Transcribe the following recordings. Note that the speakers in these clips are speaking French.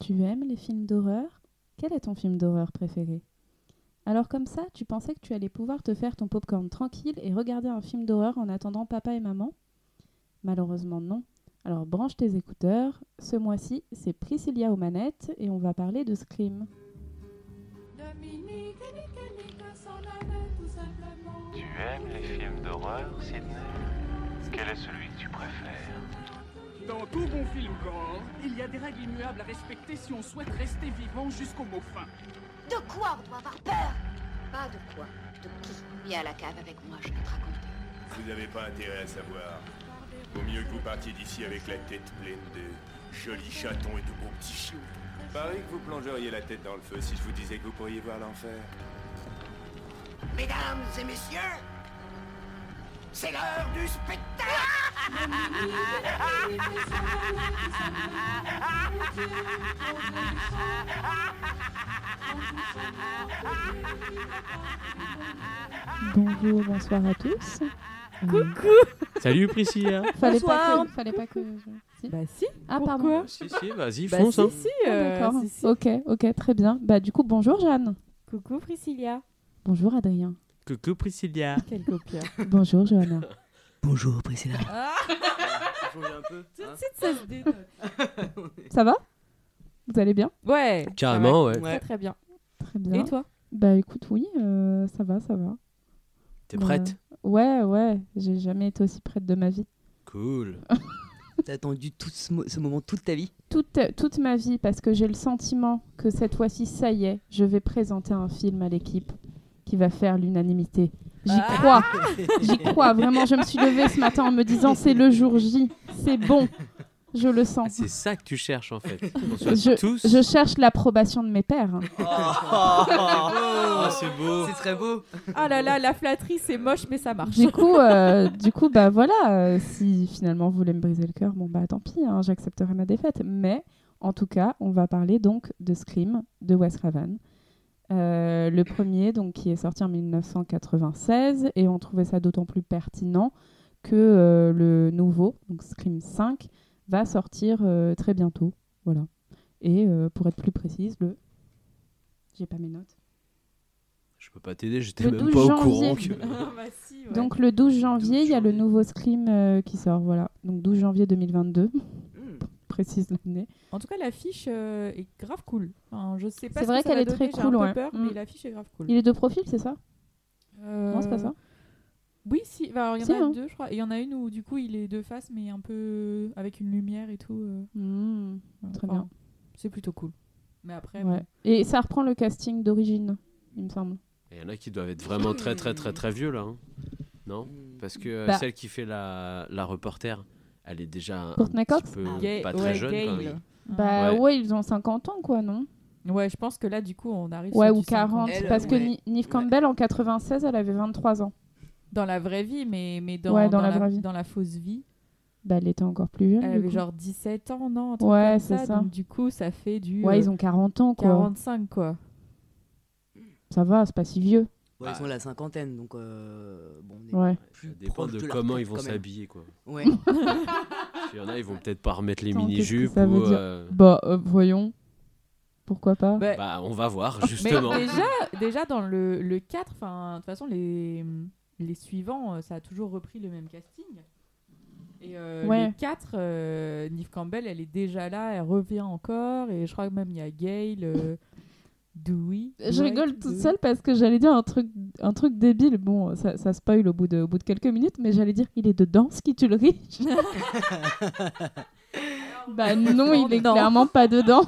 Tu aimes les films d'horreur ? Quel est ton film d'horreur préféré ? Alors comme ça, tu pensais que tu allais pouvoir te faire ton popcorn tranquille et regarder un film d'horreur en attendant papa et maman ? Malheureusement non. Alors branche tes écouteurs. Ce mois-ci, c'est Priscilla aux manettes et on va parler de Scream. Tu aimes les films d'horreur, Sydney ? Quel est celui que tu préfères ? Dans tout bon film gore, il y a des règles immuables à respecter si on souhaite rester vivant jusqu'au mot fin. De quoi on doit avoir peur ? Pas de quoi, de qui ? Viens à la cave avec moi, je vais te raconter. Vous n'avez pas intérêt à savoir. Vaut mieux que vous partiez d'ici avec la tête pleine de jolis chatons et de beaux petits chiots. Pareil que vous plongeriez la tête dans le feu si je vous disais que vous pourriez voir l'enfer. Mesdames et messieurs, c'est l'heure du spectacle. Bonjour, bonsoir à tous. Coucou. Salut Priscilla. Fallait Bonsoir. pas que je... Si. Bah si. Ah Pourquoi pardon. Si, vas-y, Bah fonce. si, hein. si. D'accord. si, si. Ok, très bien. Bah du coup, bonjour Jeanne. Coucou Priscilla. Bonjour Adrien. Coucou Priscilla. Quelle copie. Bonjour Johanna. Bonjour Priscilla. Ah, Changer un peu. tout de suite ça se dénote. Ça va ? Vous allez bien ? Ouais. Carrément, ouais. Très très bien. Très bien. Et toi ? Bah écoute, oui, ça va. T'es prête ? Ouais, j'ai jamais été aussi prête de ma vie. Cool. T'as attendu tout ce moment toute ta vie. Toute ma vie, parce que j'ai le sentiment que cette fois-ci, ça y est, je vais présenter un film à l'équipe qui va faire l'unanimité. J'y crois, vraiment. Je me suis levée ce matin en me disant c'est le jour J, c'est bon, je le Ah, sens. c'est ça que tu cherches en fait. Qu'on soit tous. Je cherche l'approbation de mes pairs. Oh, c'est beau. C'est très beau. Ah là là, la flatterie c'est moche mais ça marche. Du coup, bah voilà, si finalement vous voulez me briser le cœur, bon bah tant pis, hein, j'accepterai ma défaite. Mais en tout cas, on va parler donc de Scream de Wes Craven. Le premier, donc, qui est sorti en 1996, et on trouvait ça d'autant plus pertinent que le nouveau, donc Scream 5, va sortir très bientôt. Voilà. Et pour être plus précise, j'ai pas mes notes. Je peux pas t'aider, j'étais Le même 12 pas au janvier. courant que. Ah, bah si, ouais. Donc le 12 janvier, il y a le janvier. nouveau Scream qui sort. Voilà. Donc 12 janvier 2022, précise l'année. En tout cas, l'affiche est grave cool. Enfin, je sais pas. C'est ce vrai que ça qu'elle va est très donner, cool, J'ai un ouais. peu peur, Mm. mais l'affiche est grave cool. Il est de profil, c'est ça ? Non, c'est pas ça. Oui, si. Bah, alors, il y en Si, a hein. deux, je crois. Et il y en a une où du coup il est de face, mais un peu avec une lumière et tout. Très Enfin, bien. C'est plutôt cool. Mais après, Ouais. Et ça reprend le casting d'origine, il me semble. Il y en a qui doivent être vraiment très très très très vieux là. Hein. Non ? Parce que Bah. celle qui fait la reporter, elle est déjà un Courtney petit Cox peu Ga- pas très ouais, jeune quand Gale. même. Bah Ouais. ouais, ils ont 50 ans, quoi, non ? Ouais, je pense que là, du coup, on arrive Ouais, sur ou du 50. 40. Elle, Parce que ouais. Neve Campbell, en 96, elle avait 23 ans. Dans la vraie vie, mais dans, Ouais, dans la vraie vie. dans la fausse vie, Bah, elle était encore plus jeune. elle du avait coup. genre 17 ans, non un truc Ouais, comme c'est ça. Donc, du coup, ça fait du Ouais, ils ont 40 ans, quoi. 45, quoi. Ça va, c'est pas si vieux. Ouais, ils sont à la cinquantaine, donc bon, on est Ouais. plus Ça dépend proche de leur comment tête, ils vont quand même. s'habiller quoi. Ouais. Il y en a, ils vont peut-être pas remettre les Attends, mini-jupes qu'est-ce que ça veut ou. dire Bah, voyons. Pourquoi pas ? Bah, Bah, on va voir mais justement. déjà, dans le 4, enfin, de toute façon, les suivants, ça a toujours repris le même casting. Et Ouais. les 4, Neve Campbell, elle est déjà là, elle revient encore. Et je crois que même il y a Gale, Dewey. Je rigole toute seule parce que j'allais dire un truc débile. Bon, ça spoil au bout de quelques minutes, mais j'allais dire il est dedans, ce qui tue le riche. Bah non, il est Non. clairement pas dedans.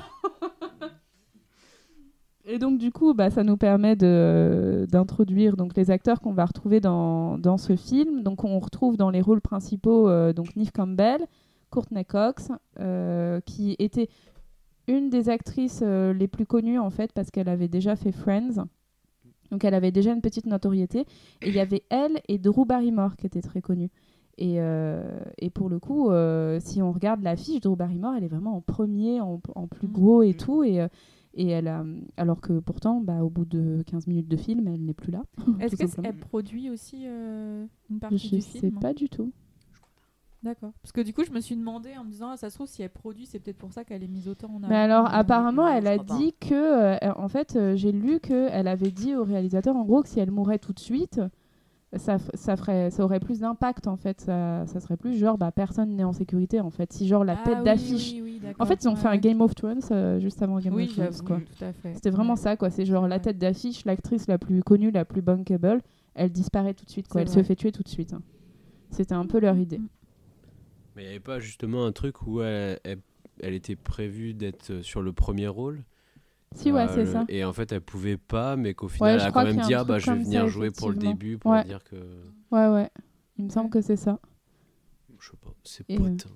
Et donc du coup, bah, ça nous permet d'introduire donc les acteurs qu'on va retrouver dans ce film. Donc on retrouve dans les rôles principaux donc Neve Campbell, Courtney Cox, qui était une des actrices les plus connues en fait parce qu'elle avait déjà fait Friends. Donc elle avait déjà une petite notoriété. Et il y avait elle et Drew Barrymore qui étaient très connus. Et pour le coup, si on regarde l'affiche, Drew Barrymore, elle est vraiment en premier, en plus gros et tout. Et elle a, alors que pourtant, bah, au bout de 15 minutes de film, elle n'est plus là. Est-ce tout simplement. qu'elle produit aussi une partie Je du sais film pas du tout. D'accord. Parce que du coup, je me suis demandé en me disant, ça se trouve, si elle produit, c'est peut-être pour ça qu'elle est mise autant en avant. Mais alors, apparemment, non, elle je a crois pas. dit que, en fait, j'ai lu qu'elle avait dit au réalisateur, en gros, que si elle mourait tout de suite, ça aurait plus d'impact, en fait. Ça serait plus genre, personne n'est en sécurité, en fait. Si, genre, la tête d'affiche. En fait, ils ont fait un Game of Thrones juste avant Game of Thrones, quoi. Tout à fait. C'était vraiment ça, quoi. C'est genre la tête d'affiche, l'actrice la plus connue, la plus bankable, elle disparaît tout de suite, quoi. C'est Elle vrai. se fait tuer tout de suite. C'était un peu leur idée. Mais il n'y avait pas justement un truc où elle était prévue d'être sur le premier rôle. Si, ouais, c'est ça. Et en fait, elle pouvait pas, mais qu'au final, elle je a crois quand même qu'il y a un dit truc je vais comme venir ça, jouer pour le effectivement. début pour Ouais. dire que. Ouais. Il me semble que c'est ça. Je sais pas, c'est Et, potin.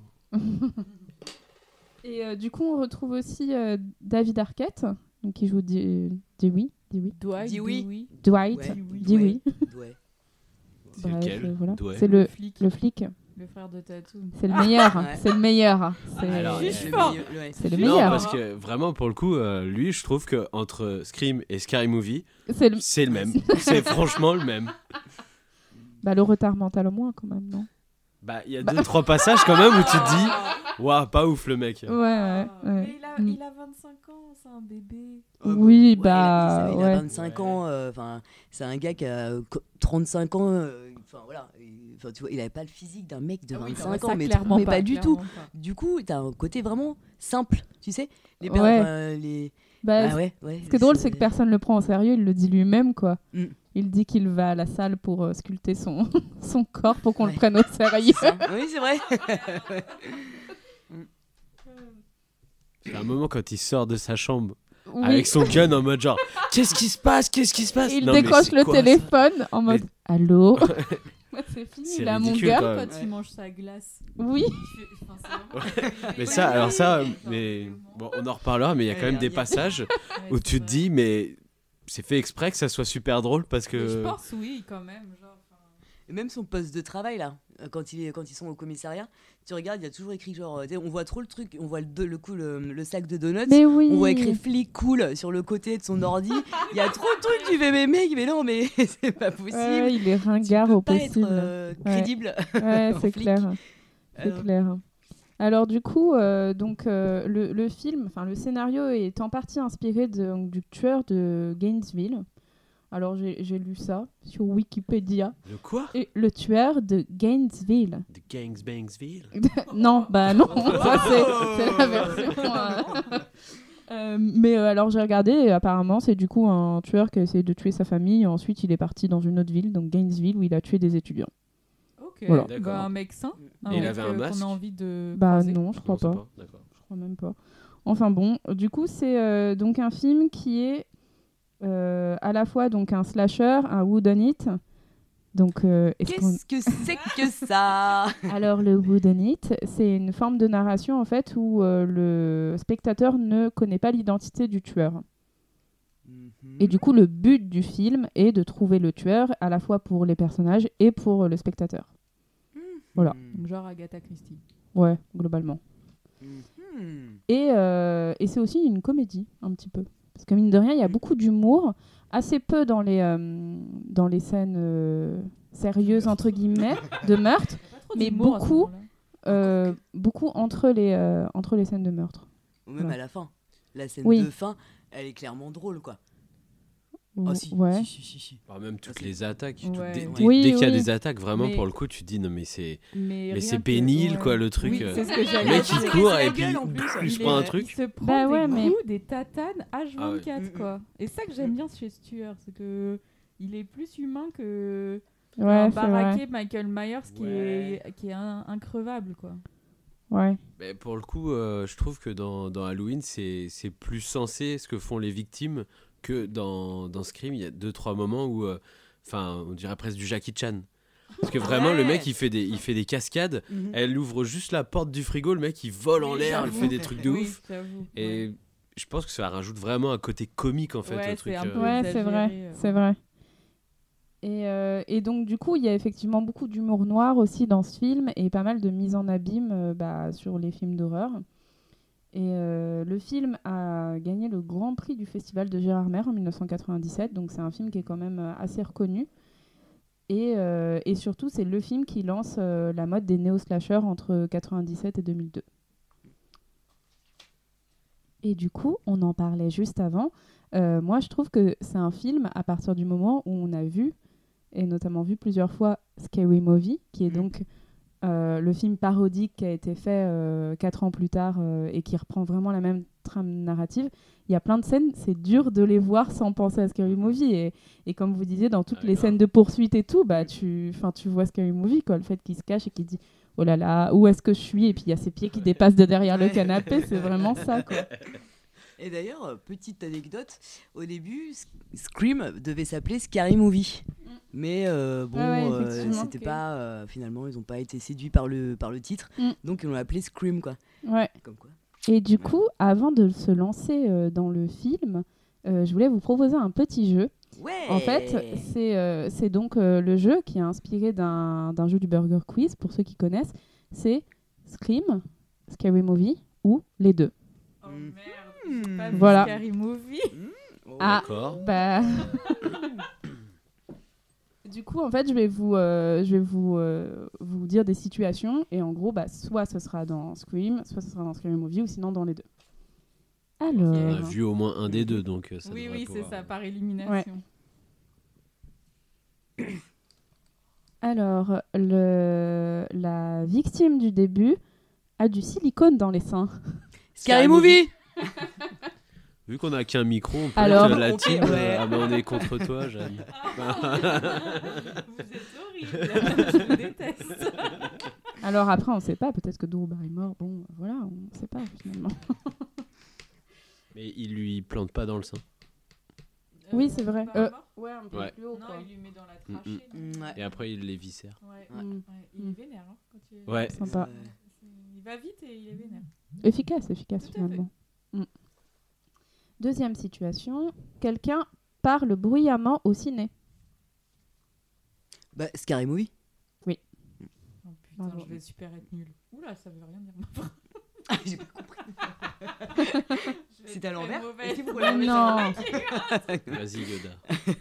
Et du coup, on retrouve aussi David Arquette, donc, qui joue Dewey. Dwight, Dis oui. oui. Dwight, Ouais. Dewey. Ouais. C'est Bref, lequel voilà. Ouais. C'est le flic. Le frère de Tatum. C'est le meilleur. Ouais. C'est le meilleur. C'est Alors, Juge Le fort. milieu, ouais. c'est le Non, meilleur. parce que vraiment, pour le coup, lui, je trouve que entre Scream et Scary Movie, C'est le... c'est le même. C'est franchement le même. le retard mental au moins, quand même, non? Il y a 2-3 passages quand même où tu te dis, waouh, pas ouf le mec. Ouais. Mais il a 25 ans, c'est un bébé. Oui, il a ouais. 25 ans. C'est un gars qui a 35 ans. Voilà. Tu vois, il avait pas le physique d'un mec de 25 ans, mais pas du tout. Du coup, t'as un côté vraiment simple, tu sais. Les Ouais. ouais. Ce qui est drôle, c'est que personne le prend au sérieux, il le dit lui-même, quoi. Mm. Il dit qu'il va à la salle pour sculpter son corps pour qu'on le Ouais. prenne au sérieux. Oui, c'est vrai. C'est un moment quand il sort de sa chambre Oui. avec son gun en mode genre, qu'est-ce qui se passe? Il Non, mais décroche c'est le quoi, ça téléphone en mode allô. C'est fini, C'est là, mon ridicule, gars. quoi. Quand il mange sa glace. Oui. Mais ça, alors ça, mais bon, on en reparlera, mais il y a quand même des passages où tu te dis, mais c'est fait exprès que ça soit super drôle parce que. Je pense oui, quand même. Et même son poste de travail, là, quand ils sont au commissariat, tu regardes, il y a toujours écrit genre, tu sais, on voit trop le truc, on voit le sac de donuts. Mais oui. On voit écrit flic cool sur le côté de son ordi. Il y a trop de trucs, tu fais, mais mec, mais non, mais c'est pas possible. Ouais, il est Tu ringard peux au pas possible. être crédible. Ouais, en c'est flic. clair. C'est Alors. clair. Alors du coup, le film, enfin le scénario est en partie inspiré du tueur de Gainesville. Alors j'ai lu ça sur Wikipédia. Le quoi? Et le tueur de Gainesville. The Gangs Bangsville? Non, non, ça c'est la version. Mais alors j'ai regardé et apparemment c'est du coup un tueur qui a essayé de tuer sa famille et ensuite il est parti dans une autre ville, donc Gainesville, où il a tué des étudiants. Ok, Voilà. D'accord. un mec sain. Et il avait un qu'on masque a envie de Bah croiser. non, je crois Non, c'est pas. D'accord. Je crois même pas. Enfin bon, du coup c'est donc un film qui est à la fois donc un slasher, un whodunit. Donc Qu'est-ce que c'est que ça? alors le whodunit, c'est une forme de narration en fait où le spectateur ne connaît pas l'identité du tueur. Et du coup le but du film est de trouver le tueur à la fois pour les personnages et pour le spectateur. Voilà. Donc, genre Agatha Christie. Ouais, globalement. Et c'est aussi une comédie, un petit peu. Parce que mine de rien, il y a beaucoup d'humour, assez peu dans les scènes sérieuses, entre guillemets, de meurtre, mais beaucoup entre les scènes de meurtre. Ou même Ouais. à la fin. La scène Oui. de fin, elle est clairement drôle, quoi. Oh, si. Ouais. Si. Même toutes Ok. les attaques. Ouais. Dès Oui, qu'il y a oui. des attaques, vraiment Mais- pour le coup, tu te dis non, mais c'est Mais c'est rien que- pénible, ouais. quoi, le truc. Oui, c'est ce que le j'allais mec dire. il court la et puis gueule, en plus. il se Il prend un est- truc. Il se prend Bah des ouais, mais- coups, des tatanes H24, Ah ouais. quoi. Et ça que j'aime bien chez ce tueur, c'est que il est plus humain que Ouais, un c'est vrai. baraqué Michael Myers qui Ouais. est increvable, quoi. Ouais. Mais pour le coup, je trouve que dans Halloween, c'est plus sensé ce que font les victimes que dans Scream. Il y a 2-3 moments où, on dirait presque du Jackie Chan. Parce que vraiment, le mec, il fait des cascades. Mhm. Elle ouvre juste la porte du frigo, le mec, il vole en Oui, l'air, il j'avoue. fait des trucs de Oui, ouf. j'avoue. Et je pense que ça rajoute vraiment un côté comique, en fait, Ouais, au truc. c'est un peu- Ouais, c'est vrai, exagéré, c'est vrai. Et donc du coup, il y a effectivement beaucoup d'humour noir aussi dans ce film et pas mal de mise en abîme sur les films d'horreur. Et le film a gagné le Grand Prix du Festival de Gérardmer en 1997, donc c'est un film qui est quand même assez reconnu. Et surtout, c'est le film qui lance la mode des néo-slashers entre 97 et 2002. Et du coup, on en parlait juste avant. Moi, je trouve que c'est un film, à partir du moment où on a vu, et notamment vu plusieurs fois, Scary Movie, qui est donc le film parodique qui a été fait 4 ans plus tard et qui reprend vraiment la même trame narrative. Il y a plein de scènes, c'est dur de les voir sans penser à Scary Movie. Et comme vous disiez, dans toutes les scènes de poursuite et tout, bah, tu vois Scary Movie, quoi, le fait qu'il se cache et qu'il dit « Oh là là, où est-ce que je suis ?» Et puis il y a ses pieds qui dépassent de derrière le canapé, c'est vraiment ça, quoi. Et d'ailleurs, petite anecdote, au début, Scream devait s'appeler Scary Movie. Mais c'était pas... finalement, ils n'ont pas été séduits par le titre. Donc, ils l'ont appelé Scream, quoi. Ouais. Comme quoi. Et du coup, avant de se lancer dans le film, je voulais vous proposer un petit jeu. Ouais. En fait, c'est donc le jeu qui est inspiré d'un jeu du Burger Quiz, pour ceux qui connaissent. C'est Scream, Scary Movie ou les deux. Oh merde, pas voilà. Scary Movie. D'accord. Bah... Du coup, en fait, je vais vous dire des situations et en gros, bah, soit ce sera dans Scream, soit ce sera dans Scary Movie ou sinon dans les deux. Alors... On a vu au moins un des deux, donc ça oui, pouvoir... c'est ça, par élimination. Ouais. Alors, la victime du début a du silicone dans les seins. Scary Movie. Vu qu'on a qu'un micro, on peut alors, être la team. Ah ben on est contre toi, Jeanne. Vous êtes horrible. Je vous déteste. Alors après, on sait pas. Peut-être que Drew Barrymore, bon, voilà, on sait pas finalement. Mais il lui plante pas dans le sein. Oui, c'est vrai. Ouais, un peu plus haut. Non, Quoi. il lui met dans la trachée. Et après, il les viscère. Il est vénère. Hein, quand il... Ouais. Sympa. Il va vite et il est vénère. Efficace finalement. Deuxième situation, quelqu'un parle bruyamment au ciné. Bah, Scary Movie. Oui. Oh putain, je vais super être nulle. Oula, ça veut rien dire. J'ai pas compris. C'est à l'envers. Non. Vas-y, Yoda.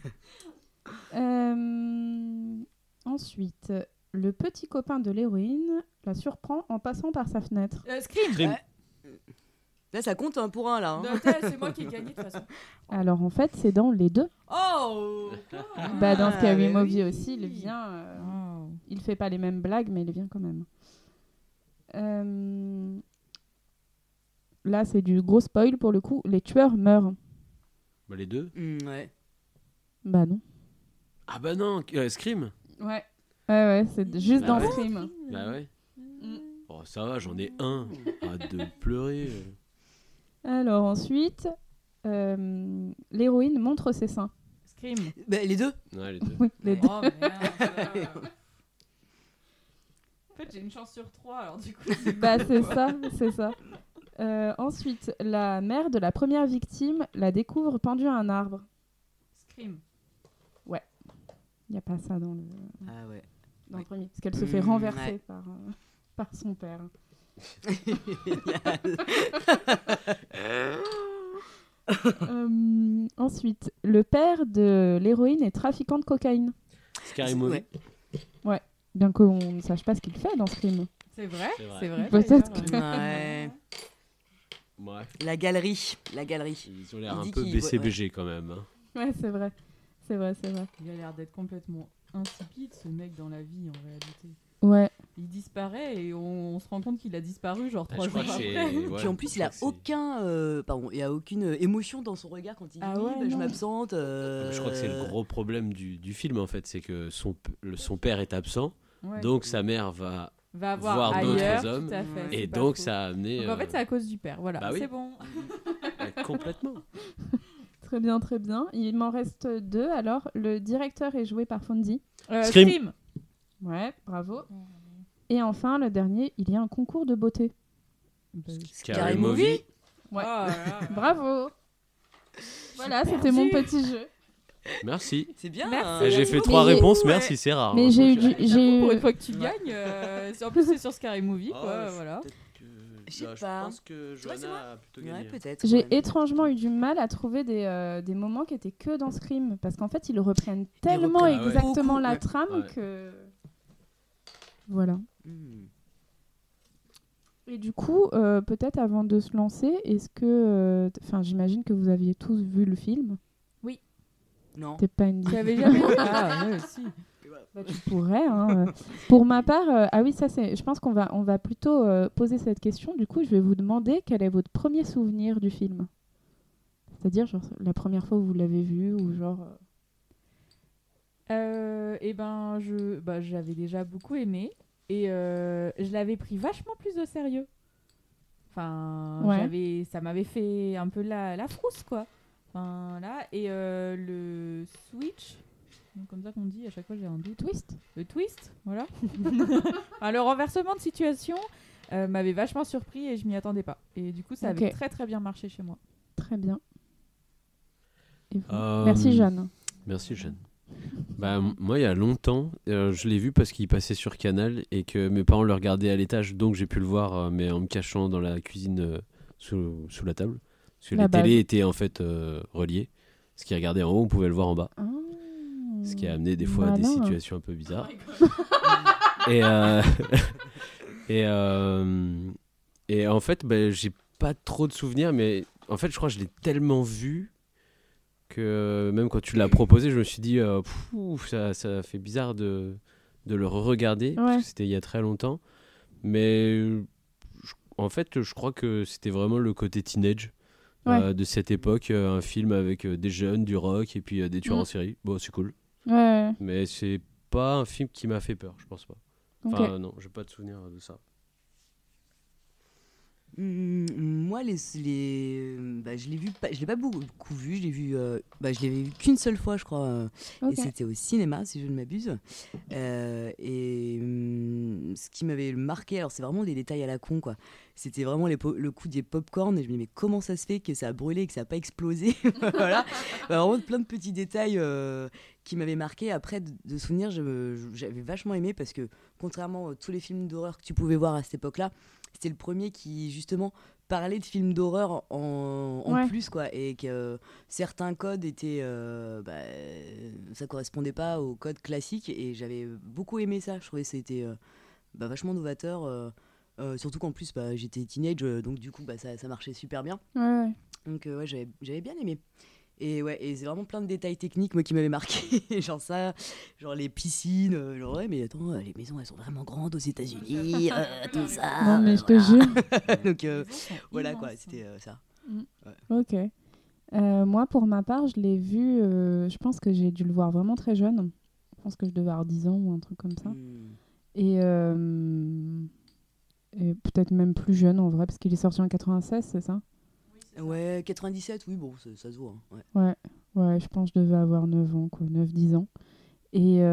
Ensuite, le petit copain de l'héroïne la surprend en passant par sa fenêtre. Scream. Là, ça compte pour un, là. Hein. Non, c'est moi qui ai gagné, de toute façon. Alors, en fait, c'est dans les deux. Oh bah, dans Scary Movie aussi, il vient... Il fait pas les mêmes blagues, mais il vient quand même. Là, c'est du gros spoil, pour le coup. Les tueurs meurent. Bah, les deux ouais. Bah, non. Ah bah non, Scream. Ouais, c'est juste dans Scream. Bah ouais. Oh, ça va, j'en ai un. Arrête de pleurer. Alors ensuite, l'héroïne montre ses seins. Scream. Bah, les deux. Ouais, les deux. Oui, les deux. Oh merde. En fait, j'ai une chance sur 3, alors du coup... Bah, c'est ça. Ensuite, la mère de la première victime la découvre pendue à un arbre. Scream. Ouais. Il n'y a pas ça dans le... Ah ouais. Dans le premier. Parce qu'elle se fait renverser par son père. Ensuite, le père de l'héroïne est trafiquant de cocaïne. Scary Movie. Ouais. Bien qu'on ne sache pas ce qu'il fait dans ce film. C'est vrai. Peut-être que... Ouais. La galerie. Ils ont l'air un peu BCBG quand même. Hein. Ouais, c'est vrai. Il a l'air d'être complètement insipide, ce mec, dans la vie, en réalité. Ouais. Il disparaît et on se rend compte qu'il a disparu genre 3 jours après. Puis en plus, il a aucune émotion dans son regard quand il dit je m'absente. Je crois que c'est le gros problème du film en fait, c'est que son père est absent, donc sa mère va voir d'autres hommes, et donc ça a amené. Donc en fait, c'est à cause du père. Voilà, c'est bon. Complètement. Très bien. Il m'en reste 2. Alors, le directeur est joué par Fonzie. Scream. Ouais, bravo. Et enfin, le dernier, il y a un concours de beauté. Scary Movie. Ouais. Bravo. Voilà, c'était mon petit jeu. Merci. C'est bien. J'ai fait 3 réponses, merci, c'est rare. Mais j'ai eu pour une fois que tu gagnes. En plus, c'est sur Scary Movie, quoi. Voilà. Je sais pas. Je pense que Johanna a plutôt gagné. Ouais, peut-être. J'ai étrangement eu du mal à trouver des moments qui étaient que dans Scream, parce qu'en fait, ils reprennent tellement exactement la trame que... Voilà. Et du coup, peut-être avant de se lancer, est-ce que... j'imagine que vous aviez tous vu le film. Oui. Non. T'es pas une... J'avais jamais vu. Ah, ouais, si. Bah, tu pourrais. Hein. Pour ma part, je pense qu'on va plutôt poser cette question. Du coup, je vais vous demander quel est votre premier souvenir du film. C'est-à-dire, genre, la première fois où vous l'avez vu ou genre... j'avais déjà beaucoup aimé et je l'avais pris vachement plus au sérieux. Enfin, ça m'avait fait un peu la frousse, quoi. Enfin, là, et le switch... Donc, comme ça qu'on dit, à chaque fois j'ai un doute. Le twist, voilà. Le renversement de situation m'avait vachement surpris et je m'y attendais pas. Et du coup, ça avait très très bien marché chez moi. Très bien. Et vous Merci Jeanne. Merci Jeanne. Moi, il y a longtemps, je l'ai vu parce qu'il passait sur Canal et que mes parents le regardaient à l'étage, donc j'ai pu le voir, mais en me cachant dans la cuisine sous la table. Parce que les télés étaient en fait reliées. Ce qui regardait en haut, on pouvait le voir en bas. Ce qui a amené des fois à des situations un peu bizarres. Et en fait, j'ai pas trop de souvenirs, mais en fait, je crois que je l'ai tellement vu que même quand tu l'as proposé, je me suis dit, ça fait bizarre de le re-regarder, parce que c'était il y a très longtemps. Mais en fait, je crois que c'était vraiment le côté teenage. De cette époque, un film avec des jeunes, du rock et puis des tueurs en série. Bon, c'est cool. Mais c'est pas un film qui m'a fait peur, je pense pas. Enfin, non, j'ai pas de souvenir de ça. Moi, je l'ai pas beaucoup vu. Je l'ai vu qu'une seule fois, je crois. Et c'était au cinéma, si je ne m'abuse. Ce qui m'avait marqué, alors c'est vraiment des détails à la con, quoi. C'était vraiment le coup des pop-corn. Et je me dis, mais comment ça se fait que ça a brûlé et que ça n'a pas explosé? Voilà. Vraiment plein de petits détails qui m'avaient marqué. Après, de souvenirs, j'avais vachement aimé parce que, contrairement à tous les films d'horreur que tu pouvais voir à cette époque-là, c'était le premier qui, justement, parlait de films d'horreur en plus, quoi. Et que certains codes étaient... ça correspondait pas aux codes classiques. Et j'avais beaucoup aimé ça. Je trouvais que c'était vachement novateur. Surtout qu'en plus, j'étais teenage, donc du coup, ça marchait super bien. Donc, j'avais bien aimé. Et c'est vraiment plein de détails techniques, moi, qui m'avaient marqué. genre les piscines, mais attends, les maisons, elles sont vraiment grandes aux États-Unis, tout ça. Non, mais je te jure. Donc, voilà, quoi, c'était ça. Ok. Moi, pour ma part, je l'ai vu, je pense que j'ai dû le voir vraiment très jeune. Je pense que je devais avoir 10 ans ou un truc comme ça. Et peut-être même plus jeune, en vrai, parce qu'il est sorti en 96, c'est ça? Ouais, 97, oui, bon, ça se voit. Ouais, je pense que je devais avoir 9 ans, quoi, 9-10 ans. Et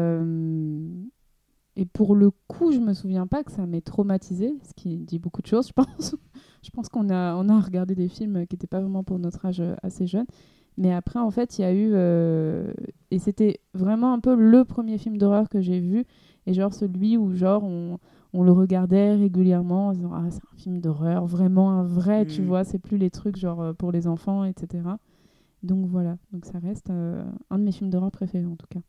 pour le coup, je me souviens pas que ça m'ait traumatisée, ce qui dit beaucoup de choses, je pense. Je pense qu'on a regardé des films qui n'étaient pas vraiment pour notre âge assez jeune. Mais après, en fait, il y a eu... et c'était vraiment un peu le premier film d'horreur que j'ai vu. Et genre celui où genre on le regardait régulièrement en disant c'est un film d'horreur, vraiment un vrai, tu vois, c'est plus les trucs genre pour les enfants, etc. Donc voilà, donc ça reste un de mes films d'horreur préférés en tout cas.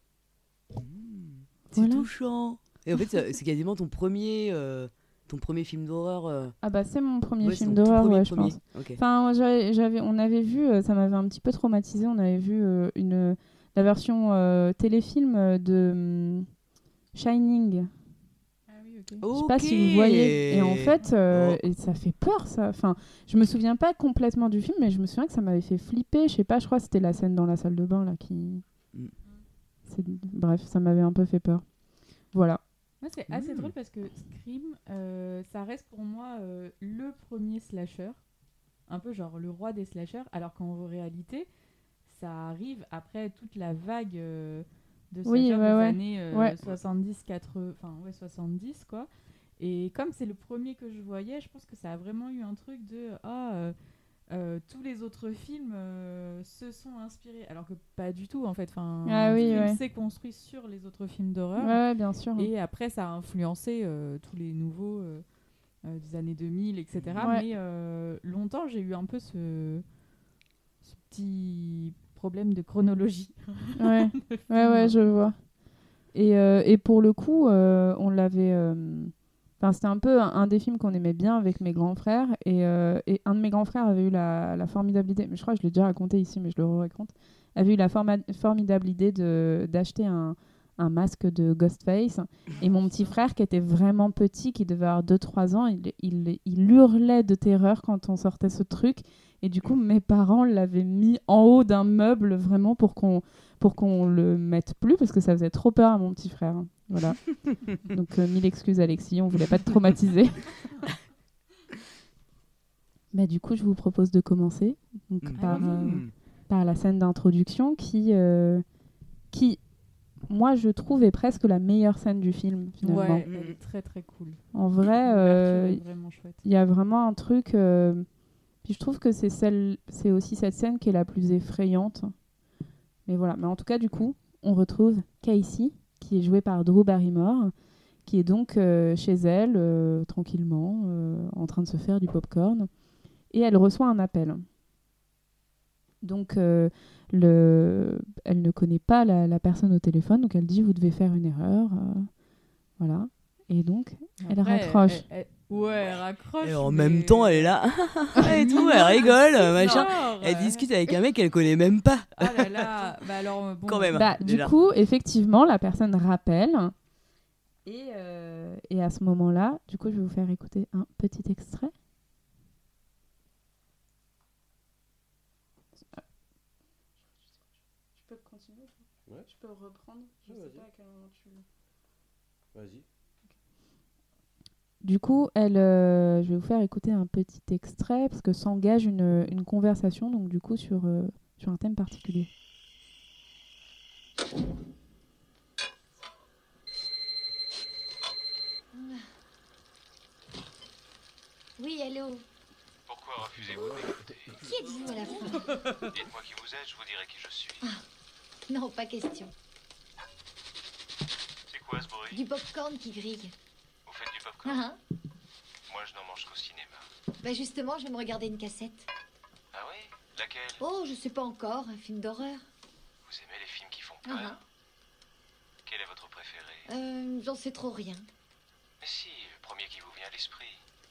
C'est touchant. Et en fait, c'est quasiment ton premier film d'horreur. Ah bah c'est mon premier film d'horreur, je pense. Okay. Enfin, on avait vu, ça m'avait un petit peu traumatisé, on avait vu la version téléfilm de Shining. Je sais pas si vous voyez. Et en fait, et ça fait peur, ça. Enfin, je me souviens pas complètement du film, mais je me souviens que ça m'avait fait flipper. Je sais pas, je crois que c'était la scène dans la salle de bain là qui. Bref, ça m'avait un peu fait peur. Voilà. Moi, c'est assez drôle parce que Scream, ça reste pour moi le premier slasher, un peu genre le roi des slashers, alors qu'en réalité, ça arrive après toute la vague. De slashers des années 70, 80, enfin 70 quoi. Et comme c'est le premier que je voyais, je pense que ça a vraiment eu un truc de tous les autres films se sont inspirés, alors que pas du tout en fait. Enfin, le film s'est construit sur les autres films d'horreur. Ouais, bien sûr. Et après ça a influencé tous les nouveaux des années 2000, etc. Ouais. Mais longtemps, j'ai eu un peu ce petit problème de chronologie. Ouais, je vois. Et pour le coup, on l'avait... c'était un peu un des films qu'on aimait bien avec mes grands frères. Et un de mes grands frères avait eu la formidable idée, mais je crois que je l'ai déjà raconté ici, mais je le raconte, avait eu la formidable idée d'acheter un masque de Ghostface. Et mon petit frère, qui était vraiment petit, qui devait avoir 2-3 ans, il hurlait de terreur quand on sortait ce truc. Et du coup, mes parents l'avaient mis en haut d'un meuble, vraiment, pour qu'on le mette plus, parce que ça faisait trop peur à mon petit frère. Voilà. Donc, 1000 excuses, Alexis, on voulait pas te traumatiser. Du coup, je vous propose de commencer donc, par la scène d'introduction qui, moi, je trouve, est presque la meilleure scène du film, finalement. Ouais, elle est très, très cool. En vrai, il y a vraiment un truc... Puis je trouve que c'est aussi cette scène qui est la plus effrayante. Mais voilà. Mais en tout cas, du coup, on retrouve Casey, qui est jouée par Drew Barrymore, qui est donc chez elle, tranquillement, en train de se faire du popcorn. Et elle reçoit un appel. Donc, elle ne connaît pas la personne au téléphone, donc elle dit « Vous devez faire une erreur. » Voilà. Et donc, elle raccroche. Elle raccroche. Et en même temps, elle est là. Et tout, elle rigole, machin. Elle discute avec un mec qu'elle connaît même pas. Ah là là. Alors, bon. Quand même. Du coup, effectivement, la personne rappelle. Et à ce moment-là, du coup, je vais vous faire écouter un petit extrait. Je peux continuer ? Ouais. Je peux reprendre ? Je sais pas à quel moment tu... Vas-y. Du coup, je vais vous faire écouter un petit extrait parce que s'engage une conversation, donc du coup sur un thème particulier. Oui, allô. Pourquoi refusez-vous de m'écouter? Qui êtes-vous à la fin? Dites-moi qui vous êtes, je vous dirai qui je suis. Non, pas question. C'est quoi ce bruit? Du popcorn qui grille. Vous faites du popcorn? Moi, je n'en mange qu'au cinéma. Justement, je vais me regarder une cassette. Ah oui? Laquelle? Oh, je sais pas encore, un film d'horreur. Vous aimez les films qui font peur? Quel est votre préféré? J'en sais trop rien. Mais si, le premier qui vous vient à l'esprit.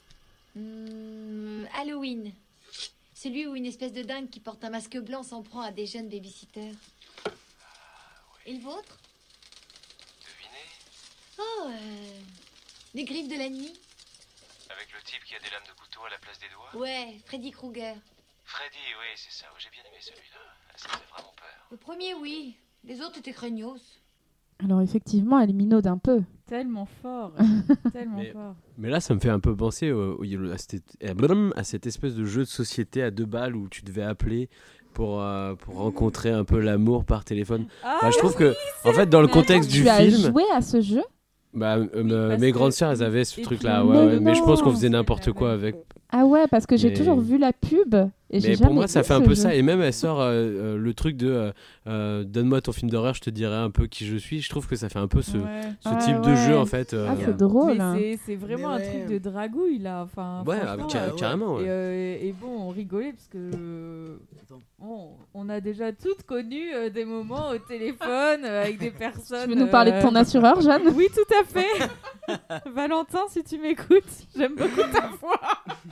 Halloween. Celui où une espèce de dingue qui porte un masque blanc s'en prend à des jeunes babysitters. Ah, oui. Et le vôtre? Devinez? Oh, Les Griffes de la nuit. Avec le type qui a des lames de couteau à la place des doigts? Ouais, Freddy Krueger. Freddy, oui, c'est ça. J'ai bien aimé celui-là. Ça faisait vraiment peur. Le premier, oui. Les autres étaient craignos. Alors effectivement, elle minaude un peu. Tellement fort. Tellement fort. Mais là, ça me fait un peu penser à cette espèce de jeu de société à 2 balles où tu devais appeler pour rencontrer un peu l'amour par téléphone. Je trouve que, en fait, dans le contexte du film... Tu as joué à ce jeu ? Mes grandes sœurs, elles avaient ce truc-là. Mais je pense qu'on faisait n'importe quoi avec. Ah ouais, parce que j'ai toujours vu la pub. Et mais pour moi, ça fait un peu ça. Et même, elle sort le truc de donne-moi ton film d'horreur, je te dirai un peu qui je suis. Je trouve que ça fait un peu ce type de jeu, en fait. C'est drôle. C'est vraiment un truc de dragouille, là. Enfin, carrément. Et bon, on rigolait parce que on a déjà toutes connu des moments au téléphone avec des personnes. Tu veux nous parler de ton assureur, Jeanne ? Oui, tout à fait. Valentin, si tu m'écoutes, j'aime beaucoup ta voix.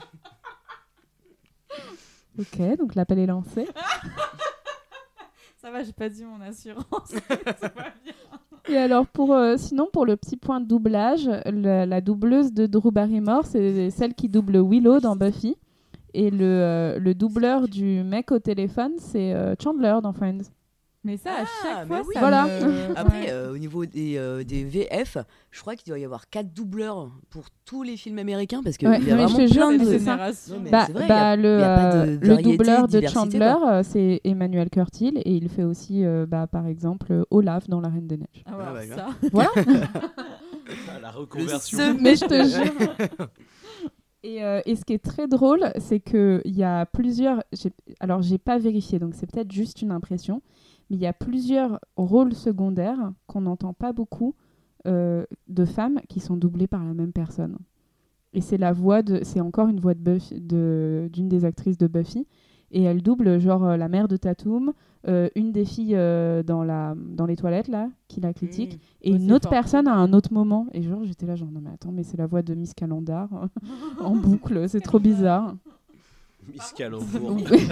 Ok, donc l'appel est lancé. Ça va, j'ai pas dit mon assurance. Tout va bien. Et alors, sinon, pour le petit point de doublage, la doubleuse de Drew Barrymore, c'est celle qui double Willow dans Buffy. Et le doubleur du mec au téléphone, c'est Chandler dans Friends. Mais ça, à chaque fois, oui. ça voilà. Après, au niveau des VF, je crois qu'il doit y avoir 4 doubleurs pour tous les films américains parce qu'il y a vraiment plein de générations. Le doubleur de Chandler, c'est Emmanuel Curtil et il fait aussi, par exemple, Olaf dans La Reine des Neiges. Ça. Voilà. La reconversion. Mais je te jure. Et ce qui est très drôle, c'est qu'il y a plusieurs... Alors, j'ai pas vérifié, donc c'est peut-être juste une impression, mais il y a plusieurs rôles secondaires qu'on n'entend pas beaucoup de femmes qui sont doublées par la même personne. Et c'est encore une voix de Buffy, d'une des actrices de Buffy. Et elle double genre la mère de Tatum, une des filles dans les toilettes là, qui la critique, et une autre personne à un autre moment. Et genre j'étais là genre non mais attends, mais c'est la voix de Miss Calendar en boucle, c'est trop bizarre. Miss Calembour.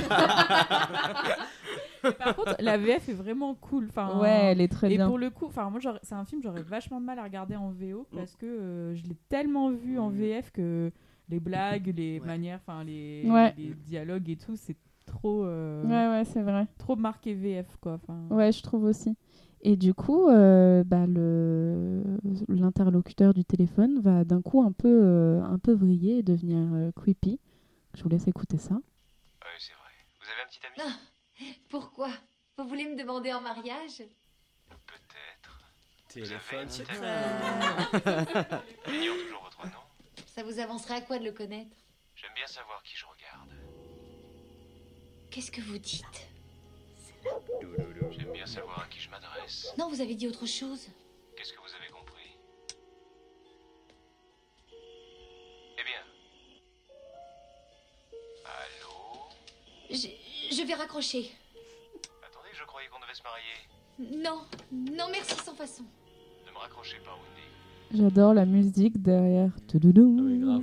Par contre, la VF est vraiment cool. Enfin, ouais, elle est très bien. Et pour le coup, moi, c'est un film j'aurais vachement de mal à regarder en VO parce que je l'ai tellement vu en VF que les blagues, les manières, les dialogues et tout, c'est trop. Ouais, c'est vrai. Trop marqué VF quoi. Ouais, je trouve aussi. Et du coup, l'interlocuteur du téléphone va d'un coup un peu vriller et devenir creepy. Je vous laisse écouter ça. Oui, c'est vrai. Vous avez un petit ami ? Ah, pourquoi ? Vous voulez me demander en mariage ? Peut-être. Téléphone secret. Ignore toujours votre nom. Ça vous avancerait à quoi de le connaître ? J'aime bien savoir qui je regarde. Qu'est-ce que vous dites ? J'aime bien savoir à qui je m'adresse. Non, vous avez dit autre chose. Qu'est-ce que vous avez compris ? Eh bien. Allô ? Je vais raccrocher. Attendez, je croyais qu'on devait se marier. Non, merci, sans façon. Ne me raccrochez pas, Wendy. J'adore la musique derrière. Oui, grave.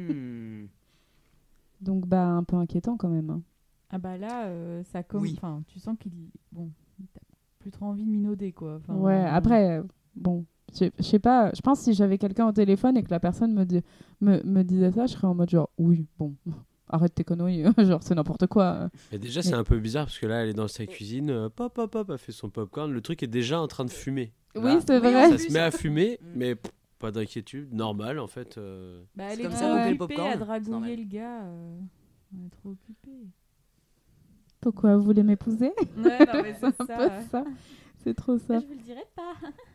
Donc un peu inquiétant quand même. Ah bah là, ça commence. Enfin, tu sens qu'il t'as plus trop envie de minauder quoi. Ouais. Après, je sais pas. Je pense que si j'avais quelqu'un au téléphone et que la personne me disait ça, je serais en mode genre oui, bon. Arrête tes conneries, genre c'est n'importe quoi. Et déjà c'est un peu bizarre parce que là elle est dans sa cuisine, pop, elle fait son popcorn, le truc est déjà en train de fumer. Oui, c'est vrai. Ça se met à fumer, mais pas d'inquiétude, normal en fait. Elle est comme ça, occupée à dragouiller le gars. On est trop occupée. Pourquoi vous voulez m'épouser ? Ouais, non mais c'est ça. C'est trop ça. Je vous le dirai pas.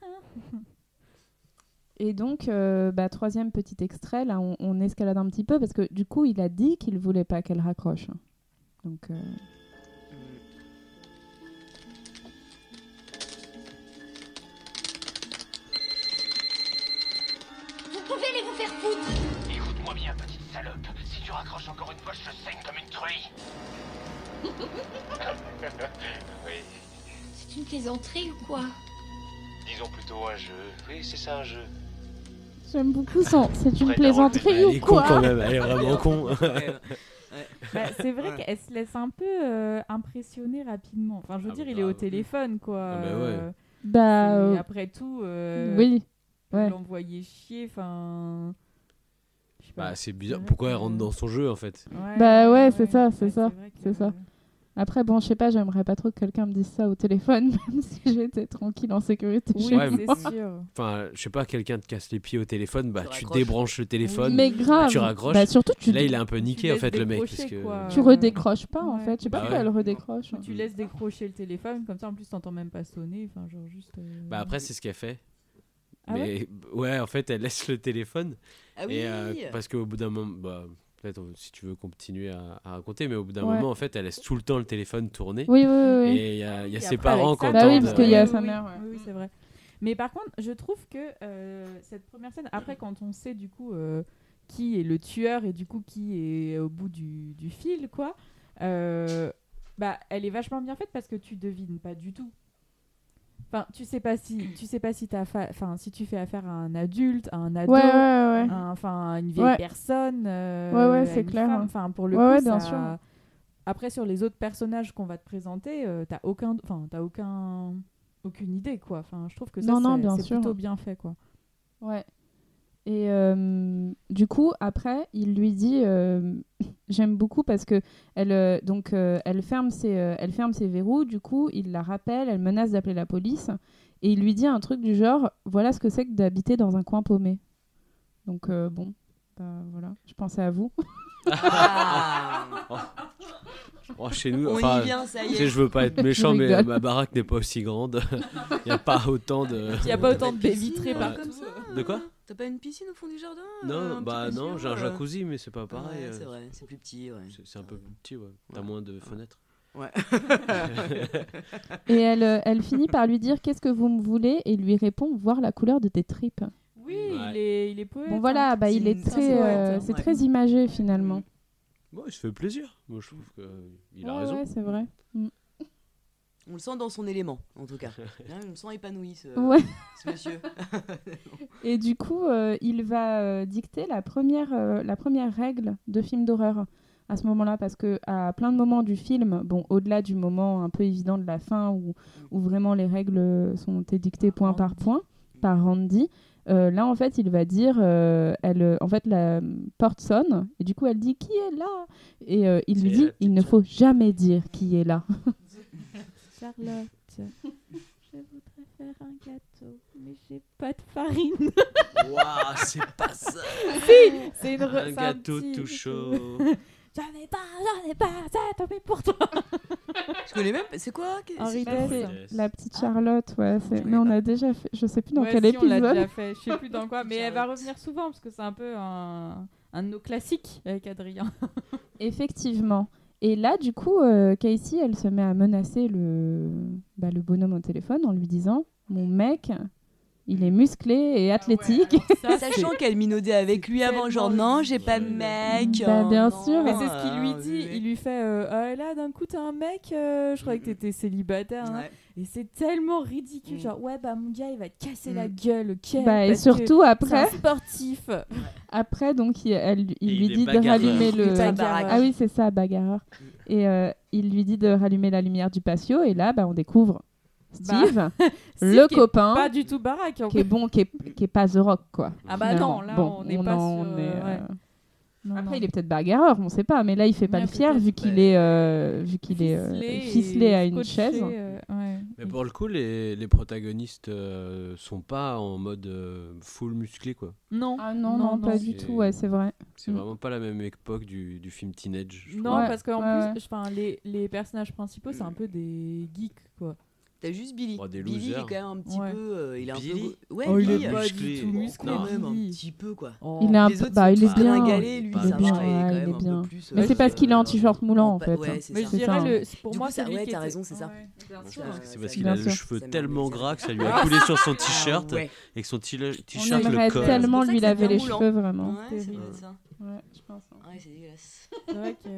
Et donc, troisième petit extrait, là, on escalade un petit peu parce que du coup, il a dit qu'il voulait pas qu'elle raccroche. Donc. Vous pouvez aller vous faire foutre. Écoute-moi bien, petite salope. Si tu raccroches encore une fois, je te saigne comme une truie. Oui. C'est une plaisanterie ou quoi ? Disons plutôt un jeu. Oui, c'est ça, un jeu. J'aime beaucoup son. C'est une plaisanterie ou quoi ? Elle est con quand même, elle est vraiment con. C'est vrai qu'elle se laisse un peu impressionner rapidement. Enfin, je veux dire, il est au téléphone, quoi. Ouais. Après tout, oui. L'envoyer chier, enfin. C'est bizarre. Pourquoi elle rentre dans son jeu en fait ? C'est ça. Après, je sais pas, j'aimerais pas trop que quelqu'un me dise ça au téléphone, même si j'étais tranquille en sécurité chez moi. C'est sûr. Enfin, je sais pas, quelqu'un te casse les pieds au téléphone, tu débranches le téléphone, mais grave. Tu raccroches. Surtout, là, il est un peu niqué en fait, le mec. Parce que... Tu redécroches pas en fait. Je sais pas pourquoi elle redécroche. Tu laisses décrocher le téléphone, comme ça en plus t'entends même pas sonner. Enfin, genre juste. Après, c'est ce qu'elle fait. Ah mais en fait, elle laisse le téléphone. Ah oui. Et, parce qu'au bout d'un moment. Peut-être si tu veux continuer à raconter, mais au bout d'un moment, en fait, elle laisse tout le temps le téléphone tourner. Oui. Et il y a ses parents qui entendent. Bah oui, parce qu'il y a sa mère. Oui, c'est vrai. Mais par contre, je trouve que cette première scène, après, quand on sait du coup qui est le tueur et du coup qui est au bout du fil, quoi, elle est vachement bien faite parce que tu devines pas du tout. Enfin, tu sais pas si si tu fais affaire à un adulte, à un ado, à une vieille personne, c'est clair. Enfin, pour le coup, bien sûr. Après, sur les autres personnages qu'on va te présenter, t'as aucune idée, quoi. Enfin, je trouve que ça, c'est plutôt bien fait, quoi. Ouais. Et du coup, après, il lui dit, j'aime beaucoup parce que elle ferme ses verrous. Du coup, il la rappelle, elle menace d'appeler la police, et il lui dit un truc du genre, voilà ce que c'est que d'habiter dans un coin paumé. Donc voilà, je pensais à vous. Chez nous, on y vient, ça y est. Je veux pas être méchant, mais ma baraque n'est pas aussi grande. Il n'y a pas autant de. Il n'y a pas autant de baies vitrées partout. De quoi ? T'as pas une piscine au fond du jardin ? Non, j'ai un jacuzzi, mais c'est pas pareil. C'est vrai, c'est plus petit. Ouais. C'est un peu plus petit, ouais. T'as moins de fenêtres. Ouais. Et elle finit par lui dire qu'est-ce que vous me voulez, et il lui répond voir la couleur de tes tripes. Oui, il est poète. Bon voilà, bah il est très, c'est très imagé finalement. Bon, il se fait plaisir. Moi, je trouve qu'il a raison. Ouais, c'est vrai. On le sent dans son élément, en tout cas. On le sent épanoui, ce monsieur. Et du coup, il va dicter la première règle de film d'horreur à ce moment-là, parce qu'à plein de moments du film, bon, au-delà du moment un peu évident de la fin, où vraiment les règles sont édictées point par point, par Randy, là, en fait, il va dire... en fait, la porte sonne, et du coup, elle dit « Qui est là ?» Et il lui dit « Il ne faut jamais dire qui est là. » Charlotte, je voudrais faire un gâteau, mais j'ai pas de farine. Waouh, c'est pas ça. Si, c'est un gâteau tout chaud. J'en ai pas, c'est tombé pour toi. Je connais même, c'est quoi Henri Dess, la petite Charlotte, ouais. Mais on a déjà fait, je sais plus dans quel épisode. On l'a déjà fait, je sais plus dans quoi, mais elle va revenir souvent parce que c'est un peu un de nos classiques avec Adrien. Effectivement. Et là, du coup, Casey, elle se met à menacer le bonhomme au téléphone en lui disant « Mon mec, il est musclé et athlétique. » Sachant qu'elle minaudait avec lui avant, genre « Non, j'ai pas de mec. » Bien non. sûr. Mais c'est ce qu'il lui dit. Il lui fait là, d'un coup, t'as un mec, je croyais que t'étais célibataire. Hein. Et c'est tellement ridicule. Genre, ouais, bah mon gars, il va te casser la gueule, ok. Et surtout après. C'est un sportif. Après, donc, il lui dit de rallumer le. Ah oui, c'est ça, bagarreur. Et il lui dit de rallumer la lumière du patio. Et là, on découvre Steve, le copain. Pas du tout baraque. Qui est bon, qui est pas The Rock, quoi. Ah bah non, là, on n'est pas sur... Après, il est peut-être bagarreur, on sait pas, mais là, il fait pas le fier vu qu'il est ficelé à une chaise. Mais pour le coup, les protagonistes sont pas en mode full musclé, quoi. Non. Ah non, pas du tout, ouais, c'est vrai. C'est vraiment pas la même époque du film teenage. Non, parce qu'en plus, les personnages principaux, c'est un peu des geeks, quoi. T'as juste Billy. Billy, il est quand même un petit peu. Il est Billy un peu. Ouais, il est pas du tout musclé. Quand même, un petit peu, quoi. Il est un peu. Il est bien. Lui, ça va, il est bien. Mais c'est parce qu'il est en t-shirt moulant, en fait. Mais je dirais, pour moi, c'est lui qui... t'as raison, c'est ça. C'est parce qu'il a les cheveux tellement gras que ça lui a coulé sur son t-shirt et que son t-shirt le colle. On aimerait tellement lui laver les cheveux, vraiment. Ouais, c'est ça. Ouais, je pense. Ouais, c'est dégueulasse. C'est vrai que...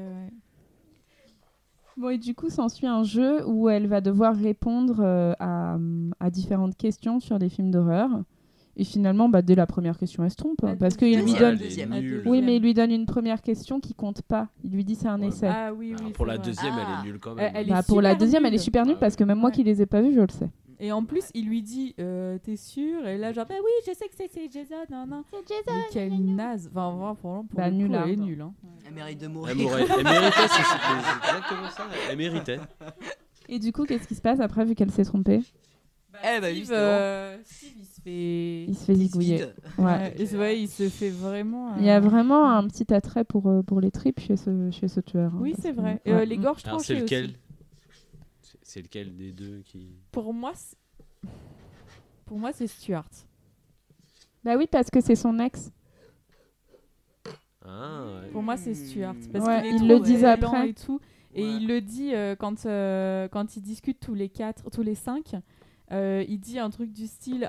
Bon, et du coup, s'ensuit un jeu où elle va devoir répondre à différentes questions sur des films d'horreur. Et finalement, dès la première question, elle se trompe. Parce qu'il lui donne... Oui, mais il lui donne une première question qui compte pas. Il lui dit c'est un essai. Ah oui, pour la deuxième, elle est nulle quand même. Pour la deuxième, elle est super nulle parce que même moi qui les ai pas vus, je le sais. Et en plus, il lui dit t'es sûr? Et là, genre, oui, je sais que c'est Jason. Non. C'est Jason. Mais quelle naze. Enfin, pour le nul, coup, elle est nulle. Hein. Elle mérite de mourir. Elle méritait, c'est exactement ça. Elle méritait. Et du coup, qu'est-ce qui se passe après, vu qu'elle s'est trompée? Steve, il se fait zigouiller. Ouais, il se fait vraiment... Il y a vraiment un petit attrait pour les tripes chez ce tueur. Oui, c'est vrai. Les gorges tranchées aussi. C'est lequel? C'est lequel des deux qui... Pour moi, c'est Stuart. Bah oui, parce que c'est son ex. Pour moi, c'est Stuart. Parce qu'il ils le disent après. Et tout. Et il le dit quand ils discutent tous les 5. Il dit un truc du style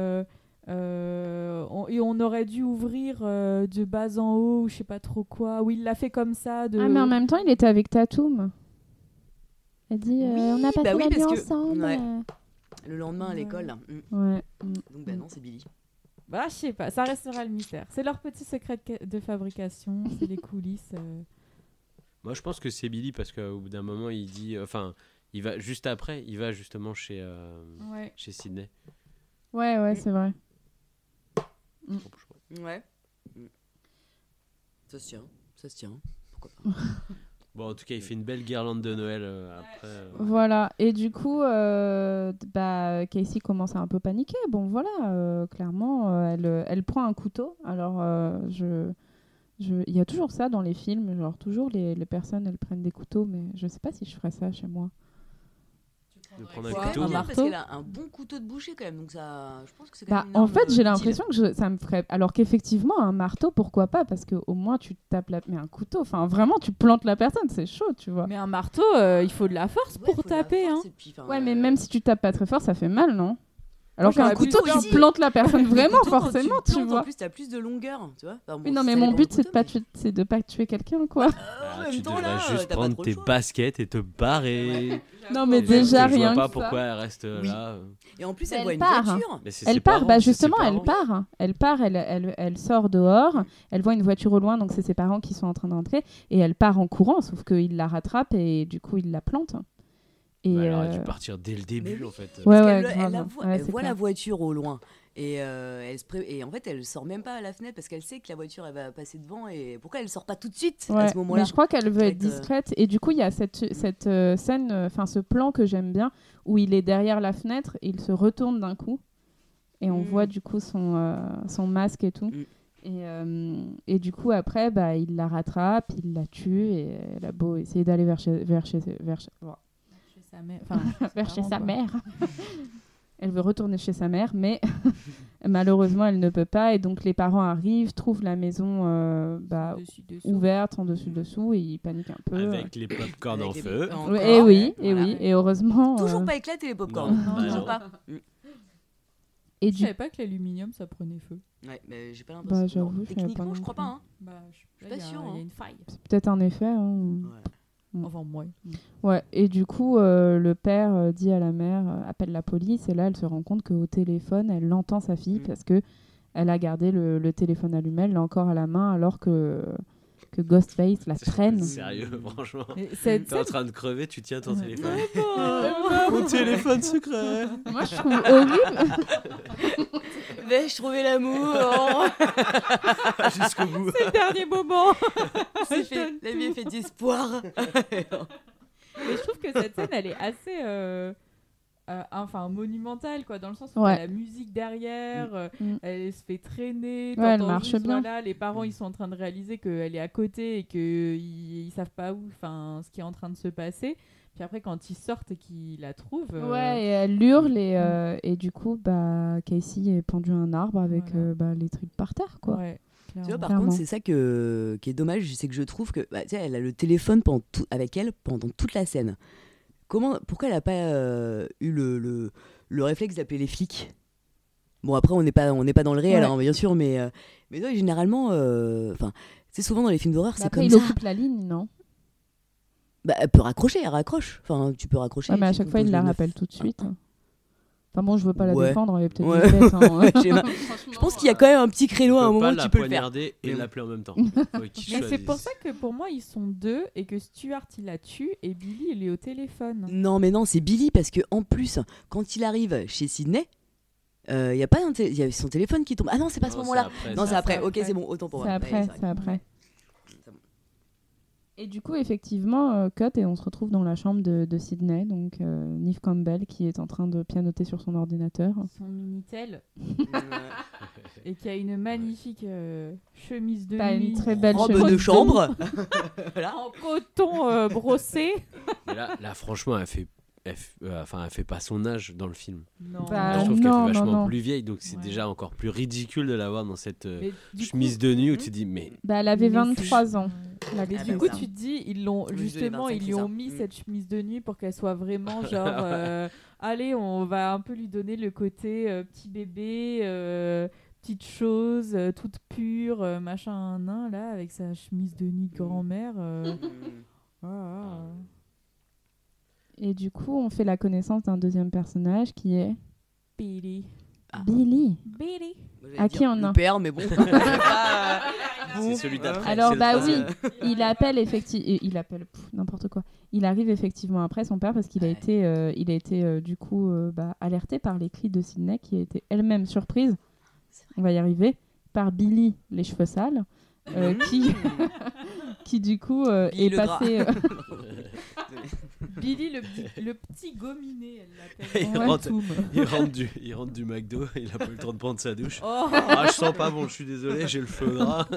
on aurait dû ouvrir de bas en haut ou je sais pas trop quoi. Ou il l'a fait comme ça. Mais en même temps, il était avec Tatum. Elle dit on n'a pas la nuit ensemble. Ouais. Le lendemain à l'école. Là. Ouais. Donc non, c'est Billy. Je sais pas, ça restera le mystère. C'est leur petit secret de fabrication, c'est les coulisses. Moi, je pense que c'est Billy parce qu'au bout d'un moment, il dit, il va juste après, il va justement chez Sydney. Ouais, c'est vrai. Ouais. Ça se tient. Pourquoi pas. Bon, en tout cas, il fait une belle guirlande de Noël après. Voilà, et du coup, Casey commence à un peu paniquer. Bon, voilà, clairement, elle prend un couteau. Alors, il y a toujours ça dans les films, genre toujours les personnes, elles prennent des couteaux, mais je sais pas si je ferais ça chez moi. De prendre un couteau, un marteau. Parce qu'elle a un bon couteau de boucher quand même, donc ça, je pense que c'est quand même en fait, j'ai l'impression que ça me ferait. Alors qu'effectivement, un marteau, pourquoi pas? Parce qu'au moins tu tapes mais un couteau, enfin vraiment, tu plantes la personne, c'est chaud, tu vois. Mais un marteau, il faut de la force pour taper, hein. Ouais, mais même si tu tapes pas très fort, ça fait mal, non? Alors qu'un couteau, tu plantes la personne vraiment, forcément, tu vois. En plus, t'as plus de longueur, tu vois. Oui, non, mais mon but, c'est de pas tuer quelqu'un, quoi. Tu devrais juste prendre tes baskets et te barrer. Non, mais déjà, rien que ça. Je vois pas pourquoi elle reste là. Et en plus, elle voit une voiture. Elle part, justement, elle part. Elle sort dehors, elle voit une voiture au loin, donc c'est ses parents qui sont en train d'entrer, et elle part en courant, sauf qu'il la rattrape et du coup, il la plante. Et elle aurait dû partir dès le début, en fait. Elle voit la voiture au loin. Et en fait, elle sort même pas à la fenêtre parce qu'elle sait que la voiture elle va passer devant. Et pourquoi elle sort pas tout de suite à ce moment-là? Mais je crois qu'elle veut être discrète. Et du coup, il y a cette scène, ce plan que j'aime bien où il est derrière la fenêtre et il se retourne d'un coup. Et on voit du coup son masque et tout. Et du coup, après, il la rattrape, il la tue. Et elle a beau essayer d'aller vers chez sa mère. Vers chez sa mère. Elle veut retourner chez sa mère, mais malheureusement, elle ne peut pas. Et donc, les parents arrivent, trouvent la maison ouverte, en dessus-dessous, et ils paniquent un peu. Avec les pop-corn en feu. Oui. Et heureusement... Toujours pas éclaté, les pop-corn. Non, pas. Et je savais pas que l'aluminium, ça prenait feu. Ouais, mais j'ai pas l'impression. J'avoue, techniquement, je crois pas. Je suis pas sûre. Il y a une faille. C'est peut-être un effet. Enfin, moi. Ouais, et du coup, le père dit à la mère, appelle la police, et là, elle se rend compte qu'au téléphone, elle entend sa fille parce que elle a gardé le téléphone allumé, elle l'a encore à la main, alors que Ghostface la traîne. Sérieux, franchement. T'es en train de crever, tu tiens ton téléphone. Mon téléphone secret. Moi, je trouve horrible. Vais-je trouver l'amour jusqu'au bout. C'est le dernier moment. La vie est faite d'espoir. Mais je trouve que cette scène, elle est assez monumentale, quoi, dans le sens où la musique derrière, elle se fait traîner. Elle marche bien. Voilà, les parents, ils sont en train de réaliser qu'elle est à côté et qu'ils savent pas où, ce qui est en train de se passer. Puis après, quand ils sortent et qu'ils la trouvent... Ouais, et elle hurle et du coup, Casey est pendu à un arbre avec les trucs par terre, quoi. Ouais, tu vois, par contre, c'est ça qui est dommage, c'est que je trouve que elle a le téléphone avec elle pendant toute la scène. Pourquoi elle n'a pas eu le réflexe d'appeler les flics? Bon, après, on n'est pas dans le réel, bien sûr, mais non, généralement, souvent dans les films d'horreur, c'est comme ça. Il occupe la ligne, non? Elle peut raccrocher, elle raccroche. Enfin, tu peux raccrocher. Ouais, mais à chaque fois, il la rappelle tout de suite. Enfin bon, je veux pas la défendre, elle est peut-être bête. Je pense qu'il y a quand même un petit créneau à un moment où tu peux le faire. Et l'appeler en même temps. Mais c'est pour ça que pour moi, ils sont deux et que Stuart, il la tue et Billy, il est au téléphone. Non, mais non, c'est Billy parce que en plus, quand il arrive chez Sydney, il y a son téléphone qui tombe. Ah non, c'est pas à ce moment-là. Non, c'est après. Ok, c'est bon, autant pour moi. C'est après. Et du coup, effectivement, cut, et on se retrouve dans la chambre de Sydney, donc Neve Campbell qui est en train de pianoter sur son ordinateur. Son Minitel. Et qui a une magnifique chemise de nuit. Une très belle robe de chambre. Voilà. En coton brossé. Mais là, franchement, elle fait pas son âge dans le film. Non. Je trouve qu'elle est vachement plus vieille, donc c'est déjà encore plus ridicule de la voir dans cette chemise de nuit où tu te dis mais... elle avait 23 ans. Mais du coup, tu te dis, ils lui ont mis cette chemise de nuit pour qu'elle soit vraiment genre, allez, on va un peu lui donner le côté petit bébé, petite chose, toute pure, machin, là, avec sa chemise de nuit de grand-mère. Et du coup, on fait la connaissance d'un deuxième personnage qui est... Billy. Billy. À qui on a le père, mais bon. C'est celui d'après. Alors oui, il appelle effectivement, il appelle n'importe quoi. Il arrive effectivement après son père parce qu'il a été du coup alerté par les cris de Sydney qui a été elle-même surprise. On va y arriver par Billy les cheveux sales qui du coup est passé. Billy le petit gominé, elle l'appelle. Il rentre du McDo, il a pas eu le temps de prendre sa douche. Je sens pas bon, je suis désolé, j'ai le feu gras.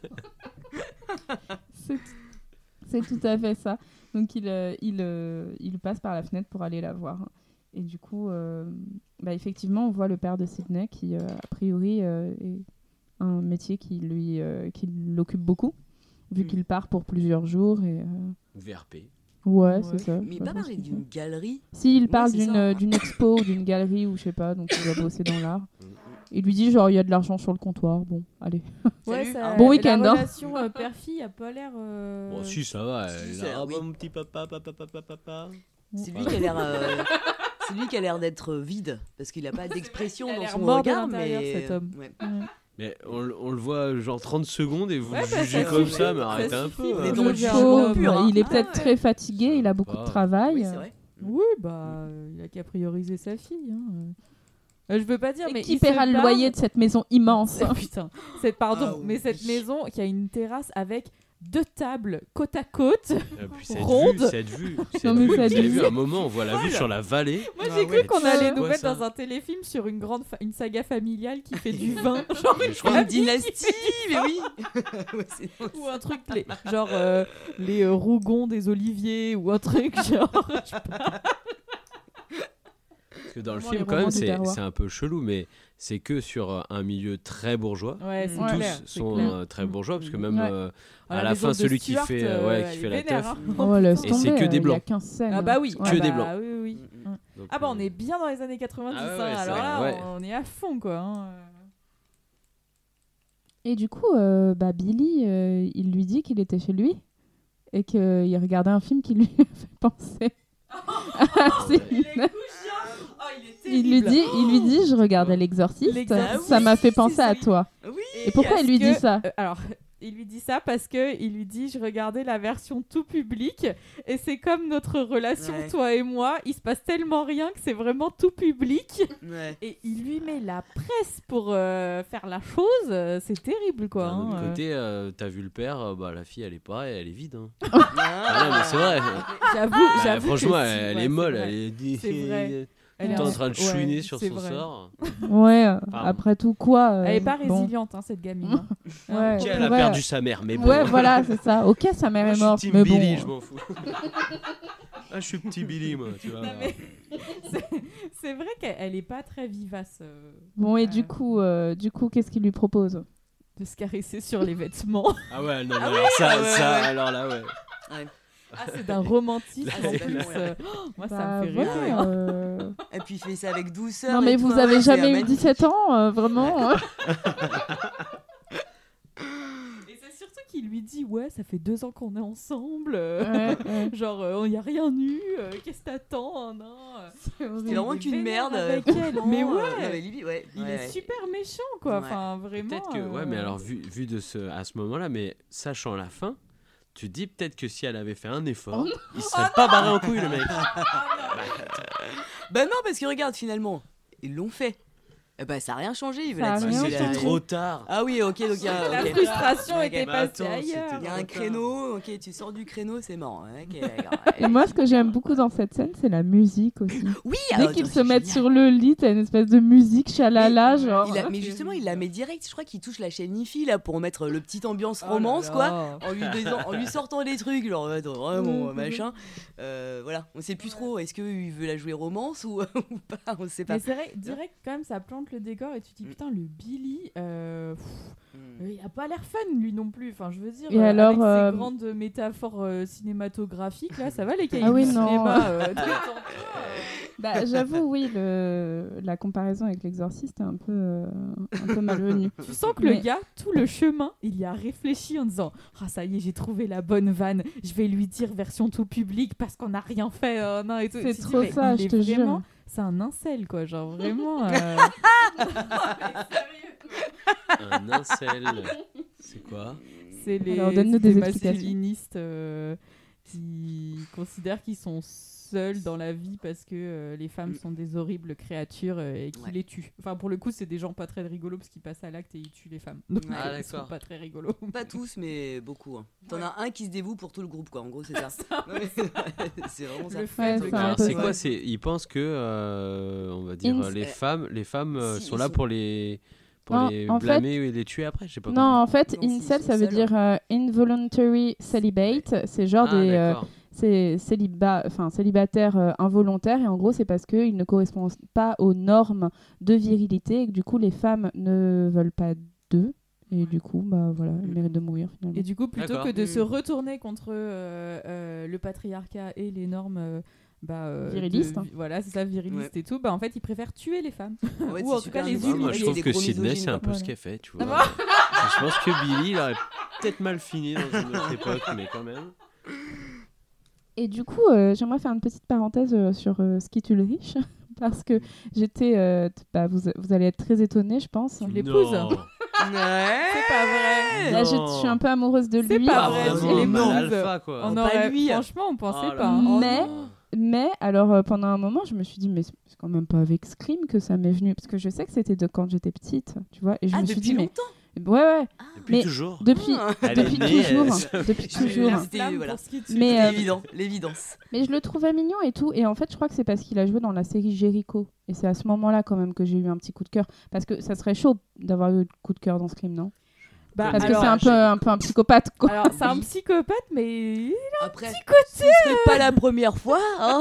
C'est tout à fait ça. Donc il passe par la fenêtre pour aller la voir. Et du coup, effectivement, on voit le père de Sydney qui, a priori, est un métier qui l'occupe beaucoup, vu qu'il part pour plusieurs jours. Et, VRP. Ouais, c'est ça. Mais il pas parlé d'une galerie. Si, il parle d'une expo ou d'une galerie ou je sais pas, donc il doit bosser dans l'art. Il lui dit genre il y a de l'argent sur le comptoir. Bon, allez. Ouais, ça, bon week-end. La relation père-fille a pas l'air. Bon, si, ça va. Mon petit papa. C'est lui qui a l'air. C'est lui qui a l'air d'être vide parce qu'il a pas d'expression dans son mort regard, mais cet homme. Ouais. Mais on le voit genre 30 secondes et vous le jugez comme ça, mais arrêtez un peu. Il est peut-être très fatigué, il a beaucoup de travail. Oui, c'est vrai. Oui, bah, il a qu'à prioriser sa fille. Je veux pas dire, mais qui paiera le loyer de cette maison immense. Putain, mais cette maison qui a une terrasse avec 2 tables côte à côte, rondes. Cette vue. Vous avez vu un moment, on voit la vue sur la vallée. Moi j'ai cru qu'on allait nous mettre dans un téléfilm sur une saga familiale qui fait du vin, genre une dynastie, mais oui. Ou un truc genre les Rougons des Oliviers ou un truc genre. Parce que dans le film, quand même, c'est un peu chelou, mais c'est que sur un milieu très bourgeois. Ouais, tous sont très bourgeois, parce que même à la fin, celui qui fait la teuf, et c'est que des blancs. Il y a 15 scènes. Ah bah oui, que des blancs. Oui. Donc, ah bah on est bien dans les années 90, alors là, on est à fond, quoi. Et du coup, Billy, il lui dit qu'il était chez lui et qu'il regardait un film qui lui fait penser. Il lui dit je regardais l'Exorciste, ça m'a fait penser à toi. Oui. Et pourquoi il lui dit ça alors il lui dit ça parce que il lui dit je regardais la version tout public et c'est comme notre relation toi et moi, il se passe tellement rien que c'est vraiment tout public et il lui met la presse pour faire la chose, c'est terrible quoi. D'un autre côté, t'as vu le père, la fille elle est vide. Non mais c'est vrai. J'avoue. Franchement elle est molle, elle est. C'est vrai. Elle est en train de chouiner sur son sort. Ouais, après tout, quoi. Elle est pas résiliente, cette gamine. Ok, elle a perdu sa mère, mais bon. Ouais, voilà, c'est ça. Ok, sa mère est morte, mais bon. Billy, je m'en fous. Je suis petit Billy, moi, tu vois. C'est vrai qu'elle est pas très vivace. Bon, et du coup, qu'est-ce qu'il lui propose ? De se caresser sur les vêtements. Ah ouais, non, mais alors là, ouais. Ah, c'est d'un romantisme en plus. Moi, ça me fait rire. Et puis, il fait ça avec douceur. Non, mais vous avez jamais eu 17 ans, vraiment. Et c'est surtout qu'il lui dit ouais, ça fait 2 ans qu'on est ensemble. Genre, il n'y a rien eu. Qu'est-ce que t'attends C'est vraiment qu'une merde. Avec elle. Mais il est super méchant, quoi. Enfin, vraiment. Peut-être que, mais alors, vu à ce moment-là, mais sachant la fin. Tu dis peut-être que si elle avait fait un effort, il serait pas barré en couille le mec. Bah non, parce que regarde finalement, ils l'ont fait. Ça n'a rien changé. C'était trop tard. Ah oui, ok. Donc, la frustration était passée ailleurs. Il y a un créneau, ok, tu sors du créneau, c'est mort. Et moi, ce que j'aime beaucoup dans cette scène, c'est la musique aussi. Oui, dès qu'ils se mettent sur le lit, t'as une espèce de musique chalala, genre. Mais justement, il la met direct. Je crois qu'il touche la chaîne IFI là pour mettre le petit ambiance romance, quoi, en lui sortant des trucs, genre vraiment machin. Voilà, on sait plus trop. Est-ce qu'il veut la jouer romance ou pas, on sait pas. Mais c'est vrai, direct quand même, ça plante le décor et tu te dis putain, le Billy il a pas l'air fun lui non plus, enfin je veux dire, et alors, avec ses grandes métaphores cinématographiques là, ça va les cahiers du cinéma. J'avoue, oui, la comparaison avec l'Exorciste est un peu malvenue. Tu sens que le gars, tout le chemin, il y a réfléchi en disant ça y est, j'ai trouvé la bonne vanne, je vais lui dire version tout public parce qu'on n'a rien fait. Et tout. C'est trop ça, je te jure. C'est un incel, quoi, genre vraiment. Un incel, c'est quoi ? C'est les masculinistes qui considèrent qu'ils sont seuls dans la vie parce que les femmes sont des horribles créatures et qui les tuent. Enfin, pour le coup, c'est des gens pas très rigolos parce qu'ils passent à l'acte et ils tuent les femmes. Donc, ils sont pas très rigolos. Pas tous, mais beaucoup. T'en as un qui se dévoue pour tout le groupe, quoi. En gros, c'est ça. C'est vraiment ça. C'est quoi ? Ils pensent que, on va dire, les femmes sont là pour les blâmer et les tuer après, je sais pas. Non, en fait, incel, ça veut dire involuntary celibate. C'est genre c'est célibataire involontaire, et en gros c'est parce qu'ils ne correspondent pas aux normes de virilité et que du coup les femmes ne veulent pas d'eux Et du coup, bah voilà, elle mérite de mourir finalement. Et du coup, plutôt que de se retourner contre le patriarcat et les normes virilistes, voilà, c'est ça, virilistes et tout, bah en fait, ils préfèrent tuer les femmes. Ouais, ou en tout cas les Moi, je trouve que Sydney, c'est un peu ce qu'elle fait, tu vois. Je pense que Billy, il aurait peut-être mal fini dans une autre époque, mais quand même. Et du coup, j'aimerais faire une petite parenthèse sur ce qui tue le riche. Parce que j'étais... vous allez être très étonnés, je pense. Tu l'épouses. C'est pas vrai. Là, je suis un peu amoureuse de lui. C'est pas vrai, tu l'épouses. On aurait... Franchement, on pensait pas. Mais alors, pendant un moment, je me suis dit, mais c'est quand même pas avec Scream que ça m'est venu. Parce que je sais que c'était de quand j'étais petite, tu vois. Et je me suis dit, longtemps. Ouais. Depuis toujours. Depuis toujours. Depuis toujours. Mais l'évidence. Mais je le trouvais mignon et tout. Et en fait, je crois que c'est parce qu'il a joué dans la série Jericho. Et c'est à ce moment-là quand même que j'ai eu un petit coup de cœur. Parce que ça serait chaud d'avoir eu le coup de cœur dans Scream, non ? Parce que c'est un peu un psychopathe, quoi. Alors, c'est un psychopathe, mais il a un petit côté. Ce serait pas la première fois, hein.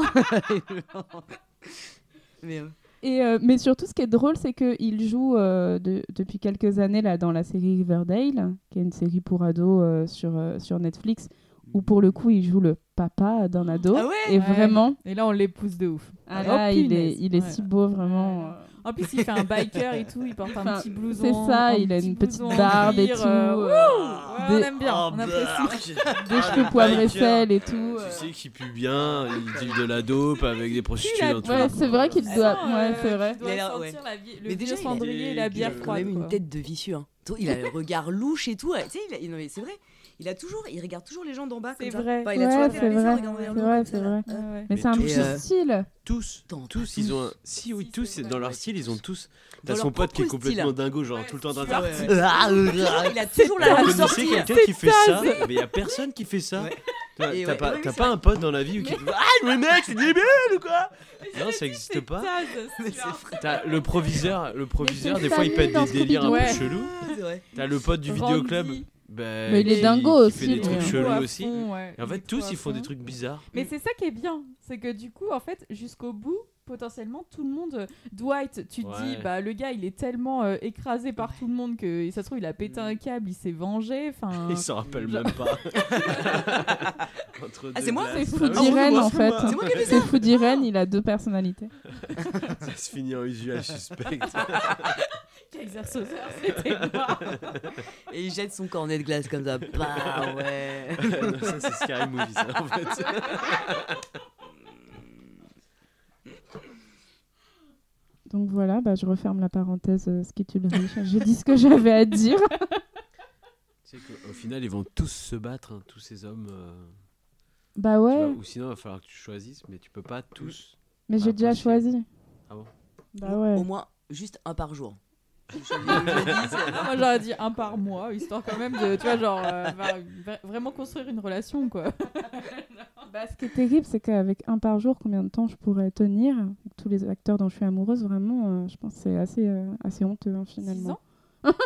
Mais surtout, ce qui est drôle, c'est qu'il joue depuis quelques années là, dans la série Riverdale, qui est une série pour ados sur Netflix, où pour le coup, il joue le papa d'un ado. Ah ouais, et vraiment... Et là, on l'épouse de ouf. Ah là, il est si beau, vraiment. En plus, il fait un biker et tout, il porte un petit blouson. C'est ça, il a une petite barbe et tout. On aime bien, on apprécie. Des cheveux poivre et sel et tout. Tu sais qu'il pue bien, il dit de la dope avec des prostituées. Ouais, c'est vrai qu'il doit... Ouais, c'est vrai. Il doit sentir le vieux cendrier et la bière froide. Il a quand même une tête de vicieux. Il a le regard louche et tout. Tu sais, non mais c'est vrai. Il regarde toujours les gens d'en bas. C'est vrai. C'est vrai. Mais c'est un petit style. Tous, ils ont tous dans leur style, ils ont tous. T'as son pote qui est complètement dingo, genre tout le temps en train de faire. Il a toujours la même sortie. Vous connaissez quelqu'un qui fait ça? Mais il y a personne qui fait ça. T'as pas un pote dans la vie qui le mec c'est débile ou quoi? Non, ça existe pas. T'as le proviseur, des fois il pète des délires un peu chelous. T'as le pote du vidéoclub. Mais il est dingo aussi. Il fait des trucs chelous aussi. Ouais. Et en fait, tous ils font des trucs bizarres. Mais c'est ça qui est bien, c'est que du coup, en fait, jusqu'au bout, potentiellement, tout le monde. Dwight, tu te dis, bah le gars, il est tellement écrasé par tout le monde que ça se trouve, il a pété un câble, il s'est vengé. Il s'en rappelle même pas. C'est moi, c'est Foudiren en fait. C'est moi qui ai fait ça. C'est Foudiren, il a 2 personnalités. Ça se finit en usual suspect. Exerceur, c'était moi. Et il jette son cornet de glace comme ça. Bah ouais. Ça, c'est Scary Movie, ça, en fait. Donc voilà, je referme la parenthèse ce qui tue le riche. J'ai dit ce que j'avais à dire. Tu sais qu'au final, ils vont tous se battre, hein, tous ces hommes. Bah ouais. Tu vois, ou sinon, il va falloir que tu choisisses, mais tu peux pas tous. Mais j'ai déjà choisi. Ah bon? Bah ouais. Au moins, juste un par jour. Moi j'aurais dit un par mois, histoire quand même de, tu vois, genre vraiment construire une relation, quoi. Ce qui est terrible, c'est qu'avec un par jour, combien de temps je pourrais tenir avec tous les acteurs dont je suis amoureuse, vraiment, je pense que c'est assez honteux, hein, finalement. 6 ans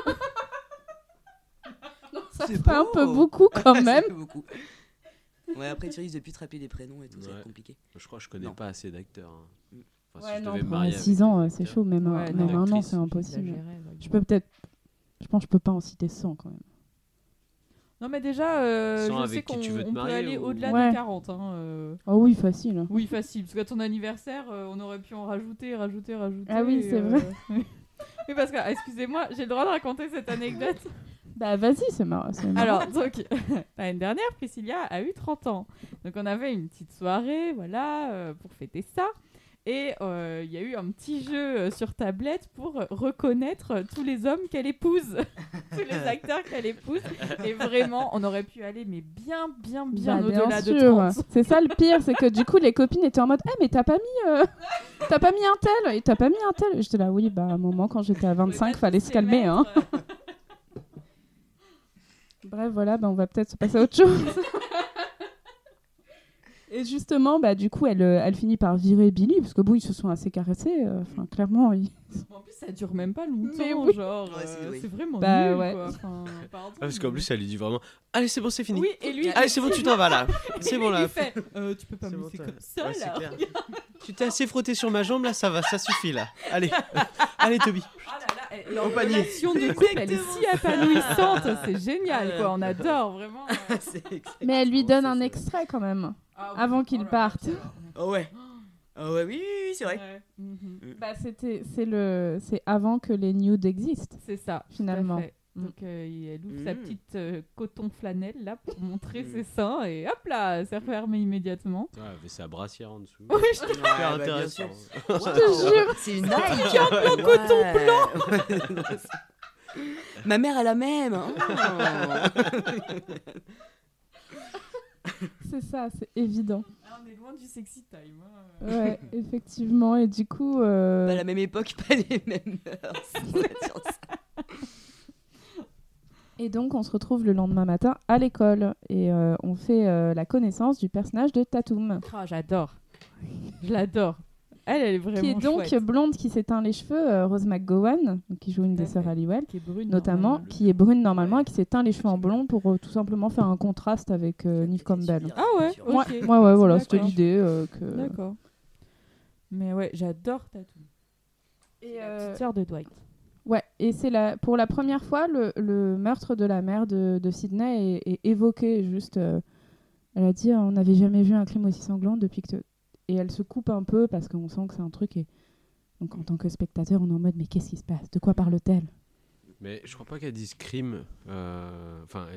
Non, ça fait un peu beaucoup quand même. Beaucoup. Ouais, après tu risques de plus te rappeler des prénoms et tout, ça va être compliqué. Je crois que je connais pas assez d'acteurs. Hein. Ouais, non, 6 ans, c'est chaud, même un an, c'est impossible. Je pense que je peux pas en citer 100 quand même. Non, mais déjà, je sais qu'on peut aller au-delà des 40. Oh oui, facile. Oui, facile. Parce qu'à ton anniversaire, on aurait pu en rajouter. Ah oui, c'est vrai. Oui, parce que, excusez-moi, j'ai le droit de raconter cette anecdote. Bah vas-y, c'est marrant. Alors, donc, l'année dernière, Priscilla a eu 30 ans. Donc, on avait une petite soirée, voilà, pour fêter ça. Et il y a eu un petit jeu sur tablette pour reconnaître tous les hommes qu'elle épouse, tous les acteurs qu'elle épouse. Et vraiment, on aurait pu aller mais bien au-delà de 30. C'est ça le pire, c'est que du coup, les copines étaient en mode « mais t'as pas mis un tel !» Et t'as pas mis un tel. J'étais là, oui, à un moment, quand j'étais à 25, fallait se calmer. Hein. Bref, voilà, on va peut-être se passer à autre chose. Et justement, du coup, elle finit par virer Billy, parce que bon, ils se sont assez caressés. Clairement, en plus, ça dure même pas longtemps, oui. Genre, c'est vraiment nul, ouais. quoi. Pardon, parce qu'en plus, elle lui dit vraiment, allez, c'est bon, c'est fini. Oui, et lui, allez, c'est bon, tu t'en vas là. C'est bon là. Il fait, tu peux pas me laisser comme ça là. Tu t'es assez frotté sur ma jambe là, ça va, ça suffit là. Allez, allez, Toby. Ah là là, Leur relation de couple, elle est si épanouissante, c'est génial, quoi. On adore, vraiment. Mais elle lui donne un extrait quand même, avant qu'il parte. Oh ouais. Oh ouais, oui, c'est vrai. Ouais. Bah, c'est avant que les nudes existent. C'est ça, finalement. Donc elle ouvre sa petite coton flanelle là pour montrer ses seins et hop là, c'est refermé immédiatement. Ouais, mais c'est à brassière en dessous. Oui, je te super intéressant. Je te jure, c'est une Nike en coton blanc. Ma mère a la même. C'est ça, c'est évident. On est loin du sexy time. Ouais, effectivement. Et du coup... Pas la même époque, pas les mêmes mœurs. Et donc, on se retrouve le lendemain matin à l'école. Et on fait la connaissance du personnage de Tatum. Oh, j'adore. Je l'adore. Elle est vraiment qui est donc chouette. blonde, qui s'éteint les cheveux, Rose McGowan, donc qui joue une des sœurs Halliwell, qui est brune, notamment, qui est brune normalement et qui s'éteint les cheveux en blond pour tout simplement faire un contraste avec Neve Campbell. Ah ouais, ok. Ouais, voilà, c'était l'idée. D'accord. Mais ouais, j'adore Tatum. Et la petite sœur de Dwight. Ouais, et c'est pour la première fois, le meurtre de la mère de Sidney est évoqué. Juste, elle a dit, on n'avait jamais vu un crime aussi sanglant depuis que... Et elle se coupe un peu parce qu'on sent que c'est un truc. Et donc en tant que spectateur, on est en mode, mais qu'est-ce qui se passe ? De quoi parle-t-elle ? Mais je crois pas qu'elle dise crime. Enfin,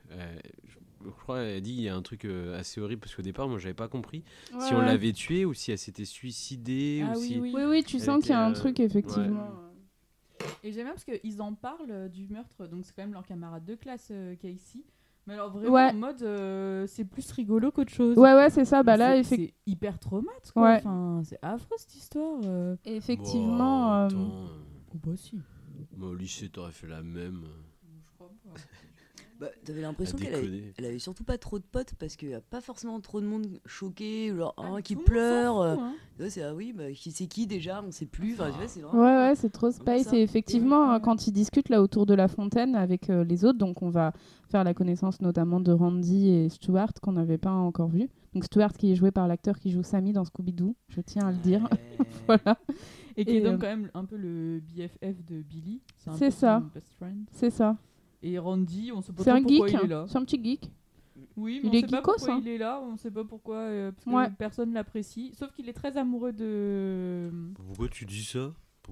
je crois qu'elle dit il y a un truc assez horrible parce qu'au départ, moi, j'avais pas compris si on l'avait tuée ou si elle s'était suicidée. Ah ou si oui, tu sens qu'il y a un truc effectivement. Ouais. Et j'aime bien parce qu'ils en parlent du meurtre, donc c'est quand même leur camarade de classe Casey. Mais alors vraiment en mode c'est plus rigolo qu'autre chose. Ouais, c'est ça. Bah là, c'est hyper traumatique, quoi. Ouais. Enfin, c'est affreux cette histoire. Et effectivement. Bah si. Moi au lycée, t'aurais fait la même. Je crois pas. Bah, t'avais l'impression qu'elle avait surtout pas trop de potes parce qu'il y a pas forcément trop de monde choqué, genre qui pleure. Ouais, c'est qui c'est qui déjà, on sait plus. Enfin, c'est vraiment, ouais, c'est trop space. Et effectivement, quand ils discutent là autour de la fontaine avec les autres, donc on va faire la connaissance notamment de Randy et Stuart qu'on n'avait pas encore vu. Donc Stuart qui est joué par l'acteur qui joue Sammy dans Scooby-Doo, je tiens à le dire. Voilà. Et qui est donc quand même un peu le BFF de Billy. C'est ça. Best friend. C'est ça. Et Randy, on sait pas trop pourquoi il est là. C'est un petit geek. Oui, mais on sait pas pourquoi il est là, on sait pas pourquoi, parce que personne l'apprécie. Sauf qu'il est très amoureux de... Pourquoi tu dis ça ?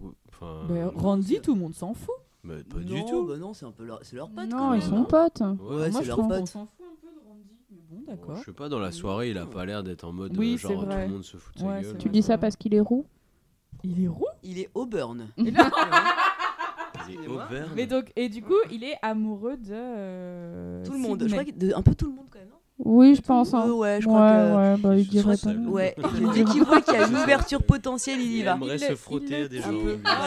Randy, tout le monde s'en fout. Mais pas du tout. Bah non, c'est un peu c'est leur pote. Non, ils sont potes. Ouais, moi c'est je leur trouve pote. qu'on s'en fout un peu de Randy. Mais bon, d'accord. Je sais pas, dans la soirée, il a pas l'air d'être en mode oui, genre tout le monde se fout de sa gueule. Tu dis ça parce qu'il est roux ? Il est roux ? Il est Auburn. Mais donc, et du coup, il est amoureux de tout le monde. Je crois un peu tout le monde quand même. Oui, je pense. Ouais, je crois que. Ouais, il dirait pas. Ouais. Dès qu'il voit qu'il y a une ouverture potentielle, il y va. Il aimerait se frotter à des gens.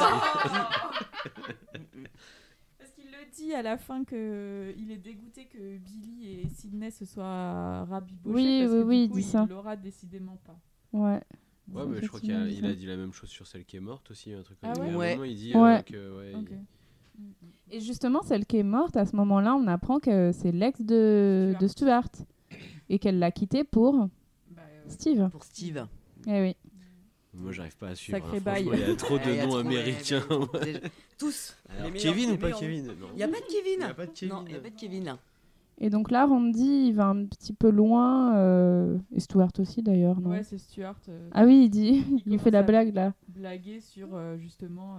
Parce qu'il le dit à la fin que il est dégoûté que Billy et Sidney se soient rabibochés parce que oui, du coup, il dit ça. Il l'aura décidément pas. Ouais. Ouais, mais je crois qu'il a dit la même chose sur celle qui est morte aussi, un truc comme ça. Ouais. À un moment, il dit que Et justement, celle qui est morte, à ce moment-là, on apprend que c'est l'ex de Stuart et qu'elle l'a quitté pour Steve. Pour Steve. Eh oui. Moi, j'arrive pas à suivre. Sacré bail. Il y a trop de noms américains. Tous. Alors, Kevin ou pas Kevin ? Il n'y a pas de Kevin. Il n'y a pas de Kevin. Non, il n'y a pas de Kevin là. Et donc là, Randy, il va un petit peu loin, et Stuart aussi d'ailleurs, non ? Ouais, c'est Stuart. Ah oui, il fait la blague là. Blaguer sur justement,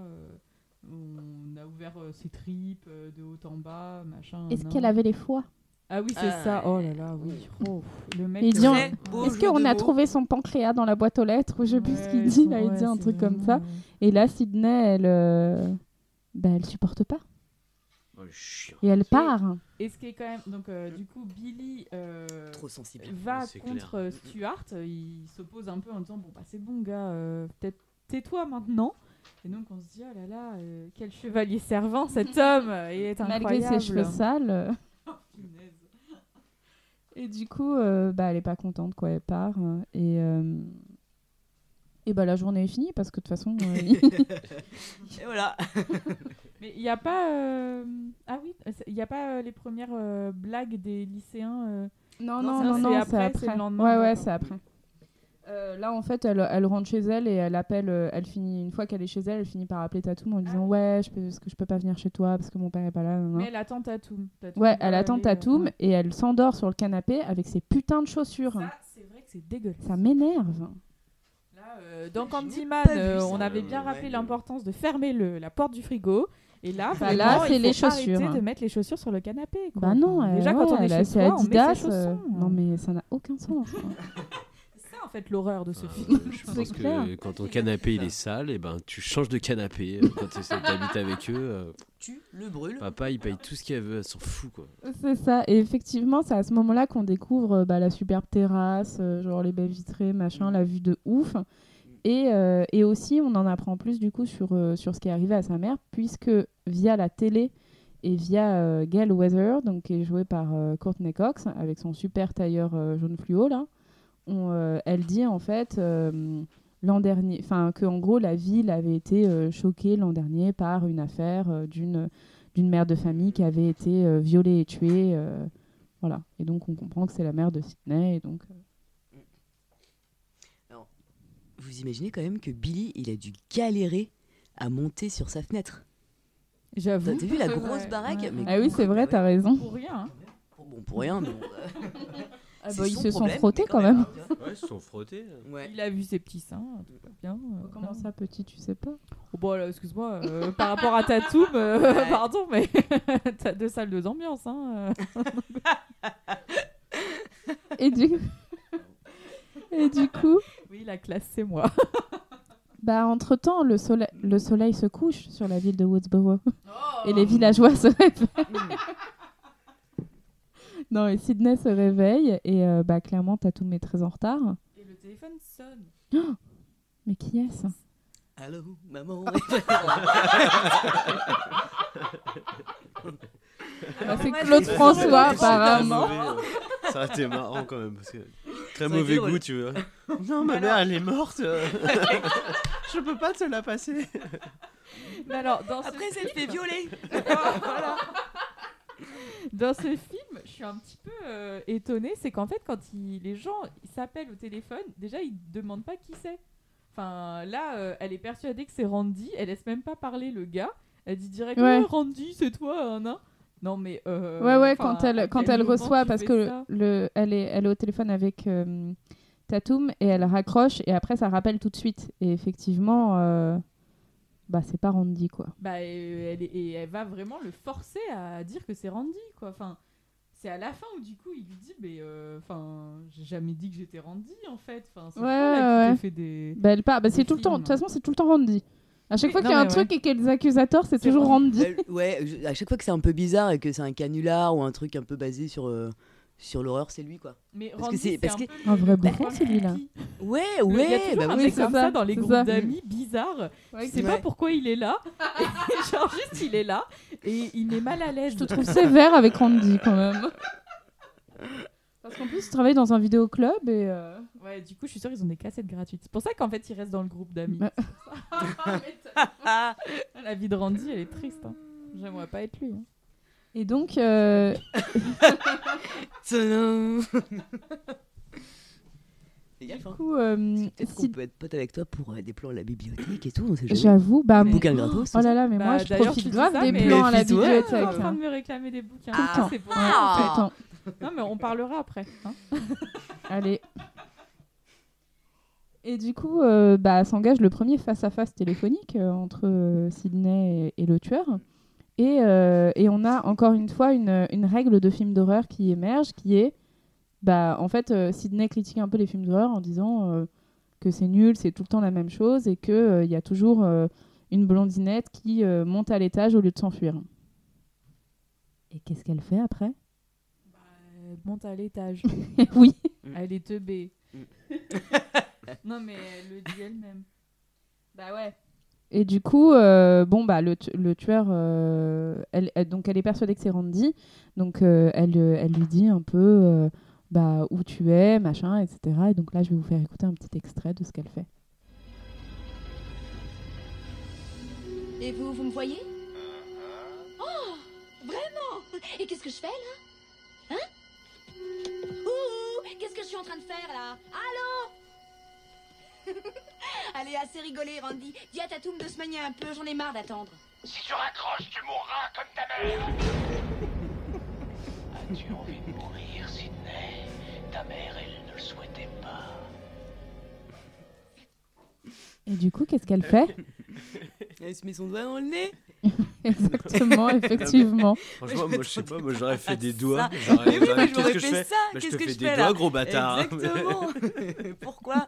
on a ouvert ses tripes de haut en bas, machin. Est-ce qu'elle avait les foies ? Ah oui, c'est ça. Oh là là, oui. Oh, le mec. Il dit, est-ce qu'on a trouvé son pancréas dans la boîte aux lettres ? Ou je sais plus ce qu'il dit. Là, il dit un truc comme ça. Et là, Sidney, elle supporte pas. Oh, le chien. Et elle part. Et ce qui est quand même... Donc, du coup, Billy trop sensible. Va contre Stuart. Il s'oppose un peu en disant, bon, bah c'est bon, gars, peut-être tais-toi maintenant. Et donc, on se dit, oh là là, quel chevalier servant, cet homme. Il est incroyable. Malgré ses cheveux sales. Et du coup, elle est pas contente, quoi. Elle part. Et la journée est finie parce que de toute façon... Et voilà. Mais il n'y a pas... Ah oui, il n'y a pas les premières blagues des lycéens Non, c'est après. C'est le lendemain. Ouais, c'est après. Là, en fait, elle rentre chez elle et elle appelle. Une fois qu'elle est chez elle, elle finit par appeler Tatum en disant est-ce que je peux pas venir chez toi parce que mon père est pas là. Mais elle attend Tatum. Ouais, elle attend Tatum et elle s'endort sur le canapé avec ses putains de chaussures. Ça, c'est vrai que c'est dégueulasse. Ça m'énerve. Là, dans Candyman, on avait bien rappelé l'importance de fermer la porte du frigo. Et là, c'est les chaussures. Arrêter de mettre les chaussures sur le canapé. Quoi. Bah non, déjà quand on est chez soi, Adidas, on met ses chaussons. Non mais ça n'a aucun sens. C'est ça en fait l'horreur de ce film. Je pense que quand ton canapé il est sale, et ben tu changes de canapé quand tu essaies d'habiter avec eux. Tu le brûles. Papa il paye tout ce qu'il veut, elle s'en fout quoi. C'est ça. Et effectivement, c'est à ce moment-là qu'on découvre la superbe terrasse, genre les baies vitrées, machin, la vue de ouf. Et aussi, on en apprend plus du coup sur ce qui est arrivé à sa mère, puisque via la télé et via Gail Weathers, donc qui est jouée par Courtney Cox, avec son super tailleur jaune fluo là, elle dit en fait l'an dernier, que en gros la ville avait été choquée l'an dernier par une affaire d'une mère de famille qui avait été violée et tuée, voilà. Et donc on comprend que c'est la mère de Sidney et donc. Vous imaginez quand même que Billy, il a dû galérer à monter sur sa fenêtre. J'avoue. T'as vu la grosse baraque mais ah oui, c'est vrai, t'as raison. Pour rien. Hein. Bon, pour rien, mais ils se sont frottés quand même. Ouais, ils se sont frottés. Ouais. Il a vu ses petits seins, tout va bien. Comment ça, petit, tu sais pas? Oh, bon, là, excuse-moi, par rapport à Tatum, pardon, mais t'as 2 salles de ambiance. Hein. Et du coup... Oui, la classe, c'est moi. Entre-temps, le soleil se couche sur la ville de Woodsboro. Et les villageois se réveillent. Non, et Sidney se réveille. Et clairement, Tatum est très en retard. Et le téléphone sonne. Oh, mais qui est-ce? Allô, maman. C'est Claude François, apparemment. Ça aurait été marrant quand même. Parce que très mauvais goût, tu vois. Non, ma mère, elle est morte. Je peux pas te la passer. Mais alors, après, elle fait violer. Voilà. Dans ce film, je suis un petit peu étonnée. C'est qu'en fait, quand les gens s'appellent au téléphone, déjà, ils demandent pas qui c'est. Enfin, là, elle est persuadée que c'est Randy. Elle laisse même pas parler le gars. Elle dit direct Randy, c'est toi, hein. Non mais quand elle reçoit parce que elle est au téléphone avec Tatum et elle raccroche et après ça rappelle tout de suite et effectivement c'est pas Randy quoi. Elle va vraiment le forcer à dire que c'est Randy quoi. Enfin c'est à la fin où du coup il lui dit j'ai jamais dit que j'étais Randy en fait. Enfin c'est toi qui t'es fait des elle part c'est tout le temps de toute façon c'est tout le temps Randy. À chaque fois qu'il y a un truc et qu'il y a des accusateurs, c'est toujours Randy. À chaque fois que c'est un peu bizarre et que c'est un canular ou un truc un peu basé sur l'horreur, c'est lui quoi. Mais parce Randy, que c'est un vrai bouffon celui-là. Ouais. Il y a toujours un mec comme ça dans les groupes d'amis bizarres. Ouais, je sais pas pourquoi il est là. Genre juste il est là et il est mal à l'aise. Je te trouve sévère avec Randy quand même. Parce qu'en plus, ils travaillent dans un vidéoclub et... Ouais, du coup, je suis sûre qu'ils ont des cassettes gratuites. C'est pour ça qu'en fait, ils restent dans le groupe d'amis. La vie de Randy, elle est triste. Hein. J'aimerais pas être lui. Hein. Et donc... Du coup, est-ce qu'on peut être pote avec toi pour des plans à la bibliothèque et tout? J'avoue, bouquins gratos. Oh là là, mais moi, je profite grave des plans à la bibliothèque. Je suis en train de me réclamer des bouquins. Tout le temps. C'est pour tout le temps. Non, mais on parlera après. Hein. Allez. Et du coup, s'engage le premier face-à-face téléphonique entre Sidney et le tueur. Et on a encore une fois une règle de film d'horreur qui émerge, qui est, en fait, Sidney critique un peu les films d'horreur en disant que c'est nul, c'est tout le temps la même chose, et qu'il y a toujours une blondinette qui monte à l'étage au lieu de s'enfuir. Et qu'est-ce qu'elle fait après ? Monte à l'étage. Oui. Elle est teubée. Non, mais elle le dit elle-même. Bah ouais. Et du coup, le tueur, elle est persuadée que c'est Randy. Donc, elle lui dit un peu où tu es, machin, etc. Et donc là, je vais vous faire écouter un petit extrait de ce qu'elle fait. Et vous me voyez ? Oh, vraiment ? Et qu'est-ce que je fais, là ? Hein ? Ouh, qu'est-ce que je suis en train de faire, là ? Allô ? avez assez rigolé, Randy. Dis à Tatum de se manier un peu, j'en ai marre d'attendre. Si tu raccroches, tu mourras comme ta mère. As-tu envie de mourir, Sydney? Ta mère, elle ne le souhaitait pas. Et du coup, qu'est-ce qu'elle fait? Elle se met son doigt dans le nez. Exactement, effectivement. Franchement, moi je sais pas, moi j'aurais fait des doigts. Mais oui, mais j'aurais fait ça. Je te Qu'est-ce que fais je des fais doigts, là? gros bâtard. Exactement. Pourquoi?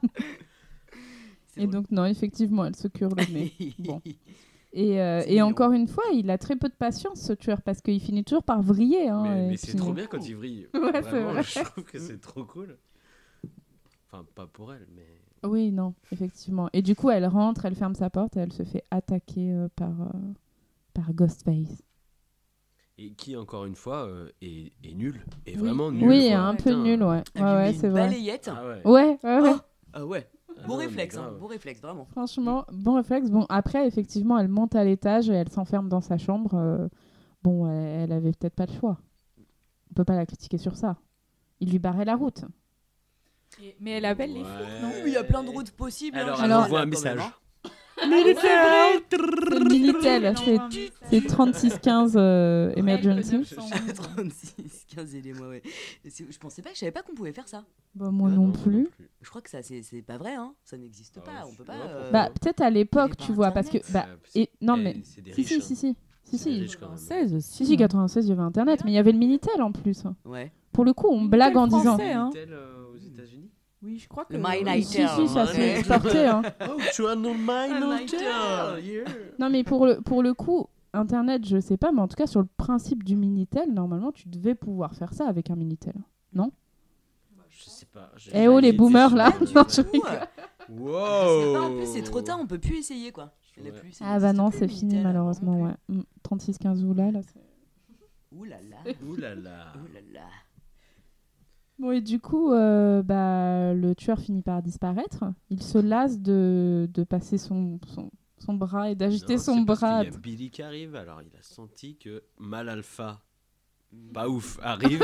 Et donc, non, effectivement, elle se cure le nez. Bon. Et encore une fois, il a très peu de patience, ce tueur, parce qu'il finit toujours par vriller. Hein, mais c'est trop bien quand il vrille. Ouais, Vraiment, c'est vrai. je trouve que c'est trop cool. Enfin, pas pour elle, mais... Oui, non, effectivement. Et du coup, elle rentre, elle ferme sa porte et elle se fait attaquer par Ghostface. Et qui, encore une fois, est nul. Est vraiment nul. Oui, quoi. un peu nul, ouais. Ouais, c'est vrai. Balayette. Ah ouais. Ouais. Ah ouais. Beau non, réflexe, mais hein, grave. beau réflexe, vraiment. Franchement, bon réflexe. Bon, après, effectivement, elle monte à l'étage et elle s'enferme dans sa chambre. Bon, elle avait peut-être pas le choix. On peut pas la critiquer sur ça. Il lui barrait la route. Mais elle appelle les flics, non? Oui, il y a plein de routes possibles. Alors, hein. elle envoie un quand message. même, hein. Minitel. C'est le Minitel. C'est 3615 Emergency. 36, 15 éléments, ouais. Je pensais pas, je savais pas qu'on pouvait faire ça. Bah, moi non plus. Je crois que ça, c'est pas vrai, hein. Ça n'existe pas. On peut pas. Bah, peut-être à l'époque, il y tu avait vois, pas parce que. Internet. Bah, et, non, mais. C'est des Si, riches, si. C'est des riches, quand même. 16 aussi. Si, 96, il y avait Internet, mais il y avait le Minitel en plus. Ouais. Pour le coup, on blague en disant. français, hein. Minitel, aux États-Unis. Oui, je crois que... Le My Si, Nighter. si, ça se Ouais. exportait. Hein. Oh, tu as no Nighter. Non, mais pour le coup, Internet, je sais pas, mais en tout cas, sur le principe du Minitel, normalement, tu devais pouvoir faire ça avec un Minitel. Non? Je sais pas. Eh oh, les boomers, là. Non, je Ouh. Wow. En plus, c'est trop tard, on peut plus essayer, quoi. Ouais. Ah bah non, n'existe c'est plus, fini, Minitel. malheureusement, ouais. 3615 oula, là. Ouh là là. Ouh là là. Ouh là là. Bon, et du coup, le tueur finit par disparaître. Il se lasse de passer son bras et d'agiter Non, son c'est parce bras. qu'il y a Billy qui arrive, alors il a senti que Mal Alpha, pas ouf, arrive,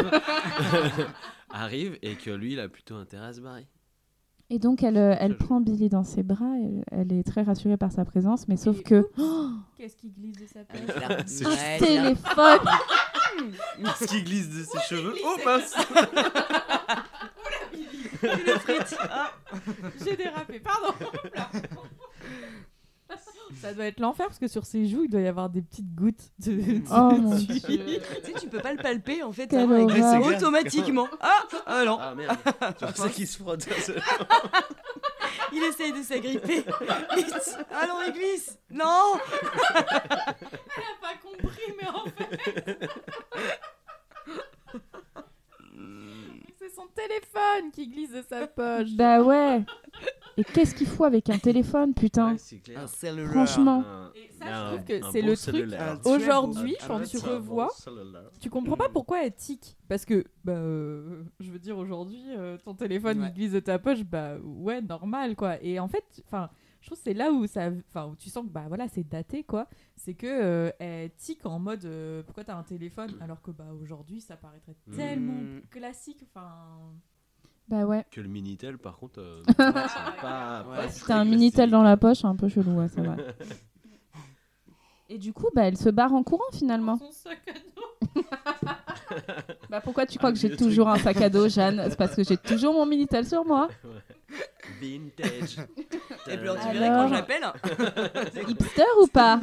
arrive et que lui, il a plutôt intérêt à se barrer. Et donc, elle prend Billy dans ses bras. Elle est très rassurée par sa présence, mais sauf que... Qu'est-ce qui glisse de sa poche? C'est Ouais, Téléphone. ce qui glisse de ses cheveux. Oh mince. J'ai dérapé, pardon. Ça doit être l'enfer parce que sur ses joues, il doit y avoir des petites gouttes de... Oh mon Dieu. Tu sais, tu peux pas le palper, en fait. Quelle Ça horreur. va C'est clair. automatiquement. Ah non. Ah merde. C'est pour ça qu'il se frotte. Il essaye de s'agripper. Ah non, il glisse. Non. Elle a pas compris, mais en fait... C'est son téléphone qui glisse de sa poche. Bah ouais. Et qu'est-ce qu'il faut avec un téléphone, putain? Ouais, c'est clair. Un cellulaire. Franchement. Et ça, je trouve que c'est le truc. Aujourd'hui, quand tu revois, tu comprends pas pourquoi elle tique. Parce que, je veux dire, aujourd'hui, ton téléphone il glisse de ta poche, bah ouais, normal quoi. Et en fait, enfin, je trouve que c'est là où où tu sens que bah voilà, c'est daté quoi. C'est que elle tique en mode pourquoi t'as un téléphone alors que bah aujourd'hui ça paraîtrait tellement classique. Enfin. Bah ouais. Que le Minitel, par contre, Ouais. pas Si t'as un Minitel dans la poche, un peu chelou, ouais, c'est vrai. Et du coup, elle se barre en courant finalement. Son sac à dos. Bah pourquoi tu crois que j'ai toujours un sac à dos, Jeanne? C'est parce que j'ai toujours mon Minitel sur moi. Vintage. Et puis alors, tu Alors verrais quand j'appelle. Hipster ou pas?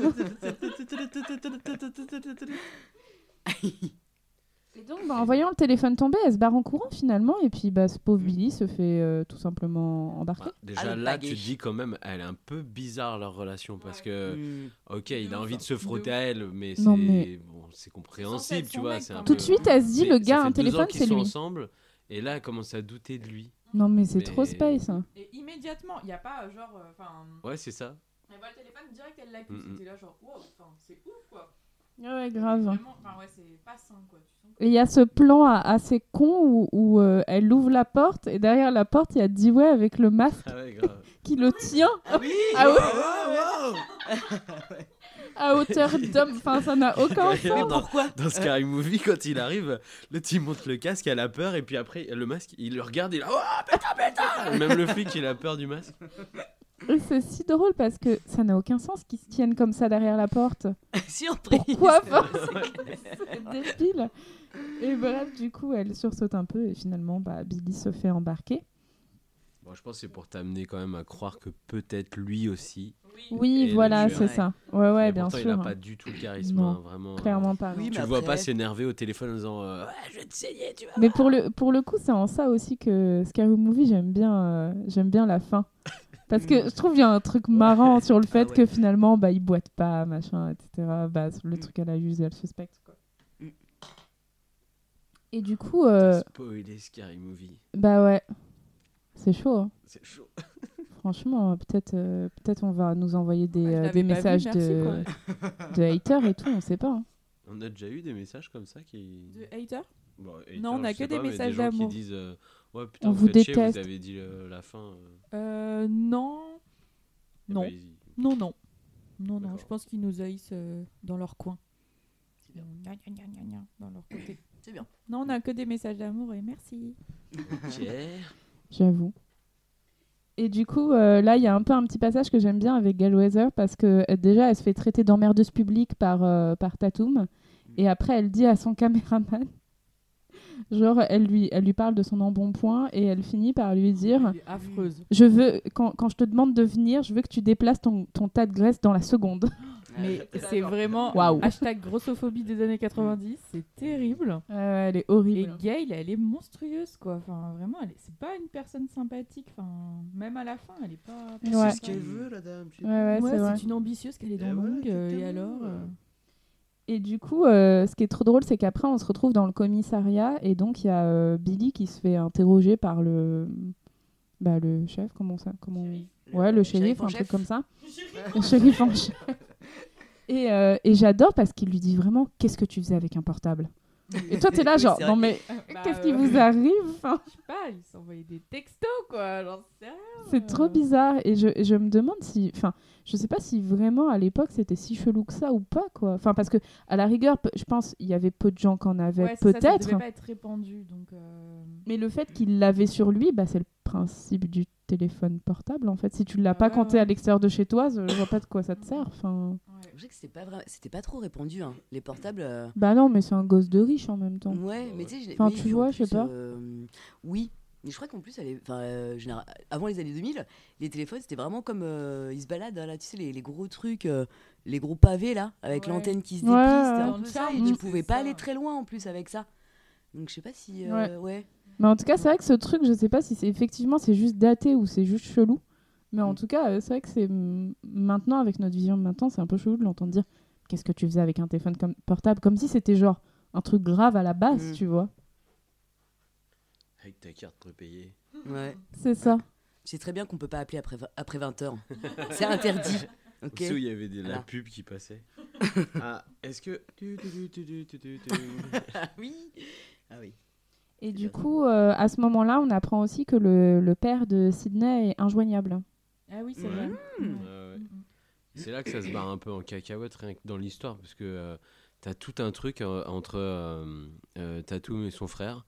Et donc, en voyant le téléphone tomber, elle se barre en courant finalement. Et puis, ce pauvre Billy se fait tout simplement embarquer. Bah, déjà Ah, le là, baguet. tu te dis quand même, elle est un peu bizarre leur relation parce que, Mm. ok, il a envie de se De frotter à elle, mais Non, c'est mais- bon, c'est C'est compréhensible, censé être tu son vois. mec, C'est quand un même. Tout de peu- suite, elle se dit, Mais le ça gars a fait un 2 ans téléphone, qu'ils c'est sont lui. ensemble, et là, elle commence à douter de lui. Non, mais c'est Mais- trop space. Hein. Et immédiatement, il n'y a pas genre. Ouais, c'est ça. Elle voit le téléphone direct, elle l'accuse. Mm, mm. C'était là, genre, wow, c'est ouf quoi. Ouais, grave. Vraiment, ouais, c'est pas sain quoi. Tu sens que... Et il y a ce plan assez con où elle ouvre la porte et derrière la porte, il y a Dewey avec le masque Ah ouais, grave. qui le tient Oui. Ah ouais. Wow, à hauteur d'homme. Enfin, ça n'a aucun D'ailleurs, sens. dans, dans Scary Movie, quand il arrive, le type monte le casque, elle a peur, et puis après, le masque, il le regarde, il a oh, putain, putain. Même le flic, il a peur du masque. C'est si drôle parce que ça n'a aucun sens qu'ils se tiennent comme ça derrière la porte. Surprise. Pourquoi c'est débile. Et bref, du coup, elle sursaute un peu et finalement, Billy se fait embarquer. Bon, je pense que c'est pour t'amener quand même à croire que peut-être lui aussi. Oui, voilà, c'est ça. Ouais, bien pourtant, sûr. il n'a pas du tout le charisme, non, vraiment. Clairement pas. Oui, tu le vois pas s'énerver au téléphone en disant je vais te saigner, tu vois. Mais pour le coup, c'est en ça aussi que Scary Movie, j'aime bien la fin. Parce que je trouve qu'il y a un truc marrant sur le fait que finalement, il boite pas, machin, etc. Le truc à la usual suspect, quoi. Et du coup... T'as spoilé Scary Movie. Bah ouais. C'est chaud, hein. C'est chaud. Franchement, peut-être on va nous envoyer des messages de haters et tout, on sait pas. Hein. On a déjà eu des messages comme ça qui... De haters? Bon, non, on n'a que des messages d'amour. d'amour. Qui disent ouais, putain, on vous déteste. Chier, vous avez dit la fin. Non. Non. Non, D'accord. je pense qu'ils nous haïssent dans leur coin. C'est bien. Dans leur côté. C'est bien. Non, on n'a que des messages d'amour et merci. J'avoue. Et du coup, là, il y a un petit passage que j'aime bien avec Gale Weather parce que déjà, elle se fait traiter d'emmerdeuse publique par Tatum. Et après, elle dit à son caméraman, genre, elle lui parle de son embonpoint et elle finit par lui dire Elle est affreuse. Je veux, quand je te demande de venir, je veux que tu déplaces ton tas de graisse dans la seconde. Mais c'est vraiment hashtag grossophobie des années 90, c'est terrible. Elle est horrible. Et Gail, elle est monstrueuse, quoi. Enfin, vraiment, c'est pas une personne sympathique. Enfin, même à la fin, elle est pas. C'est ce qu'elle veut, la dame. C'est une ambitieuse qu'elle est dans longue. Et alors Et du coup, ce qui est trop drôle, c'est qu'après, on se retrouve dans le commissariat et donc il y a Billy qui se fait interroger par le chef, le shérif, un truc comme ça. Le shérif en chef. Et j'adore parce qu'il lui dit vraiment qu'est-ce que tu faisais avec un portable. Et toi t'es là genre non mais qu'est-ce qui vous arrive enfin, je sais pas, ils s'envoyaient des textos quoi, j'en sais rien. C'est trop bizarre et je me demande si je sais pas si vraiment à l'époque c'était si chelou que ça ou pas quoi. Enfin parce que à la rigueur je pense il y avait peu de gens qui en avaient peut-être. Ça devait pas être répandu donc Mais le fait qu'il l'avait sur lui c'est le principe du téléphone portable en fait. Si tu l'as pas quand t'es à l'extérieur de chez toi, je vois pas de quoi ça te sert. Enfin. Je sais que c'était pas trop répandu les portables. Bah non mais c'est un gosse de riche en même temps. Ouais mais tu sais. Enfin tu vois je sais pas. Oui. Mais je crois qu'en plus, avant les années 2000, les téléphones, c'était vraiment comme ils se baladent, là, tu sais, les gros trucs, les gros pavés, là, avec l'antenne qui se déplie, c'était un peu ça, et tu pouvais pas aller très loin, en plus, avec ça. Donc, je sais pas si... Mais en tout cas, c'est vrai que ce truc, je sais pas si c'est juste daté ou c'est juste chelou. Mais en tout cas, c'est vrai que c'est maintenant, avec notre vision de maintenant, c'est un peu chelou de l'entendre dire « Qu'est-ce que tu faisais avec un téléphone portable ?» Comme si c'était genre un truc grave à la base, tu vois. Avec ta carte prépayée. Ouais. C'est ça. C'est très bien qu'on peut pas appeler après 20h. C'est interdit. Okay. Où il y avait la pub qui passait. Est-ce que... Oui. Ah oui. Et du coup, à ce moment-là, on apprend aussi que le père de Sydney est injoignable. Ah oui, c'est vrai. C'est là que ça se barre un peu en cacahuète, rien que dans l'histoire, parce que t'as tout un truc entre Tatum et son frère.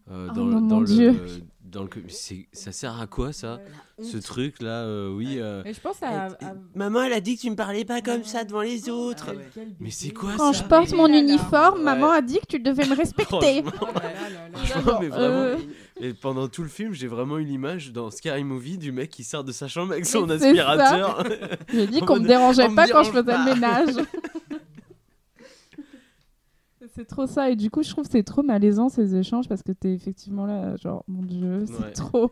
Ça sert à quoi ça, ce truc là Et je pense maman elle a dit que tu me parlais pas comme ça devant les autres. Mais c'est quoi quand ça? Je porte mon uniforme, maman a dit que tu devais me respecter. Franchement, mais vraiment. Et pendant tout le film, j'ai vraiment eu l'image dans Scary Movie du mec qui sort de sa chambre avec son aspirateur. J'ai dit qu'on me dérangeait pas quand je faisais le ménage. C'est trop ça, et du coup je trouve que c'est trop malaisant ces échanges parce que t'es effectivement là genre mon dieu c'est trop.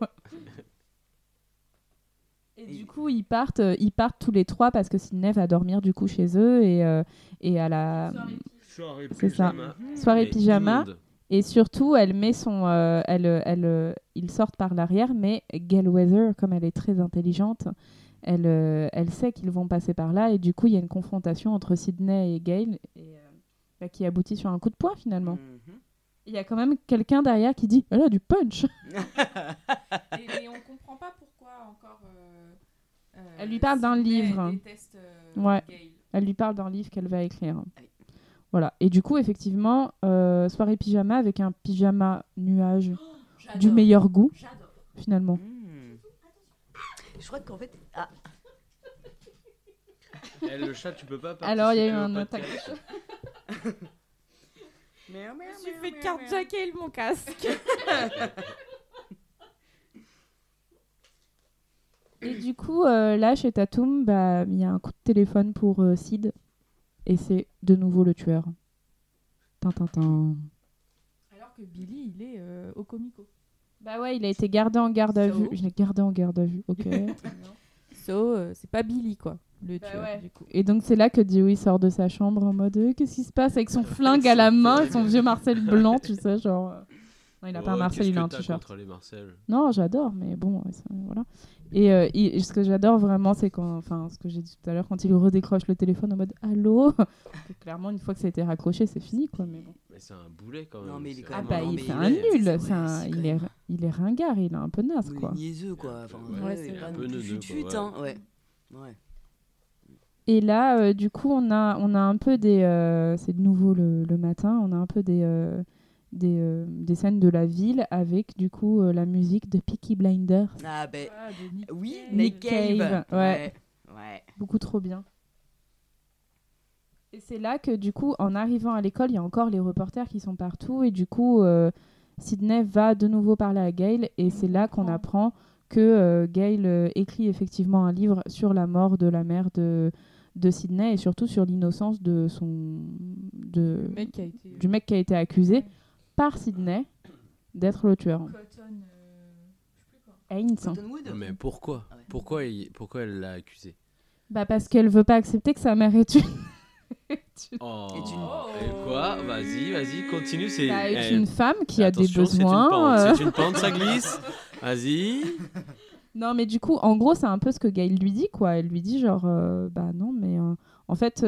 Et du coup ils partent tous les trois parce que Sydney va dormir du coup chez eux et à la soirée pyjama et surtout elle met son ils sortent par l'arrière mais Gale Weather comme elle est très intelligente elle sait qu'ils vont passer par là et du coup il y a une confrontation entre Sydney et Gale qui aboutit sur un coup de poing finalement. Il y a quand même quelqu'un derrière qui dit elle a du punch. Et on comprend pas pourquoi encore. Elle lui parle d'un livre. Déteste, elle lui parle d'un livre qu'elle va écrire. Voilà. Et du coup effectivement soirée pyjama avec un pyjama nuage du meilleur goût finalement. Je crois qu'en fait... Le chat, tu peux pas participer. Alors, il y a eu un attaque de chat. Je me suis fait carjacker mon casque. Et du coup, là, chez Tatum, il y a un coup de téléphone pour Sid. Et c'est de nouveau le tueur. Tintintin. Alors que Billy, il est au comico. Bah ouais, il a été gardé en garde à vue. Je l'ai gardé en garde à vue, ok. C'est pas Billy, quoi, le tueur, ouais. du coup. Et donc, c'est là que Dewey sort de sa chambre en mode qu'est-ce qui se passe avec son flingue à la main et son vieux Marcel blanc, tu sais, genre... Non, il a pas un Marcel, il a un t-shirt. Contre les Marcel. Non, j'adore, mais bon, voilà. Et ce que j'adore vraiment, c'est ce que j'ai dit tout à l'heure, quand il redécroche le téléphone en mode allô. Clairement, une fois que ça a été raccroché, c'est fini, quoi. Mais bon. Mais c'est un boulet quand même. Non, mais il est quand Ah même. bah, il fait un nul. Il est ringard, il est un peu naze, quoi. Il est niaiseux, quoi. Enfin, c'est un peu neuneux, chute, hein. Ouais. Et là, du coup, on a un peu des. C'est de nouveau le matin, on a un peu des scènes de la ville avec du coup la musique de Peaky Blinders. Ah ben oui, Nick Cave. Ouais. Ouais. Beaucoup trop bien. Et c'est là que du coup en arrivant à l'école, il y a encore les reporters qui sont partout et du coup Sidney va de nouveau parler à Gail et c'est là qu'on apprend que Gail écrit effectivement un livre sur la mort de la mère de Sidney et surtout sur l'innocence du mec qui a été accusé. Ouais. Par Sidney d'être le tueur. Haynes. Mais pourquoi pourquoi elle l'a accusé? Parce qu'elle veut pas accepter que sa mère est une... Oh. Et quoi? Vas-y, continue. C'est une femme qui a des besoins. C'est une pente, ça glisse. Vas-y. Non, mais du coup, en gros, c'est un peu ce que Gail lui dit, quoi. Elle lui dit genre, non, mais en fait,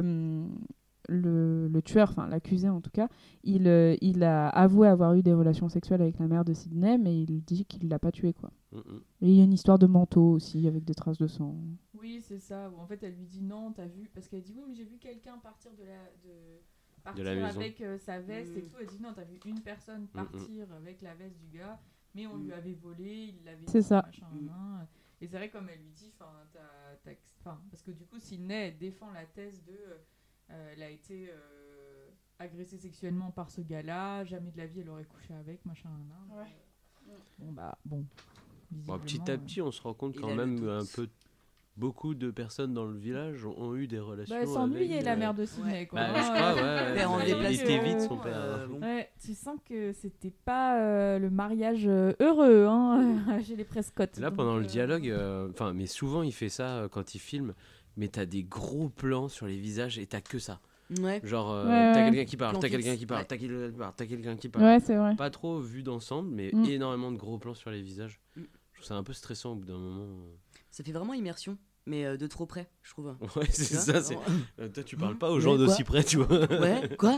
le tueur, enfin l'accusé en tout cas, il a avoué avoir eu des relations sexuelles avec la mère de Sidney, mais il dit qu'il l'a pas tué, quoi. Et il y a une histoire de manteau aussi avec des traces de sang. Oui, c'est ça. Où en fait, elle lui dit non, t'as vu, parce qu'elle dit oui, mais j'ai vu quelqu'un partir de la maison avec sa veste et tout. Elle dit non, t'as vu une personne partir avec la veste du gars, mais on lui avait volé, il l'avait. C'est ça. Et c'est vrai comme elle lui dit, parce que du coup, Sidney elle défend la thèse de elle a été agressée sexuellement par ce gars-là, jamais de la vie elle aurait couché avec, machin. Ouais. Bon. Petit à petit, on se rend compte quand même beaucoup de personnes dans le village ont eu des relations. Elle s'ennuyait la mère de Sidney, quoi. Je crois, il était vite son père. Ouais, tu sens que c'était pas le mariage heureux chez les Prescott. Là, pendant le dialogue, mais souvent il fait ça quand il filme. Mais t'as des gros plans sur les visages et t'as que ça. Ouais. Genre, t'as quelqu'un qui parle, t'as quelqu'un qui parle, t'as quelqu'un qui parle. Ouais, c'est vrai. Pas trop vu d'ensemble, mais énormément de gros plans sur les visages. Je trouve ça un peu stressant au bout d'un moment. Ça fait vraiment immersion, mais de trop près, je trouve. Ouais, c'est ça. Toi, tu parles pas aux gens d'aussi près, tu vois. Ouais, quoi?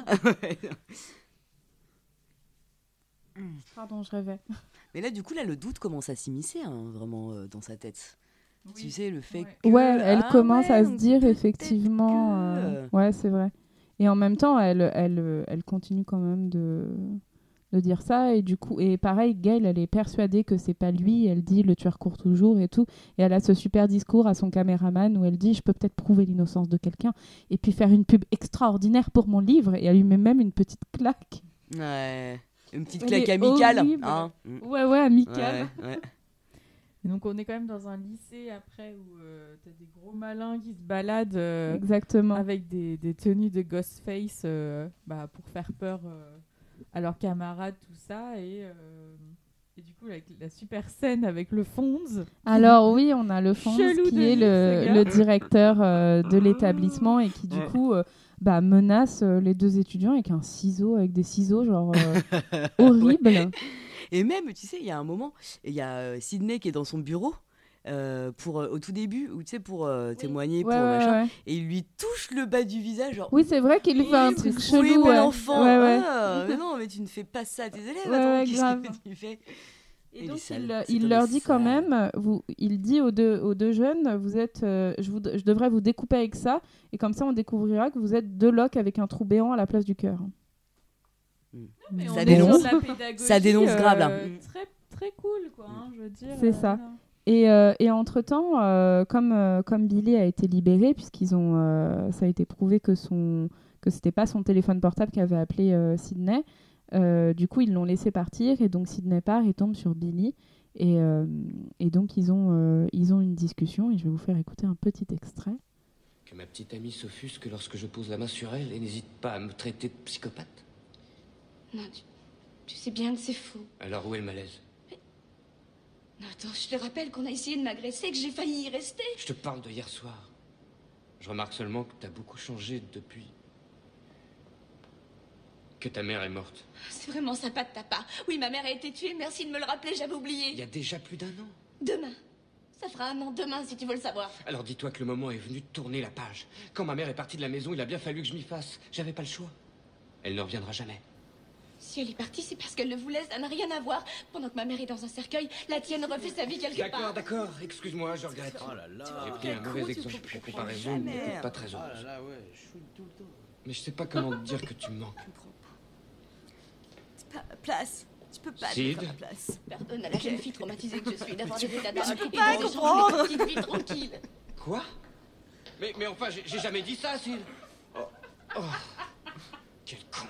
Pardon, je rêvais. Mais là, du coup, le doute commence à s'immiscer, vraiment, dans sa tête. Oui. Tu sais, le fait que... Ouais, elle commence à se dire, effectivement... Ouais, c'est vrai. Et en même temps, elle continue quand même de dire ça. Et du coup, et pareil, Gail, elle est persuadée que c'est pas lui. Elle dit, le tueur court toujours et tout. Et elle a ce super discours à son caméraman où elle dit, je peux peut-être prouver l'innocence de quelqu'un et puis faire une pub extraordinaire pour mon livre. Et elle lui met même une petite claque. Ouais, une petite claque amicale. Hein. Ouais, amicale. Ouais. Et donc on est quand même dans un lycée après où t'as des gros malins qui se baladent exactement avec des tenues de Ghostface pour faire peur à leurs camarades, tout ça. Et du coup la super scène avec le Fonz. Alors oui, on a le Fonz qui est le directeur de l'établissement et qui du coup menace les deux étudiants avec des ciseaux genre horribles. Ouais. Et même, tu sais, il y a un moment, il y a Sidney qui est dans son bureau au tout début, pour témoigner, pour machin, et il lui touche le bas du visage. Genre, oui, c'est vrai qu'il lui fait un truc chelou. Oui, mais l'enfant, mais non, mais tu ne fais pas ça à tes élèves. Attends, qu'est-ce que tu fais? Et donc, il leur dit quand même, il dit aux deux jeunes, vous êtes, je devrais vous découper avec ça, et comme ça, on découvrira que vous êtes deux loques avec un trou béant à la place du cœur. Ça dénonce grave là. Très très cool quoi, je veux dire. C'est ça. Et entre-temps, comme Billy a été libéré, puisqu'ils ont, ça a été prouvé que c'était pas son téléphone portable qui avait appelé Sidney, du coup ils l'ont laissé partir et donc Sidney part et tombe sur Billy et donc ils ont une discussion et je vais vous faire écouter un petit extrait. Que ma petite amie s'offusque lorsque je pose la main sur elle et n'hésite pas à me traiter de psychopathe. Non, tu sais bien que c'est faux. Alors où est le malaise? Non, attends, je te rappelle qu'on a essayé de m'agresser, que j'ai failli y rester. Je te parle de hier soir. Je remarque seulement que t'as beaucoup changé depuis que ta mère est morte. C'est vraiment sympa de ta part. Oui, ma mère a été tuée, merci de me le rappeler, j'avais oublié. Il y a déjà plus d'1 an. Demain. Ça fera 1 an demain, si tu veux le savoir. Alors dis-toi que le moment est venu de tourner la page. Quand ma mère est partie de la maison, il a bien fallu que je m'y fasse. J'avais pas le choix. Elle ne reviendra jamais. Si elle est partie, c'est parce qu'elle le voulait, ça n'a rien à voir. Pendant que ma mère est dans un cercueil, la tienne refait sa vie quelque part. D'accord, excuse-moi, je regrette. Oh là là. J'ai pris un mauvais exemple. La comparaison n'était pas très heureuse. Oh là là, ouais, je suis tout le temps. Mais je sais pas comment te dire que tu me manques. C'est pas ma place. Tu peux pas Sid. être à ma place. Pardonne à la jeune fille traumatisée que je suis d'avoir des états tu d'âme peux et pas de comprendre. rejoindre une petite vie tranquille. Quoi? Mais enfin, j'ai jamais dit ça, Sid. Oh. Quel con.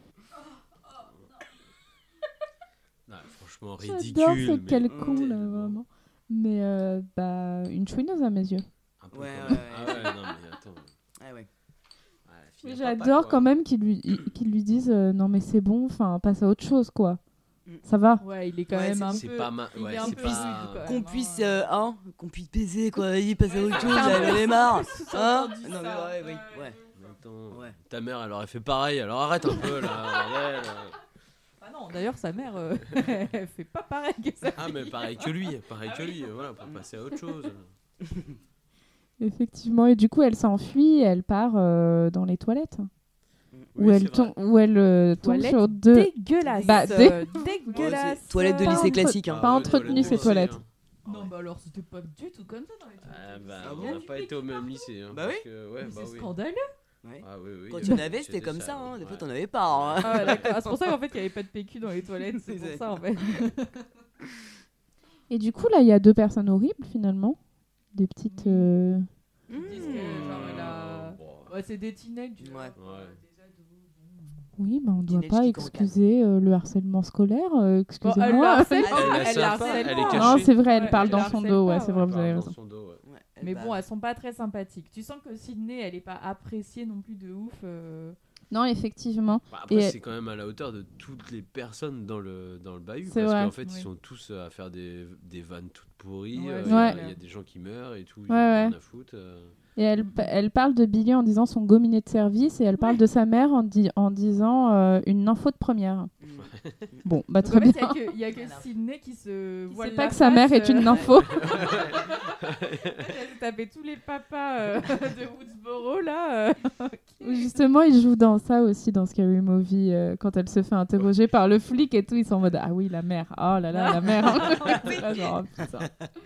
Non, franchement, ridicule. J'adore ce mais- quel con là, vraiment. Mais une chouineuse à mes yeux. Un peu Ouais, comme- ouais, Ah ouais. ouais, non mais attends. Ah ouais. Ouais, J'adore quand même qu'ils lui disent non mais c'est bon, enfin passe à autre chose quoi. Ça va. Ouais, il est quand Ouais, même un c'est peu. pas ma- il ouais, est un c'est peu pas- rude, quand Qu'on même, puisse, hein. qu'on puisse baiser quoi, il passe à autre chose, j'en ai marre. Hein? entendu Non mais ça, ouais, oui, ouais. ouais. Attends, Ouais. ta mère elle aurait fait pareil, alors arrête un peu là. bordel. Ah non, d'ailleurs, sa mère, elle fait pas pareil que ça. Ah mais pareil que lui, voilà, pour passer à autre chose. Effectivement, et du coup elle s'enfuit, elle part dans les toilettes. Oui, c'est vrai. Où elle tombe Toilette sur deux. dégueulasse. Bah, dégueulasse. Toilette de Pas lycée entre- classique. Hein. Pas ouais, entretenues ces toilette toilettes. Non, bah alors, c'était pas du tout comme ça dans les toilettes. Ah bah, Ah on bon n'a pas été au même lycée. Hein, Bah parce oui. que, ouais, Mais bah c'est oui. scandaleux. Ouais. Ah oui, oui. Quand il tu y a- l'avais, c'était comme ça, hein. Des fois, t'en avais pas. Hein. Ah, d'accord. Ah, c'est pour ça qu'en fait, il n'y avait pas de PQ dans les toilettes. C'est pour ça, en fait. Et du coup là il y a deux personnes horribles finalement. Des petites. Ils disent que, genre, elle a. Bon, Ouais, c'est des teenagers. Ouais. ouais. Oui, on ne doit Teenage pas qui excuser le harcèlement scolaire. Bon, elle le Excusez-moi. harcèle Ah, pas. elle la Elle sert la pas, harcèle elle est pas. cachée. Non, c'est vrai, elle Ouais, parle elle dans la son harcèle dos. pas, Ouais, c'est vrai, ouais. vous avez Dans raison. son dos, ouais. Ouais, Mais bah, bon, elles sont pas très sympathiques. Tu sens que Sydney, elle est pas appréciée non plus de ouf. Non, effectivement. Bah, après, Et- c'est quand même à la hauteur de toutes les personnes dans le bahut. C'est Parce vrai. qu'en fait, Oui. ils sont tous à faire des vannes toutes pourries. Ouais, Il y a ouais. des gens qui meurent et tout. Ils Ouais, ont rien ouais. à foutre. Et elle parle de Billy en disant son gominet de service et elle parle de sa mère en disant une nympho de première. Bon, bah Donc, très en fait, bien. il y a que Sydney qui se voit C'est la pas que sa mère face, est une nympho. Elle a tapé tous les papas de Woodsboro là. Ou justement, il joue dans ça aussi, dans Scary Movie, quand elle se fait interroger par le flic et tout, ils sont en mode ah oui, la mère, oh là là, la mère. Ah, genre, oh, putain.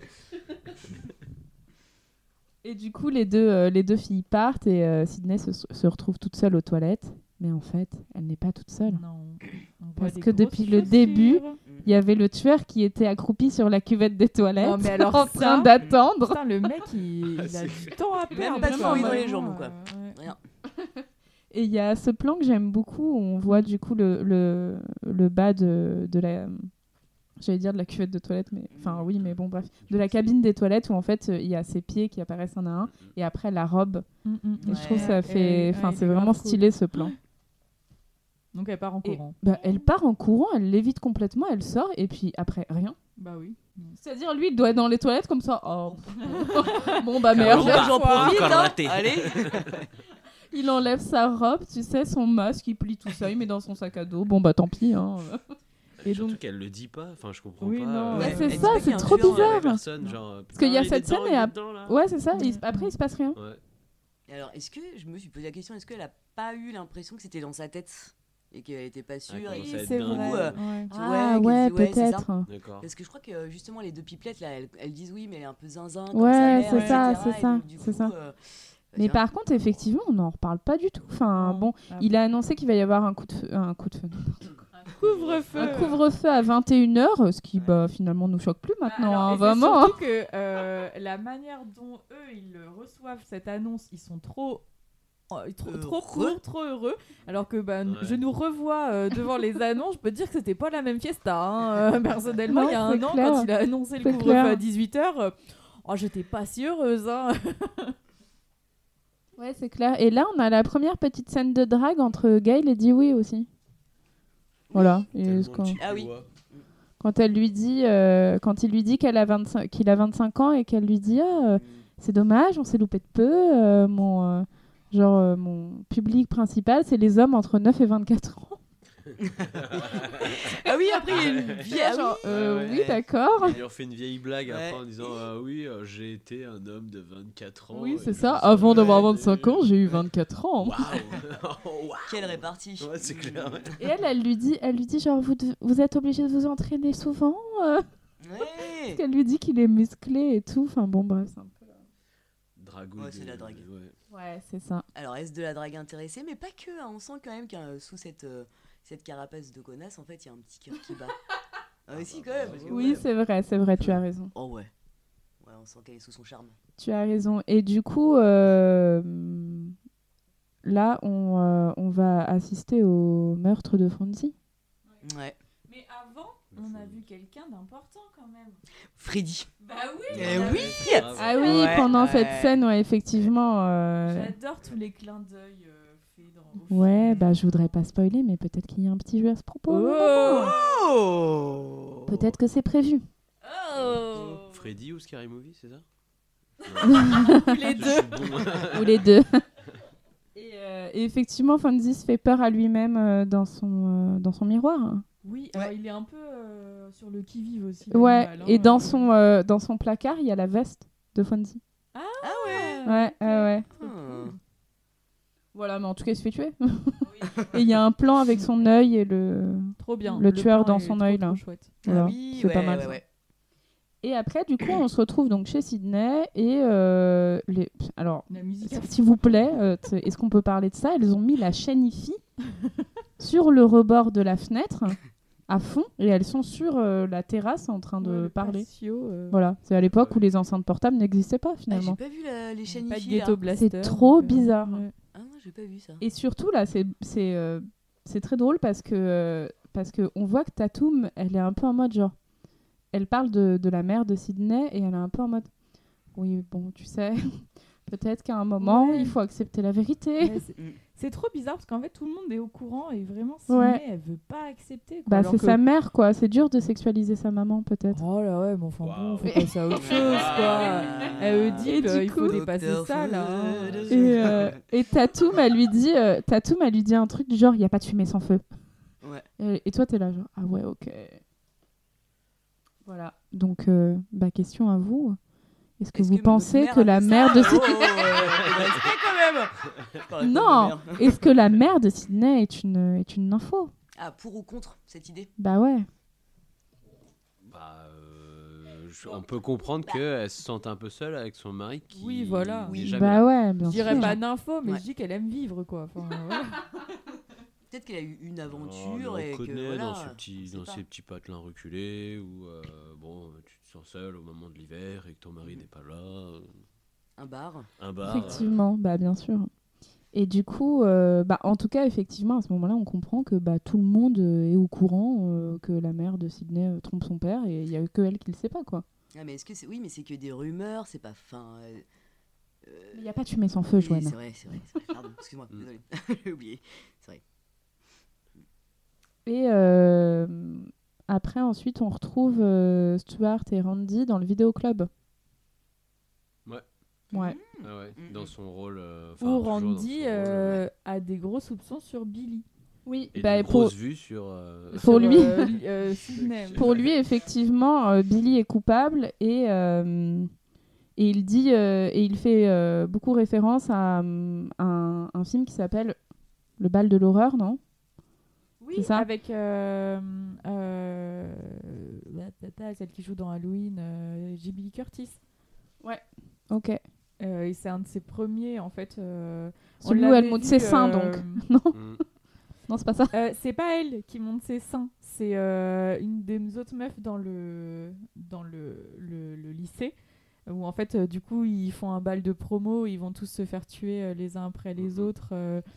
Et du coup, les deux filles partent et Sydney se retrouve toute seule aux toilettes. Mais en fait, elle n'est pas toute seule. Non. On voit Parce des que grosses depuis le chaussures. début, il y avait le tueur qui était accroupi sur la cuvette des toilettes Non, mais alors en ça, train d'attendre. Putain, le mec, il a du temps à perdre. pas de quoi, fouille dans les vraiment, jambes, quoi. ouais. Rien. Et il y a ce plan que j'aime beaucoup où on voit du coup le bas de la... J'allais dire de la cuvette de toilette, mais... Enfin oui, mais bon, bref. De la cabine des toilettes où en fait, il y a ses pieds qui apparaissent un à un. Et après, la robe. Et je trouve que ça fait... Enfin, c'est vraiment stylé ce plan. Donc elle part en Et, courant. bah, elle part en courant, elle l'évite complètement, elle sort, et puis après, rien. Bah oui. C'est-à-dire, lui, il doit être dans les toilettes comme ça. Oh. Bon, bah merde. J'en profite, Encore hein. raté. Allez. Il enlève sa robe, tu sais, son masque, il plie tout ça, il met dans son sac à dos. Bon, bah tant pis. Hein. Et surtout qu'elle le dit pas. Enfin, je comprends Oui, pas. non, Bah, ouais. c'est Elle ça, dit pas qu'il y c'est a un trop tueur, bizarre. Personne, genre, Parce qu'il y a putain, cette il est scène dedans, et il est dedans, là. Ouais, c'est ça. Après, il se passe rien. Ouais. Et alors, est-ce que je me suis posé la question, est-ce qu'elle a pas eu l'impression que c'était dans sa tête et qu'elle était pas sûre Ah, et commence à que être c'est dingue. vrai. Ouais. Ah qu'elle ouais, dit, ouais, c'est ça. peut-être. D'accord. Parce que je crois que justement les deux pipelettes là, elles disent oui, mais elle est un peu zinzin. Ouais, comme sa mère, c'est ça, etc. c'est Et ça, donc, du c'est coup, ça. Mais tiens. par contre, effectivement, on n'en reparle pas du tout. Enfin, Non. bon, Ah. il a annoncé qu'il va y avoir un coup de feu. Un coup de feu. Couvre-feu. Un couvre-feu à 21h, ce qui finalement nous choque plus maintenant, Alors, vraiment. Surtout que la manière dont eux ils reçoivent cette annonce, ils sont trop cool, trop heureux. Alors que je nous revois devant les annonces, je peux te dire que c'était pas la même fiesta. Personnellement, il y a un an, quand il a annoncé le couvre-feu à 18h, j'étais pas si heureuse. Ouais, c'est clair. Et là, on a la première petite scène de drague entre Gail et Dewey aussi. Voilà. Et quand elle lui dit, quand il lui dit qu'il a 25 ans et qu'elle lui dit c'est dommage, on s'est loupé de peu. Mon public principal, c'est les hommes entre 9 et 24 ans. Ah oui, après il y a une vieille. Oui, d'accord. Il leur fait une vieille blague après en disant j'ai été un homme de 24 ans. Oui, c'est ça. Avant d'avoir 25 ans, j'ai eu 24 ans. Waouh. Quelle répartie. Ouais, c'est clair. Et elle lui dit genre vous êtes obligé de vous entraîner souvent. Parce qu'elle lui dit qu'il est musclé et tout. Enfin bon, bref, c'est un peu. Dragouille. Ouais, c'est de la drague. Ouais, c'est ça. Alors, est-ce de la drague intéressée? Mais pas que. On sent quand même que sous cette carapace de connasse, en fait, il y a un petit cœur qui bat. Si, quand même. Oui, c'est vrai, tu as raison. Oh ouais. Ouais, on sent qu'elle est sous son charme. Tu as raison. Et du coup, là, on va assister au meurtre de Fonzie. Ouais. Mais avant, on a vu quelqu'un d'important quand même. Freddy. Bah oui. Oui. Ah oui, pendant cette scène, effectivement. J'adore tous les clins d'œil faits dans. Ouais, je voudrais pas spoiler, mais peut-être qu'il y a un petit jeu à ce propos. Peut-être que c'est prévu. Freddy ou Scary Movie, c'est ça? Ou les deux. Ou les deux. Et effectivement, Fonzie se fait peur à lui-même dans son miroir. Oui, alors il est un peu sur le qui-vive aussi. Ouais, et dans son placard, il y a la veste de Fonzie. Ah ouais. Ouais. Voilà, mais en tout cas, il se fait tuer. Et il y a un plan avec son œil et le tueur dans son œil là. Voilà, c'est pas mal. Ouais. Et après, du coup, on se retrouve donc chez Sydney et alors, la musique s'il vous plaît, est-ce qu'on peut parler de ça? Elles ont mis la chaîne hi-fi sur le rebord de la fenêtre à fond et elles sont sur la terrasse en train de parler. Voilà, c'est à l'époque où les enceintes portables n'existaient pas finalement. J'ai pas vu les chaînes pas de hi-fi. ghetto blaster. C'est trop bizarre. Ah non, j'ai pas vu ça. Et surtout là, c'est très drôle parce que on voit que Tatum, elle est un peu en mode genre. Elle parle de la mère de Sydney et elle est un peu en mode oui, bon, tu sais, peut-être qu'à un moment, il faut accepter la vérité. C'est trop bizarre parce qu'en fait, tout le monde est au courant et vraiment, Sydney, elle veut pas accepter. Quoi, c'est sa mère, quoi. C'est dur de sexualiser sa maman, peut-être. Oh là ouais, mais enfin bon, faut passer à autre chose, quoi. Elle dit il faut dépasser ça, là. Et Tatum, elle lui dit un truc du genre, il n'y a pas de fumée sans feu. Ouais. Et toi, t'es là, genre, ah ouais, ok. Voilà, donc question à vous. Est-ce que vous pensez que la mère de Sydney... Non, est-ce que la mère de Sydney est une nympho? Ah, pour ou contre cette idée? Bah ouais. On peut comprendre qu'elle se sente un peu seule avec son mari qui... Oui, voilà. Bah ouais, bien sûr. Je dirais pas nympho, mais je dis qu'elle aime vivre, quoi. Enfin, peut-être qu'elle a eu une aventure et que voilà, dans ses petits patelins reculés où tu te sens seul au moment de l'hiver et que ton mari n'est pas là. Un bar. Effectivement, bien sûr. Et du coup, en tout cas, effectivement, à ce moment-là, on comprend que tout le monde est au courant que la mère de Sydney trompe son père et il y a que elle qui le sait pas, quoi. Ah mais est-ce que c'est mais c'est que des rumeurs, c'est pas il y a pas de fumée sans feu, Joanne. C'est vrai. Pardon, excuse-moi, désolé. J'ai oublié. C'est vrai. Et après, ensuite, on retrouve Stuart et Randy dans le vidéoclub. Ouais. Dans son rôle. Où Randy a des gros soupçons sur Billy. Oui, et des grosses vues sur. Pour lui, Sydney. Pour lui, effectivement, Billy est coupable et il dit et il fait beaucoup référence à un film qui s'appelle Le bal de l'horreur, non? Oui, c'est ça avec celle qui joue dans Halloween, Jamie Lee Curtis. Ouais. Ok. Et c'est un de ses premiers, en fait. Celui où elle monte ses seins, donc. Non. Non, c'est pas ça. C'est pas elle qui monte ses seins, c'est une des autres meufs dans le lycée, où en fait, du coup, ils font un bal de promo, ils vont tous se faire tuer les uns après les autres,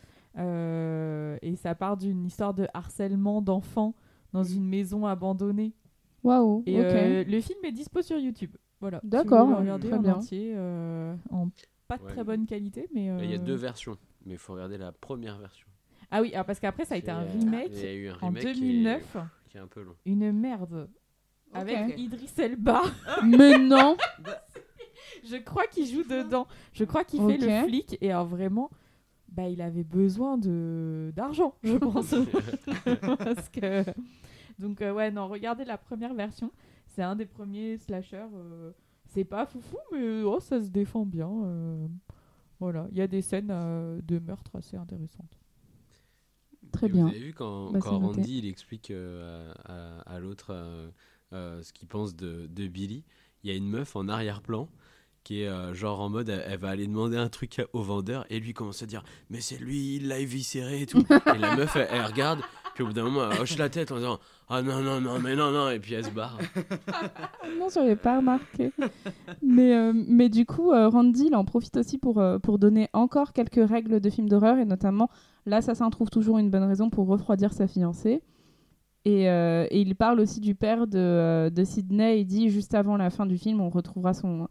et ça part d'une histoire de harcèlement d'enfants dans une maison abandonnée. Waouh, et ok. le film est dispo sur YouTube. Voilà. D'accord, si vous voulez le regarder très en bien. entier, en pas de très bonne qualité, mais... Il y a 2 versions, mais il faut regarder la première version. Ah oui, parce qu'après, ça a été un remake, il y a eu un en remake 2009. Qui est un peu long. Une merde. Avec Idris Elba. Mais non. Je crois qu'il joue dedans. Je crois qu'il fait le flic. Et alors vraiment, il avait besoin d'argent, je pense. Parce que... Donc non, regardez la première version. C'est un des premiers slashers. C'est pas foufou, mais ça se défend bien. Voilà, il y a des scènes de meurtre assez intéressantes. Très bien. Vous avez vu quand Randy il explique à l'autre ce qu'il pense de Billy, il y a une meuf en arrière-plan qui est genre en mode elle va aller demander un truc au vendeur et lui commence à dire mais c'est lui, il l'a éviscéré et tout. Et la meuf elle regarde, puis au bout d'un moment elle hoche la tête en disant ah non mais non, et puis elle se barre. Non, je n'avais pas remarqué. Mais du coup, Randy il en profite aussi pour donner encore quelques règles de films d'horreur, et notamment l'assassin trouve toujours une bonne raison pour refroidir sa fiancée. Et il parle aussi du père de Sidney. Il dit juste avant la fin du film, on retrouvera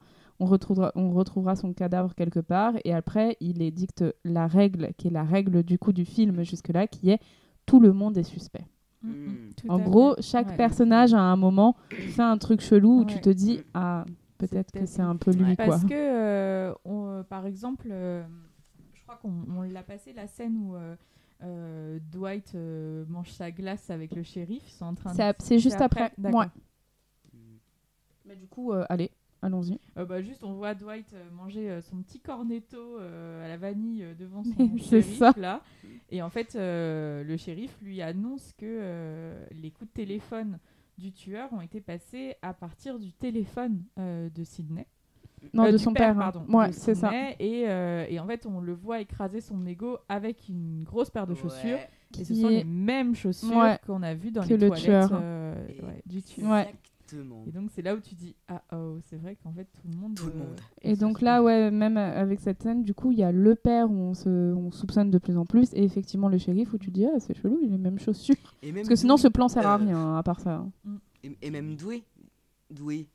son cadavre quelque part. Et après, il édicte la règle, qui est la règle du coup du film jusque-là, qui est tout le monde est suspect. En gros, chaque personnage à un moment fait un truc chelou où tu te dis peut-être que c'est un peu lui. Parce que, par exemple, je crois qu'on l'a passé la scène où Dwight mange sa glace avec le shérif. Ils sont en train c'est juste après. D'accord. Mais du coup, allons-y. Juste, on voit Dwight manger son petit cornetto à la vanille devant son c'est shérif. Ça. Là. Et en fait, le shérif lui annonce que les coups de téléphone du tueur ont été passés à partir du téléphone de Sidney. Non, de son père. Pardon. Ouais, c'est Sidney, ça. Et en fait, on le voit écraser son ego avec une grosse paire de chaussures. Et ce sont les mêmes chaussures qu'on a vues dans les toilettes du tueur. Ouais. Exactement. Et donc, c'est là où tu dis c'est vrai qu'en fait, tout le monde. Et donc là, même avec cette scène, du coup, il y a le père où on soupçonne de plus en plus, et effectivement le shérif où tu dis c'est chelou, il a les mêmes chaussures. Parce que sinon, ce plan sert à rien, à part ça. Et même Doué. Tu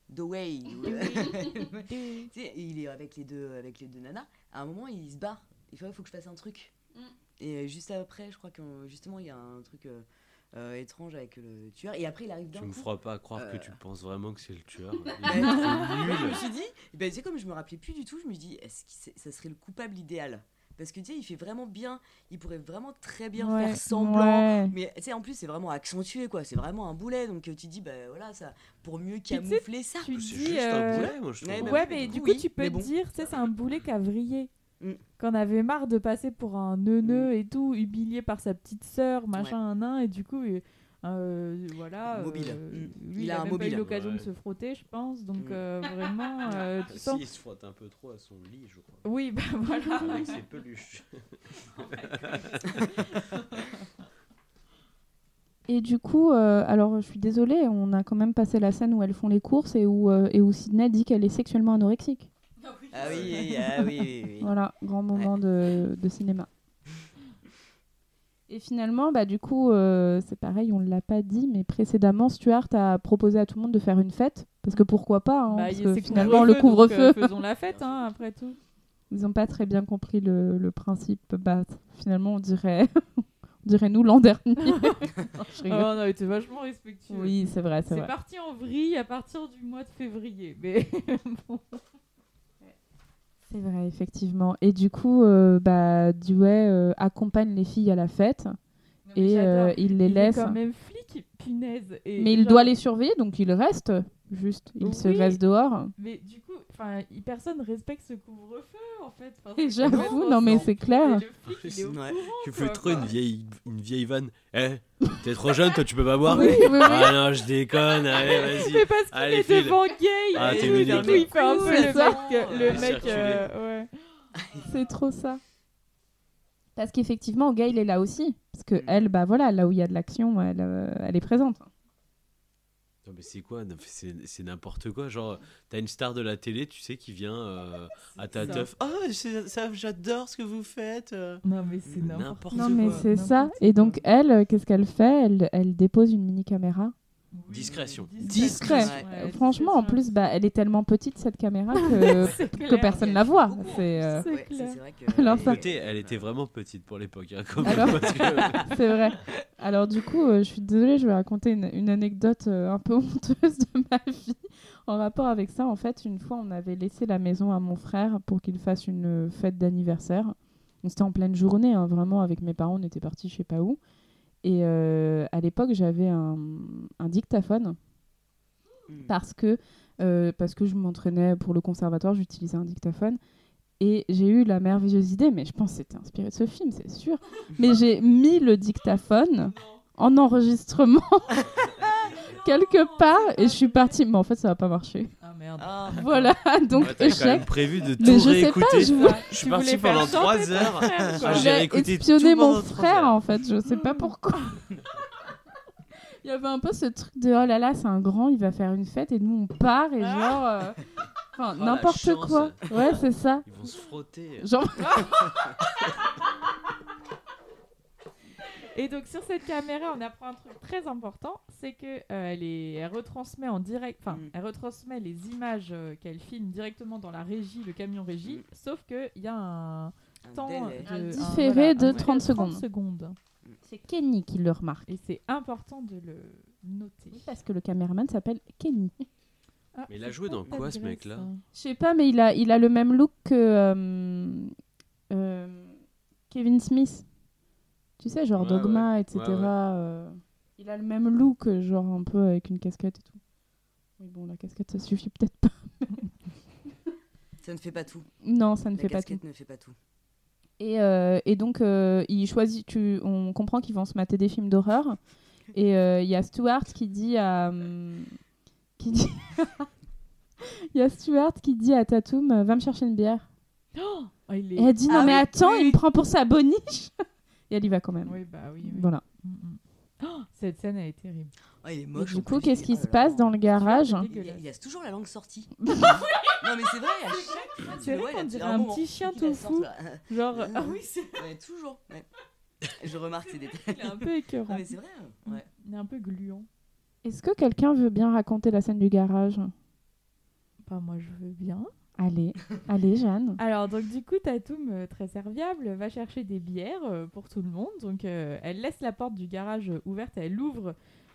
sais, il est avec les deux nanas. À un moment, il se barre. Il fait faut que je fasse un truc. Et juste après, je crois que justement, il y a un truc étrange avec le tueur. Et après, il arrive d'un coup. Tu me feras pas croire que tu penses vraiment que c'est le tueur. Je me suis dit, c'est comme je me rappelais plus du tout. Je me dis, est-ce que ça serait le coupable idéal? Parce que tu sais, il fait vraiment bien, il pourrait vraiment très bien faire semblant, mais tu sais, en plus c'est vraiment accentué quoi, c'est vraiment un boulet, donc tu dis voilà, ça pour mieux camoufler ça. Tu c'est dis, juste un boulet, moi je trouve. Mais du coup tu peux te dire, c'est un boulet qui a vrillé, qu'on avait marre de passer pour un neuneu et tout, humilié par sa petite sœur, machin, et du coup voilà, mobile. Lui, il a même pas eu l'occasion de se frotter, je pense, donc vraiment tu sens... il se frotte un peu trop à son lit, je crois. Oui, voilà, avec ses peluches. Et du coup, alors je suis désolée, on a quand même passé la scène où elles font les courses et où Sidney dit qu'elle est sexuellement anorexique. Ah oui. Voilà, grand moment de cinéma. Et finalement, du coup, c'est pareil, on ne l'a pas dit, mais précédemment, Stuart a proposé à tout le monde de faire une fête. Parce que pourquoi pas, parce que finalement, le couvre-feu... faisons la fête, après tout. Ils n'ont pas très bien compris le principe. Finalement, on dirait nous l'an dernier. On a été vachement respectueux. Oui, c'est vrai. C'est parti en vrille à partir du mois de février. Mais bon... C'est vrai, effectivement. Et du coup, Dewey accompagne les filles à la fête et il les laisse. Il est quand même flic, punaise. Mais il doit les surveiller, donc il reste. Juste, il se reste dehors. Mais du coup, personne respecte ce couvre-feu, en fait. Et j'avoue, non mais c'est clair. Le flic, il est au courant, tu fais trop une vieille vanne. T'es trop jeune, toi tu peux pas boire. Oui. Ah non, je déconne, allez, vas-y. Mais parce qu'il est devant gay. Ah, t'es mignon. Il fait un peu le mec. C'est trop ça. Parce qu'effectivement, Gail est là aussi. Parce que elle, bah voilà, là où il y a de l'action, elle est présente. Non, mais c'est quoi? C'est n'importe quoi. Genre, t'as une star de la télé, tu sais, qui vient à ta teuf. Oh, ça, j'adore ce que vous faites. Non, mais c'est n'importe quoi. Non, mais c'est ça. Et donc, elle, qu'est-ce qu'elle fait? Elle dépose une mini-caméra. Discrétion. Discret. Ouais, franchement, en plus, bah, elle est tellement petite, cette caméra, que personne la voit. C'est vrai que... Elle était vraiment petite pour l'époque. Hein, C'est vrai. Alors du coup, je suis désolée, je vais raconter une anecdote un peu honteuse de ma vie. En rapport avec ça, en fait, une fois, on avait laissé la maison à mon frère pour qu'il fasse une fête d'anniversaire. Donc, c'était en pleine journée, hein, vraiment, avec mes parents, on était partis je sais pas où. Et à l'époque, j'avais un dictaphone parce que je m'entraînais pour le conservatoire, j'utilisais un dictaphone. Et j'ai eu la merveilleuse idée, mais je pense que c'était inspiré de ce film, c'est sûr. Mais j'ai mis le dictaphone en enregistrement quelque part et je suis partie. Mais en fait, ça va pas marcher. Ah merde. Voilà, donc t'as échec. Quand même prévu de tout mais je réécouter. sais pas, je suis parti pendant 3 heures. J'ai réécouté espionné mon frère en fait, je sais pas pourquoi. Il y avait un peu ce truc de oh là là, c'est un grand, il va faire une fête et nous on part et genre n'importe quoi. Ouais, c'est ça. Ils vont se frotter. Genre Et donc sur cette caméra, on apprend un truc très important, c'est que elle retransmet en direct, elle retransmet les images qu'elle filme directement dans la régie, le camion régie, sauf que il y a un temps différé de 30 secondes. C'est Kenny qui le remarque. Et c'est important de le noter. Oui, parce que le caméraman s'appelle Kenny. Ah, mais il a joué dans quoi ce mec-là? Je sais pas, mais il a le même look que Kevin Smith. Tu sais, genre Dogma, etc. Il a le même look, genre un peu avec une casquette et tout. Oui, bon, la casquette, ça suffit peut-être pas. Ça ne fait pas tout. Non, ça ne fait pas tout. La casquette ne fait pas tout. Et donc, il choisit. On comprend qu'ils vont se mater des films d'horreur. Et il y a Stuart qui dit à. Il y a Stuart qui dit à Tatum va me chercher une bière. Et elle dit non, mais attends, il me prend pour sa boniche. Et elle y va quand même. Oui, bah oui. Voilà. Cette scène, elle est terrible. Il est moche. Et du coup, qu'est-ce qui se passe dans le garage? Il y a toujours la langue sortie. Non, mais c'est vrai, à chaque fois, c'est vrai qu'on dirait un petit chien tout fou. Genre, ah oui, c'est toujours. Ouais. Je remarque ces détails. Il est un peu écœurant. Non, mais c'est vrai. Ouais. Il est un peu gluant. Est-ce que quelqu'un veut bien raconter la scène du garage? Bah, moi, je veux bien. Allez, Jeanne. Alors, donc, du coup, Tatum, très serviable, va chercher des bières pour tout le monde. Donc, elle laisse la porte du garage ouverte. Elle ouvre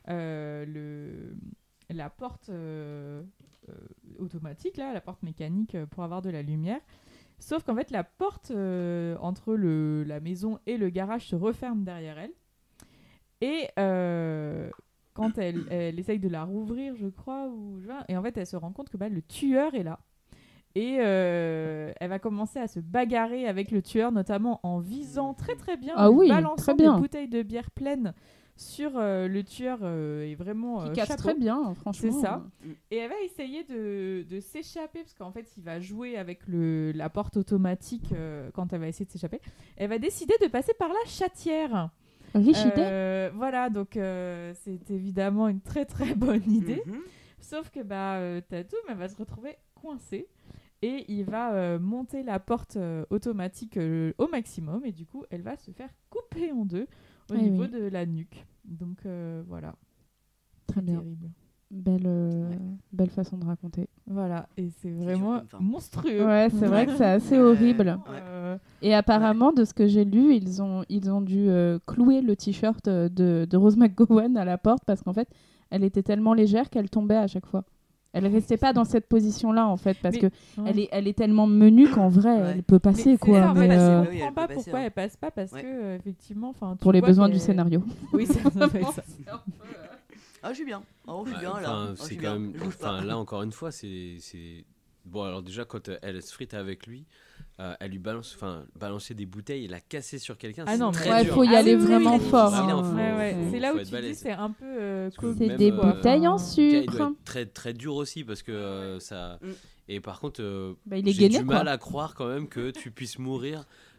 la porte automatique, là, la porte mécanique, pour avoir de la lumière. Sauf qu'en fait, la porte entre la maison et le garage se referme derrière elle. Et quand elle essaye de la rouvrir, je crois, et en fait, elle se rend compte que le tueur est là. Et elle va commencer à se bagarrer avec le tueur, notamment en visant très très bien, balançant des bouteilles de bière pleines sur le tueur et vraiment qui casse très bien, franchement. C'est ça. Et elle va essayer de s'échapper parce qu'en fait, il va jouer avec la porte automatique quand elle va essayer de s'échapper. Elle va décider de passer par la chatière. Riche idée. Voilà, donc c'est évidemment une très très bonne idée. Sauf que Tatum, elle va se retrouver coincée. Et il va monter la porte automatique au maximum. Et du coup, elle va se faire couper en deux au niveau de la nuque. Donc voilà. Très bien. Terrible. Belle façon de raconter. Voilà. Et c'est vraiment monstrueux. Ouais, c'est vrai que c'est assez horrible. Et apparemment, de ce que j'ai lu, ils ont dû clouer le t-shirt de Rose McGowan à la porte parce qu'en fait, elle était tellement légère qu'elle tombait à chaque fois. Elle restait pas dans cette position-là en fait parce que elle est tellement menue qu'en vrai elle peut passer quoi. Ça, mais je comprends pas pourquoi elle passe pas parce que effectivement, pour les besoins du scénario. Oui, ça fait ça. Ah, je suis bien. Oh, je suis bien là. C'est quand même. Là encore une fois, c'est bon. Alors déjà quand elle se frite avec lui. Elle lui balancer des bouteilles et la casser sur quelqu'un. Ah non, il faut y aller vraiment fort. C'est là où tu dis c'est un peu. C'est des bouteilles en sucre. Il doit être très très dur aussi parce que ça. Et par contre, il est j'ai gainé, du mal à croire quand même que tu puisses mourir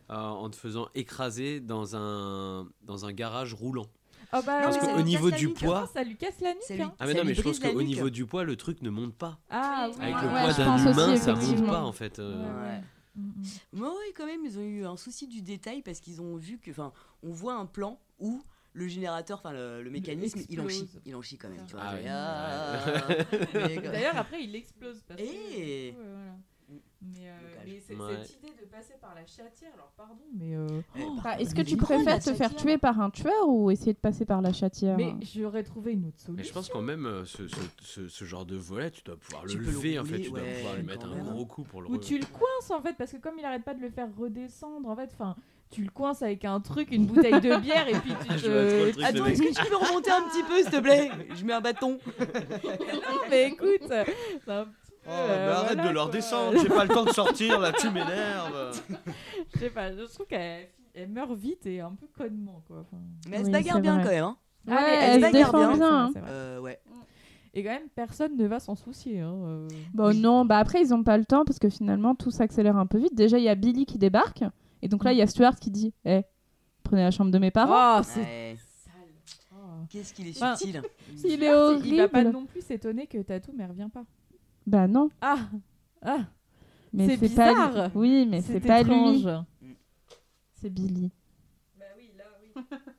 en te faisant écraser dans un garage roulant. Oh bah, parce qu'au niveau du poids, ça lui casse la nuque. Ah mais non, mais je pense qu'au niveau du poids, le truc ne monte pas. Ah oui. Avec le poids d'un humain, ça monte pas en fait. Mais oui, quand même, ils ont eu un souci du détail parce qu'ils ont vu que, enfin, on voit un plan où le générateur, enfin le mécanisme, il en chie quand même. Tu vois, D'ailleurs, après, il explose. Parce que, voilà. Mais cette idée de passer par la chatière, alors pardon, mais... est-ce que tu préfères te faire tuer par un tueur ou essayer de passer par la chatière? Mais j'aurais trouvé une autre solution. Mais je pense quand même, ce genre de volet, tu dois pouvoir le lever, en fait. Tu dois pouvoir lui mettre un gros coup pour le... Ou tu le coinces, en fait, parce que comme il arrête pas de le faire redescendre, en fait, enfin... Tu le coinces avec un truc, une bouteille de bière, et puis tu te... Attends, est-ce que tu peux remonter un petit peu, s'il te plaît? Je mets un bâton. Non, mais écoute, c'est un arrête de leur descendre, j'ai pas le temps de sortir là, tu m'énerves. Je sais pas, je trouve qu'elle meurt vite et un peu connement quoi. Mais elle se bagarre bien quand même. Hein. Elle se défend bien. Ouais. Et quand même, personne ne va s'en soucier. Non, après ils ont pas le temps parce que finalement tout s'accélère un peu vite. Déjà il y a Billy qui débarque et donc là il y a Stuart qui dit prenez la chambre de mes parents. Oh, c'est sale. Qu'est-ce qu'il est subtil. Il est horrible. Il va pas non plus s'étonner que Tatou mais revient pas. Bah non. Mais c'est bizarre. Pas... Oui, mais c'est pas étrange. Lui. C'est Billy. Bah oui, là, oui.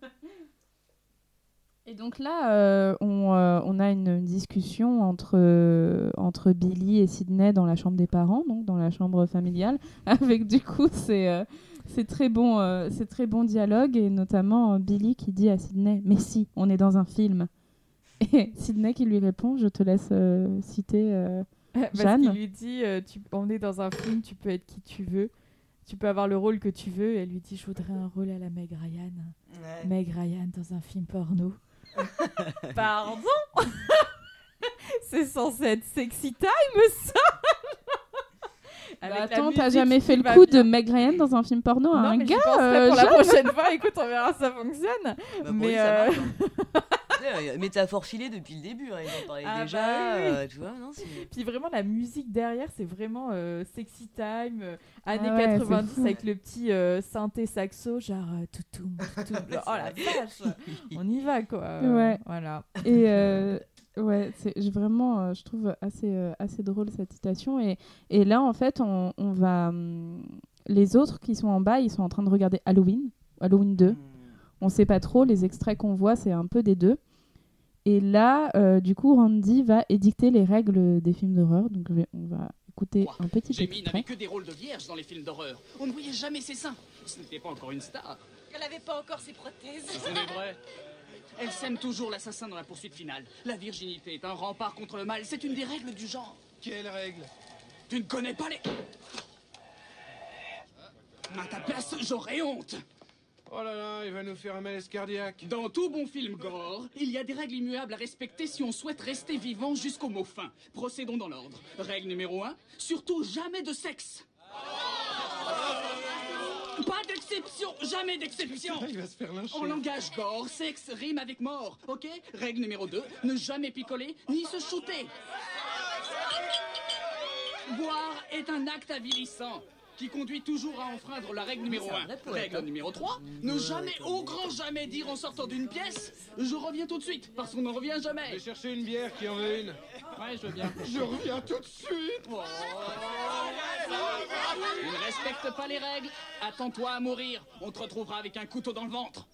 Et donc là, on a une discussion entre Billy et Sidney dans la chambre des parents, donc dans la chambre familiale, avec du coup c'est très bon dialogue et notamment Billy qui dit à Sidney mais si, on est dans un film. Et Sidney qui lui répond, je te laisse citer Jeanne. Parce qu'il lui dit on est dans un film, tu peux être qui tu veux, tu peux avoir le rôle que tu veux. Et elle lui dit je voudrais un rôle à la Meg Ryan. Meg Ryan dans un film porno. Pardon. C'est censé être sexy time ça. Attends, t'as jamais fait le coup de Meg Ryan dans un film porno à un gars pour la prochaine fois, écoute, on verra si ça fonctionne. Mais ça marche, métaphore filée depuis le début, hein, ils en parlaient déjà. Oui. Tu vois, non, puis vraiment la musique derrière, c'est vraiment sexy time, années 90 avec le petit synthé saxo, genre toutoum. Oh la vache, on y va quoi. Voilà. Et c'est vraiment, je trouve assez drôle cette citation. Et là, en fait, on va. Les autres qui sont en bas, ils sont en train de regarder Halloween 2. On sait pas trop, les extraits qu'on voit, c'est un peu des deux. Et là, du coup, Randy va édicter les règles des films d'horreur. Donc, on va écouter un petit extrait. Jamie n'avait que des rôles de vierge dans les films d'horreur. On ne voyait jamais ses seins. Ce n'était pas encore une star. Elle n'avait pas encore ses prothèses. Ce n'est vrai. Elle sème toujours l'assassin dans la poursuite finale. La virginité est un rempart contre le mal. C'est une des règles du genre. Quelle règle? Tu ne connais pas les... À ta place, j'aurais honte. Oh là là, il va nous faire un malaise cardiaque. Dans tout bon film gore, il y a des règles immuables à respecter si on souhaite rester vivant jusqu'au mot fin. Procédons dans l'ordre. Règle numéro 1, surtout jamais de sexe. Pas d'exception, jamais d'exception. Il va se faire lyncher. En langage gore, sexe rime avec mort, ok? Règle numéro 2, ne jamais picoler ni se shooter. Boire est un acte avilissant qui conduit toujours à enfreindre la règle numéro 1. Règle numéro 3, ne jamais, au grand jamais dire en sortant d'une pièce « Je reviens tout de suite », parce qu'on n'en revient jamais. Je vais chercher une bière qui en veut une. Ouais, je veux bien. Je reviens tout de suite. Oh. Tu ne respectes pas les règles, attends-toi à mourir. On te retrouvera avec un couteau dans le ventre.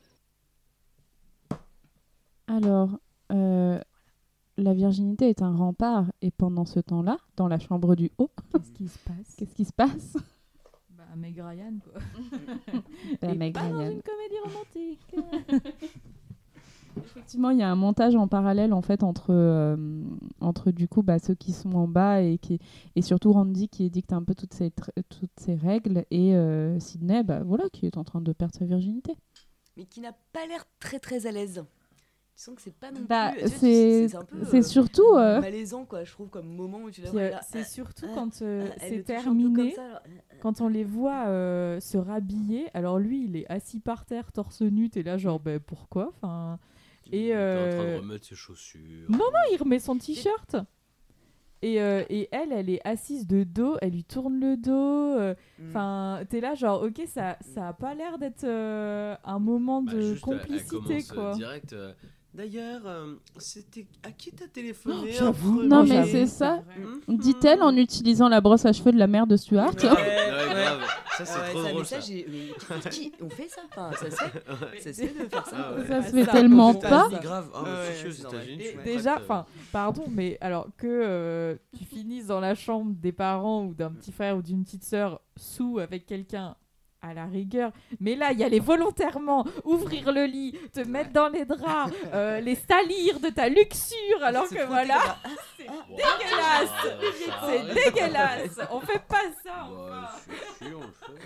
Alors, la virginité est un rempart, et pendant ce temps-là, dans la chambre du haut, Qu'est-ce qui se passe? Meg Ryan quoi. Et Meg pas Ryan. dans une comédie romantique. Effectivement, il y a un montage en parallèle en fait entre du coup ceux qui sont en bas et surtout Randy qui édicte un peu toutes ces règles et Sidney qui est en train de perdre sa virginité. Mais qui n'a pas l'air très très à l'aise. Tu sens que c'est pas non plus. C'est un peu c'est surtout malaisant quoi, je trouve comme moment où tu c'est surtout quand c'est terminé, quand on les voit se rhabiller. Alors lui, il est assis par terre, torse nu, t'es là genre pourquoi, enfin. Il est en train de remettre ses chaussures. Non, il remet son t-shirt. Et elle est assise de dos, elle lui tourne le dos. Enfin, t'es là genre, ok, ça a pas l'air d'être un moment de complicité, elle quoi. Direct. D'ailleurs, c'était à qui t'as téléphoné? Non, mais c'est ça. Dit-elle en utilisant la brosse à cheveux de la mère de Stuart. Grave. Ça, c'est trop drôle. Ça. On fait ça, enfin, ça se fait de faire ça. Ça se fait tellement pas. Grave. Je suis aux États-Unis. Déjà, enfin, pardon, mais alors que tu finisses dans la chambre des parents ou d'un petit frère ou d'une petite sœur sous avec quelqu'un, à la rigueur, mais là il y a les volontairement ouvrir le lit, te mettre dans les draps, les salir de ta luxure, alors que voilà, c'est dégueulasse, c'est dégueulasse, on fait pas ça. Si, on le fait.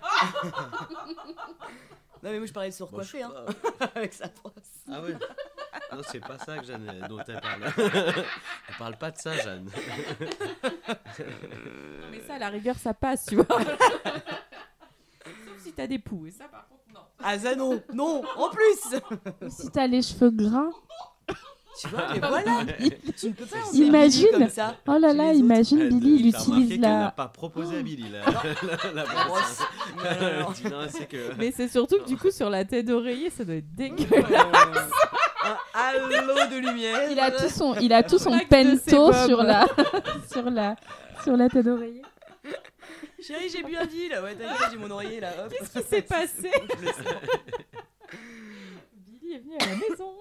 Non mais moi je parlais de se recoiffer avec sa brosse. Ah ouais. Non, c'est pas ça que Jeanne dont elle parle. Elle parle pas de ça, Jeanne. Mais ça à la rigueur ça passe, tu vois. Sauf si t'as des poux, et ça par contre non. Ah ça non, en plus. Si t'as les cheveux gras. Tu vois, mais voilà. Tu ne peux pas en imagine comme ça. Oh là là, imagine Billy, il utilise Elle n'a pas proposé à Billy la brosse. Non, c'est que... Mais c'est surtout que du coup sur la tête d'oreiller ça doit être dégueulasse. Un halo de lumière. Il a tout son pento sur la tête d'oreiller. Chérie, j'ai bu un deal. Ouais, t'inquiète, j'ai mon oreiller là. Hop. Qu'est-ce qui s'est passé? Billy est venu à la maison.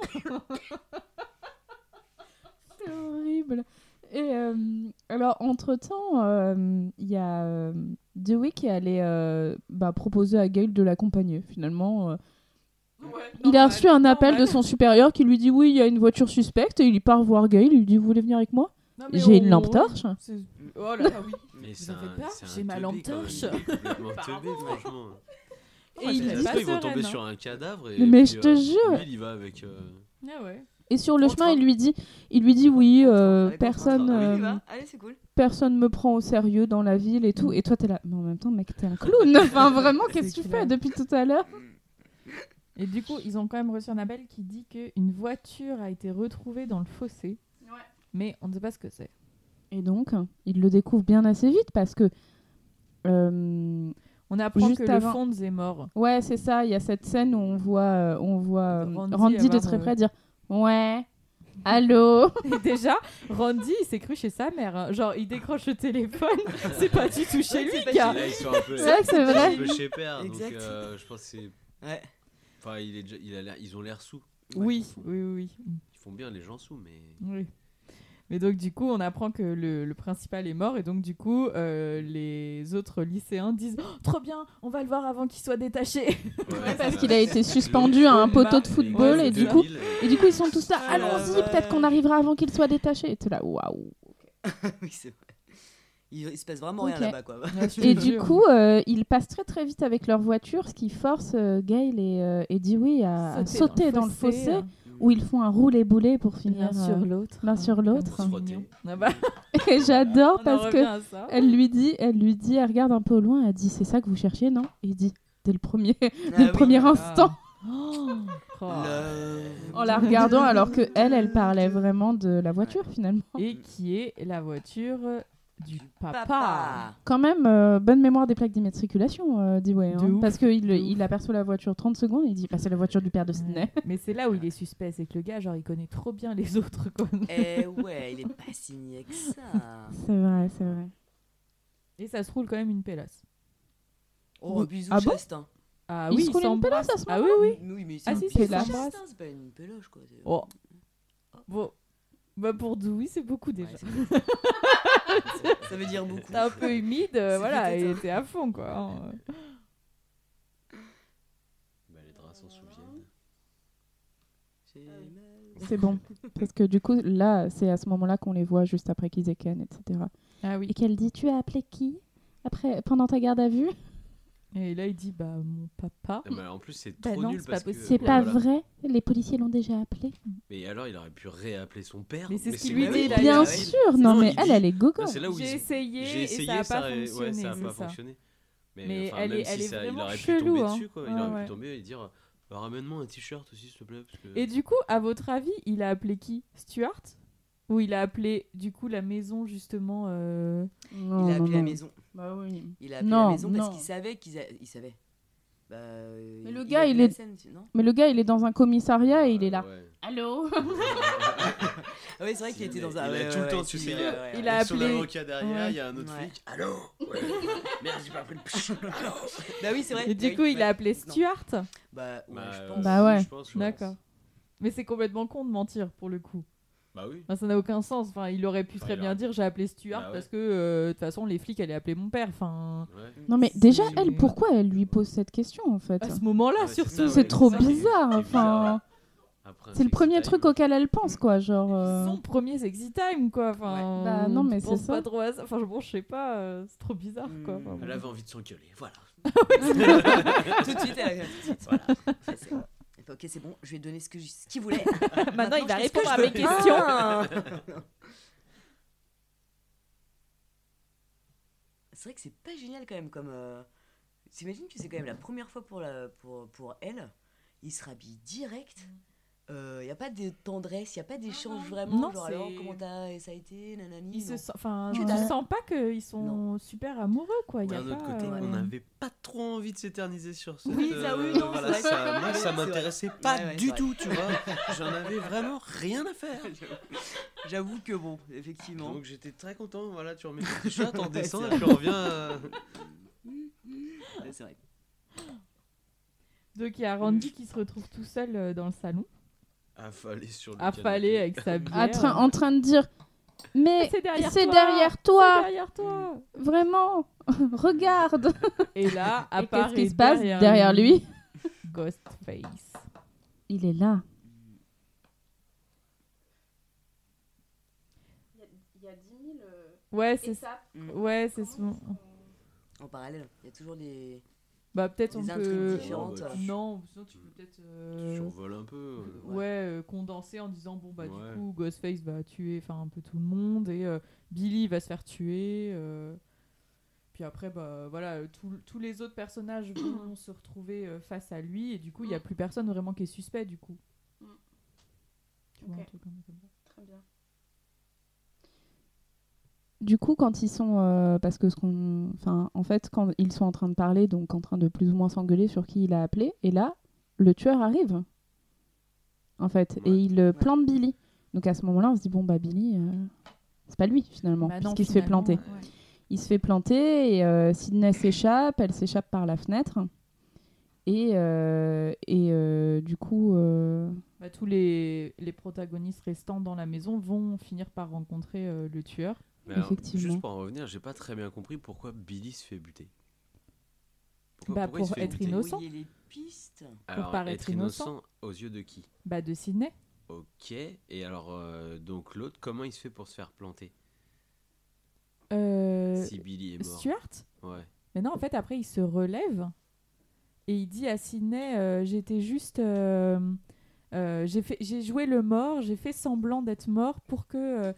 C'est horrible. Et alors, entre-temps, il y a Dewey qui allait proposer à Gale de l'accompagner. Finalement, il a reçu un appel de son supérieur qui lui dit oui, il y a une voiture suspecte. Et il part voir Gale. Il lui dit, vous voulez venir avec moi? J'ai une lampe torche. Oh là là, oui. Mais vous avez peur? J'ai ma lampe torche. Complètement teubé, franchement. Et ils vont tomber sur un cadavre. Mais je te jure. Lui, il y va avec. Ah ouais. Et sur le chemin, il lui dit oui, personne Allez, c'est cool. Personne me prend au sérieux dans la ville et tout. Et toi, t'es là. Mais en même temps, mec, t'es un clown. Enfin, vraiment, qu'est-ce que tu fais depuis tout à l'heure? Et du coup, ils ont quand même reçu un appel qui dit qu'une voiture a été retrouvée dans le fossé. Ouais. Mais on ne sait pas ce que c'est. Et donc, ils le découvrent bien assez vite parce que... on apprend que le Fonds est mort. Ouais, c'est ça. Il y a cette scène où on voit Randy de très près dire « Ouais, allô ?» Et déjà, Randy, il s'est cru chez sa mère. Hein. Genre, il décroche le téléphone. C'est pas du tout chez lui, gars. Ils sont un peu... C'est vrai que c'est vrai. Un peu chez père. Donc, je pense que c'est... Ouais. Enfin, ils ont l'air sous. Oui. Ils font bien les gens sous, mais... Oui. Mais donc du coup on apprend que le principal est mort et donc du coup les autres lycéens disent trop bien, on va le voir avant qu'il soit détaché. Ouais, parce qu'il a été suspendu à un poteau de football et du coup ils sont tous là, allons-y, peut-être qu'on arrivera avant qu'il soit détaché. Et t'es là, waouh. Oui, c'est vrai. Il se passe vraiment rien là-bas, quoi. Et du coup, ils passent très très vite avec leur voiture, ce qui force Gale et Dewey à sauter dans le fossé. Où ils font un roulé-boulé pour finir l'un sur l'autre. Et j'adore parce que elle lui dit, elle regarde un peu au loin, elle dit c'est ça que vous cherchiez, non? Et il dit dès le premier instant. En la regardant alors que elle parlait vraiment de la voiture finalement. Et qui est la voiture du papa. Quand même, bonne mémoire des plaques d'immatriculation, Dewey. Parce qu'il aperçoit la voiture 30 secondes et il dit c'est la voiture du père de Sydney. Mais c'est là où il est suspect, c'est que le gars, genre, il connaît trop bien les autres. Quoi. Ouais, il est pas signé que ça. C'est vrai. Et ça se roule quand même une pélasse. Oh, bisous, Chastain. Ah oui, il se roule une pélasse à ce moment-là. Ah oui. Oui, mais c'est une pélasse. C'est pas une péloche, quoi. Oh. Bon. Bah pour Dewey, c'est beaucoup déjà. Ça veut dire beaucoup. C'est un peu humide, voilà, il était à fond, quoi. Bah, les draps s'en souviennent. C'est bon, parce que du coup, là, c'est à ce moment-là qu'on les voit juste après qu'ils écannent, etc. Ah oui. Et qu'elle dit, tu as appelé qui pendant ta garde à vue? Et là, il dit, mon papa. Ah, en plus, c'est trop nul parce que... C'est pas vrai, les policiers l'ont déjà appelé. Mais alors, il aurait pu réappeler son père. Mais c'est ce qu'il lui dit. Bien sûr, non, mais elle est gogo. J'ai essayé, et ça n'a pas fonctionné. Ouais, ça n'a pas fonctionné. Mais elle est vraiment chelou. Il aurait pu tomber dessus, quoi. Il aurait pu tomber et dire, ramène-moi un t-shirt aussi, s'il te plaît. Et du coup, à votre avis, il a appelé qui? Stuart? Où il a appelé du coup la maison justement. Il a appelé la maison. Bah oui. Il a appelé la maison parce qu'il savait il savait. Bah, mais le gars, il est. Mais le gars, il est dans un commissariat et il est là. Ouais. Allô. Ah oui, c'est vrai qu'il était dans un. Il a tout le temps, tu sais. Il a appelé. Son avocat derrière, il y a un autre flic. Allô. Merde, j'ai pas pris le. Allô. Bah oui, c'est vrai. Et du coup, il a appelé Stuart. Bah je pense. Bah ouais. D'accord. Mais c'est complètement con de mentir pour le coup. Bah oui. Enfin, ça n'a aucun sens. Enfin, il aurait pu très bien dire j'ai appelé Stuart parce que de toute façon les flics allaient appeler mon père. Enfin. Ouais. Non mais déjà elle, pourquoi elle lui pose cette question en fait? À ce moment-là surtout. C'est trop bizarre. Enfin. Après, c'est le premier truc auquel elle pense quoi, genre. Son premier sexy time quoi. Enfin. Bah non mais c'est ça. Pas trop à ça. Enfin bon, je sais pas. C'est trop bizarre quoi. Enfin, elle avait envie de s'engueuler. Voilà. Tout de suite. Voilà. Ok, c'est bon, je vais donner ce qu'il voulait. Maintenant, il va répondre à mes questions. C'est vrai que c'est pas génial quand même. Comme t'imagines que c'est quand même la première fois pour elle. Il se rhabille direct. Il n'y a pas de tendresse, il n'y a pas d'échange vraiment. Non, genre alors comment ça a été, nanani. Tu sens pas qu'ils sont super amoureux quoi. D'un autre côté, on n'avait pas trop envie de s'éterniser sur ce. Oui, ça oui, non. Voilà, moi, ça m'intéressait pas du tout, tu vois. J'en avais vraiment rien à faire. J'avoue que bon, effectivement. Donc j'étais très content. Voilà, tu remets ton t-shirt, on descend et puis on revient. C'est vrai. Donc il y a Randy qui se retrouve tout seul dans le salon. Affalé sur le canapé. Avec sa bière. En train de dire mais c'est derrière toi. Vraiment. Regarde. Et là, qu'est-ce qui se passe derrière lui? Ghostface. Il est là. Il y a 10 000 étapes. Ouais, c'est ça. En parallèle, il y a toujours des... Bah peut-être des on intrigues peut différentes. Non, sinon tu peux peut-être survole un peu. Condenser en disant bon bah du coup Ghostface va tuer un peu tout le monde et Billy va se faire tuer. Puis après bah voilà tous les autres personnages vont se retrouver face à lui et du coup il y a plus personne vraiment qui est suspect du coup. Okay. Très bien. Du coup, quand ils sont, parce que en fait, quand ils sont en train de parler, donc en train de plus ou moins s'engueuler sur qui il a appelé, et là, le tueur arrive, en fait, et il plante Billy. Donc à ce moment-là, on se dit bon bah Billy, c'est pas lui finalement, puisqu'il se fait planter. Ouais. Il se fait planter et Sydney s'échappe, elle s'échappe par la fenêtre, et du coup. Bah, tous les protagonistes restants dans la maison vont finir par rencontrer le tueur. Mais alors, juste pour en revenir, j'ai pas très bien compris pourquoi Billy se fait buter. Pourquoi pour être innocent. Les pistes. Alors, pour paraître innocent aux yeux de qui? Bah de Sydney. Ok. Et alors donc l'autre, comment il se fait pour se faire planter? Si Billy est mort. Stuart. Ouais. Mais non, en fait après il se relève et il dit à Sydney j'étais juste j'ai joué le mort, j'ai fait semblant d'être mort pour que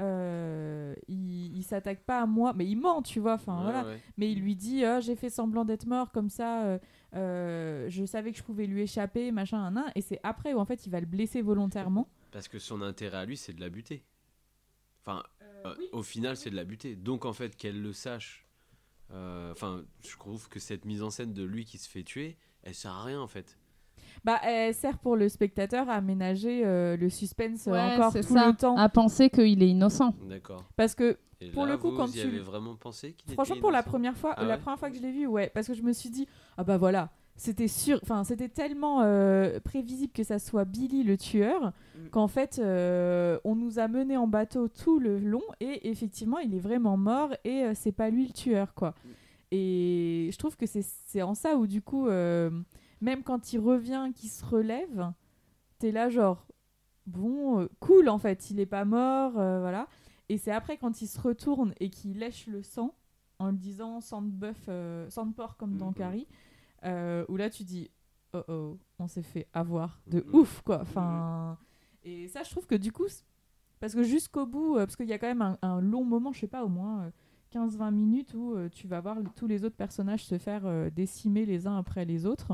il s'attaque pas à moi, mais il ment, tu vois. Voilà. Mais il lui dit j'ai fait semblant d'être mort comme ça. Je savais que je pouvais lui échapper, machin, et c'est après où en fait il va le blesser volontairement. Parce que son intérêt à lui, c'est de la buter. Enfin, au final, c'est de la buter. Donc en fait, qu'elle le sache. Je trouve que cette mise en scène de lui qui se fait tuer, elle sert à rien en fait. Bah, elle sert pour le spectateur à aménager le suspense encore tout le temps. À penser qu'il est innocent. D'accord. Parce que et pour là, le coup, vous quand y avez vraiment pensé qu'il franchement, était pour innocent. la première fois que je l'ai vu, parce que je me suis dit ah bah voilà, c'était sûr, c'était tellement prévisible que ça soit Billy le tueur qu'en fait on nous a mené en bateau tout le long et effectivement il est vraiment mort et c'est pas lui le tueur quoi. Et je trouve que c'est en ça où du coup même quand il revient, qu'il se relève, t'es là genre bon, cool en fait, il est pas mort, voilà. Et c'est après quand il se retourne et qu'il lèche le sang en le disant sang de porc comme dans Carrie, où là tu dis oh, on s'est fait avoir de ouf quoi. Et ça je trouve que du coup, parce que jusqu'au bout, parce qu'il y a quand même un long moment, je sais pas, au moins 15-20 minutes où tu vas voir tous les autres personnages se faire décimer les uns après les autres.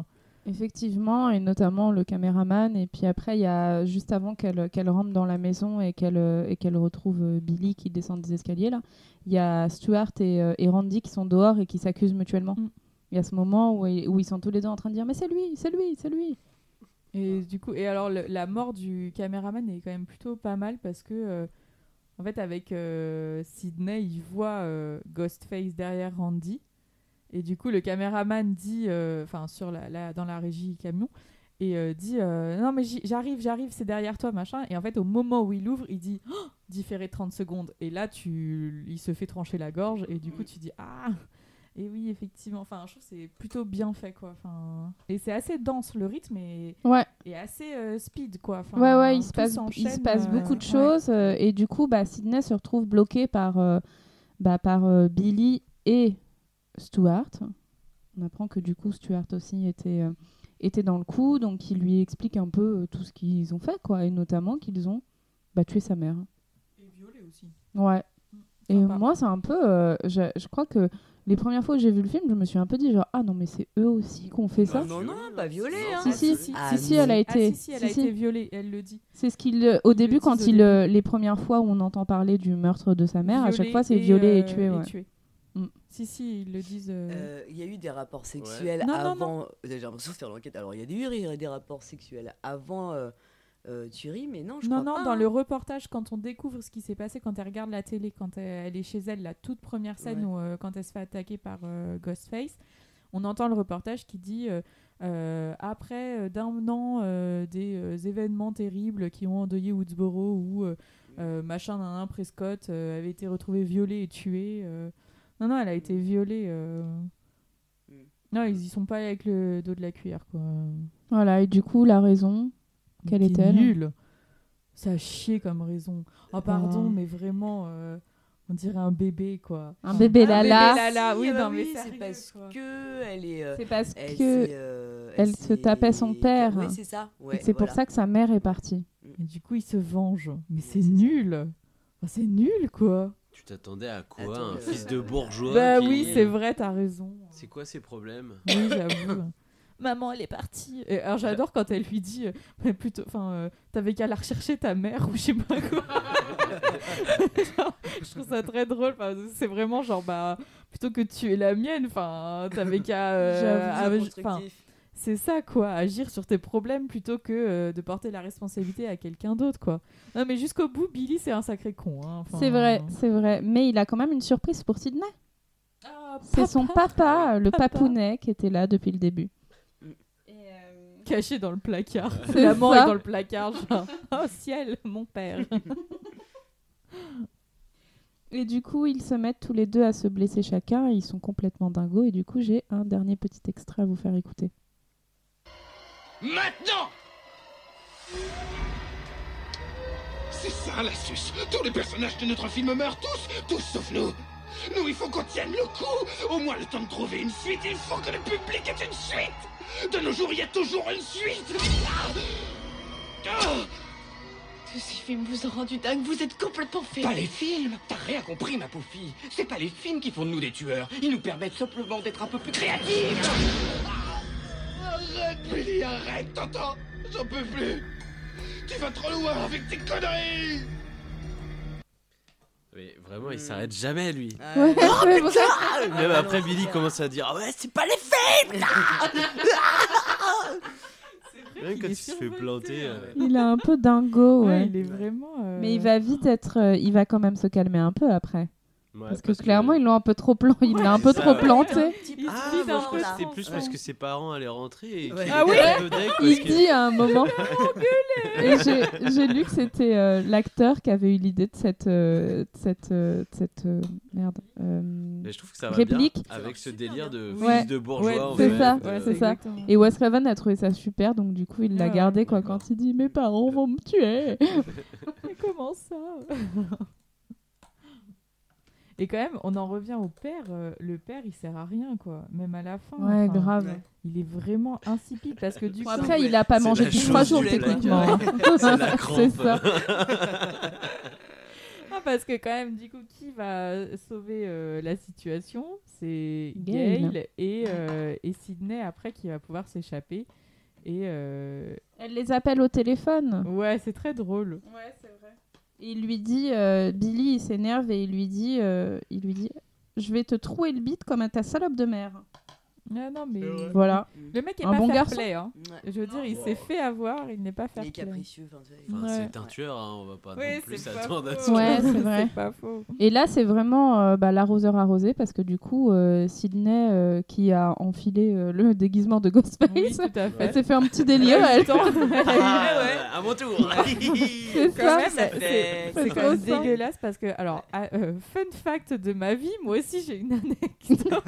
Effectivement, et notamment le caméraman. Et puis après, il y a juste avant qu'elle rentre dans la maison et qu'elle retrouve Billy qui descend des escaliers, là, il y a Stuart et Randy qui sont dehors et qui s'accusent mutuellement. Il y a ce moment où ils sont tous les deux en train de dire « Mais c'est lui, c'est lui, c'est lui !» Et du coup, alors la mort du caméraman est quand même plutôt pas mal parce que, en fait, avec Sidney, il voit Ghostface derrière Randy. Et du coup, le caméraman dit, dans la régie camion, et dit non, mais j'arrive, c'est derrière toi, machin. Et en fait, au moment où il ouvre, il dit différé 30 secondes. Et là, il se fait trancher la gorge. Et du coup, tu dis ah. Et oui, effectivement. Enfin, je trouve que c'est plutôt bien fait, quoi. Enfin, et c'est assez dense, le rythme est assez speed, quoi. Enfin, ouais, il se passe beaucoup de choses. Et du coup, Sidney se retrouve bloqué par Billy et Stuart. On apprend que du coup Stuart aussi était dans le coup, donc il lui explique un peu tout ce qu'ils ont fait, quoi, et notamment qu'ils ont tué sa mère. Et violé aussi. Ouais. Et moi, c'est un peu... je crois que les premières fois que j'ai vu le film, je me suis un peu dit genre, ah non, mais c'est eux aussi qui ont fait ça. Non, pas violée. Si, elle a été... elle a été violée, elle le dit. C'est ce qu'il... Au début, quand les premières fois où on entend parler du meurtre de sa mère, à chaque fois, c'est violé et tué. Ouais. Si, ils le disent. Il y a eu des rapports sexuels avant. Non. J'ai l'impression de faire l'enquête. Alors, il y a eu des rapports sexuels avant tuerie, mais non, je crois pas. Non, dans le reportage, quand on découvre ce qui s'est passé, quand elle regarde la télé, quand elle est chez elle, la toute première scène où, quand elle se fait attaquer par Ghostface, on entend le reportage qui dit après d'un an des événements terribles qui ont endeuillé Woodsboro où machin Prescott avait été retrouvé violé et tué. Non, elle a été violée. Non, ils y sont pas allés avec le dos de la cuillère, quoi. Voilà, et du coup, la raison, quelle est-elle ? Nul. Ça a chié comme raison. Oh, pardon, mais vraiment, on dirait un bébé, quoi. Un bébé Lala. Bébé Lala, oui, non, mais c'est parce que elle est. C'est parce que elle se tapait son père. Oui, c'est ça. Ouais, c'est pour ça que sa mère est partie. Et du coup, il se venge. Mais c'est nul. Oh, c'est nul, quoi. Tu t'attendais à quoi, un fils de bourgeois oui, c'est vrai, t'as raison. C'est quoi ses problèmes ? Oui, j'avoue. Maman, elle est partie. Et alors, j'adore quand elle lui dit t'avais qu'à la rechercher ta mère ou je sais pas quoi. Genre, je trouve ça très drôle. C'est vraiment genre, plutôt que de tuer la mienne, t'avais qu'à. C'est ça, quoi, agir sur tes problèmes plutôt que de porter la responsabilité à quelqu'un d'autre, quoi. Non, mais jusqu'au bout, Billy, c'est un sacré con. Hein. C'est vrai. Mais il a quand même une surprise pour Sidney. C'est son papa, le papounet, qui était là depuis le début. Caché dans le placard. Maman est dans le placard, genre, oh ciel, mon père. Et du coup, ils se mettent tous les deux à se blesser chacun. Et ils sont complètement dingos. Et du coup, j'ai un dernier petit extrait à vous faire écouter. Maintenant! C'est ça l'astuce. Tous les personnages de notre film meurent, tous sauf nous. Nous, il faut qu'on tienne le coup. Au moins le temps de trouver une suite, il faut que le public ait une suite. De nos jours, il y a toujours une suite. Tous ces films vous ont rendu dingue, vous êtes complètement fait. Pas les films. T'as rien compris, ma pauvre fille. C'est pas les films qui font de nous des tueurs. Ils nous permettent simplement d'être un peu plus créatifs. Arrête, Billy, arrête, t'entends? J'en peux plus. Tu vas trop loin avec tes conneries. Mais vraiment, il s'arrête jamais, lui. Ouais, Même après, Billy commence à dire ouais, c'est pas les films là. Même quand il se fait planter. Il est un peu dingo, ouais. Il est vraiment. Mais il va vite il va quand même se calmer un peu après. Ouais, parce que clairement, ils l'ont un peu trop planté. Il l'a un peu trop planté. C'était plus parce que ses parents allaient rentrer. Il dit à un moment. Et j'ai lu que c'était l'acteur qui avait eu l'idée de cette Mais je trouve que ça va réplique bien avec ce délire de fils de bourgeois. C'est ça. Et Wes Craven a trouvé ça super, donc du coup il l'a gardé quand il dit mes parents vont me tuer. Mais comment ça? Et quand même, on en revient au père. Le père, il sert à rien, quoi. Même à la fin. Ouais, grave. Il est vraiment insipide parce que du coup... Après, il a pas mangé depuis 3 jours, techniquement. C'est la crampe. C'est ça. parce que quand même, du coup, qui va sauver la situation ? C'est Gail et Sydney après qui va pouvoir s'échapper. Et elle les appelle au téléphone. Ouais, c'est très drôle. Ouais, c'est vrai. Et il lui dit, Billy, il s'énerve et il lui dit, je vais te trouer le bide comme à ta salope de mère. Ah non, mais voilà. Le mec est un pas bon fair-play. Hein. Ouais. Je veux dire, il s'est fait avoir, il n'est pas fair-play. Il est capricieux. C'est un tueur, hein, on va pas non plus s'attendre à ça. Ouais, c'est vrai. C'est pas faux. Et là, c'est vraiment l'arroseur arrosé parce que du coup, Sydney, qui a enfilé le déguisement de Ghostface, elle s'est fait un petit délire. À mon tour. C'est ça. C'est quand même dégueulasse parce que, alors, fun fact de ma vie, moi aussi j'ai une anecdote.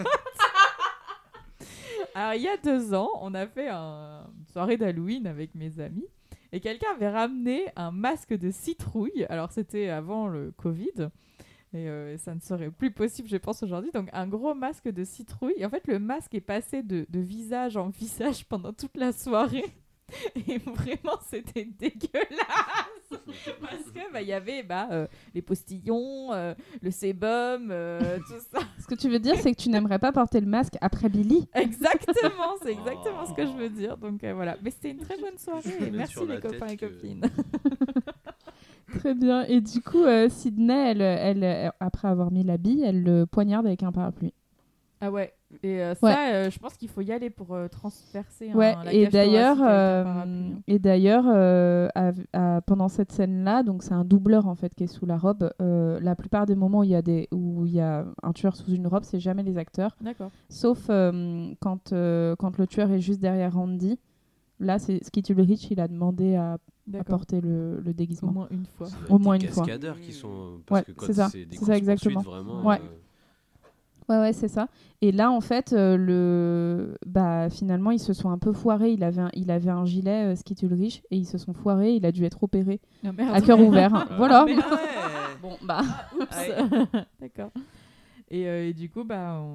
Alors, il y a 2 ans, on a fait une soirée d'Halloween avec mes amis et quelqu'un avait ramené un masque de citrouille. Alors, c'était avant le Covid et ça ne serait plus possible, je pense, aujourd'hui. Donc, un gros masque de citrouille. Et en fait, le masque est passé de visage en visage pendant toute la soirée. Et vraiment, c'était dégueulasse parce que y avait les postillons, le sébum, tout ça. Ce que tu veux dire, c'est que tu n'aimerais pas porter le masque après Billy. Exactement, c'est exactement ce que je veux dire. Donc voilà, mais c'était une très bonne soirée. Merci les copains et copines. Très bien. Et du coup, Sydney, elle, après avoir mis l'habit, elle le poignarde avec un parapluie. Ah ouais. Et ça, je pense qu'il faut y aller pour transpercer. La et cage d'ailleurs, pendant cette scène-là, donc c'est un doubleur en fait qui est sous la robe. La plupart des moments où il y a un tueur sous une robe, c'est jamais les acteurs. D'accord. Sauf quand le tueur est juste derrière Randy. Là, c'est Skeet Ulrich, il a demandé à porter le déguisement. Au moins une fois. Au moins une fois. Les cascadeurs qui sont parce que quand c'est des ça exactement. Vraiment. Ouais, c'est ça. Et là, en fait, finalement, ils se sont un peu foirés. Il avait un gilet Skeet Ulrich et ils se sont foirés. Il a dû être opéré à cœur ouvert. Voilà. Bon, oups. D'accord. Et du coup,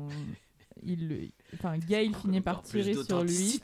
Gail finit par tirer sur lui.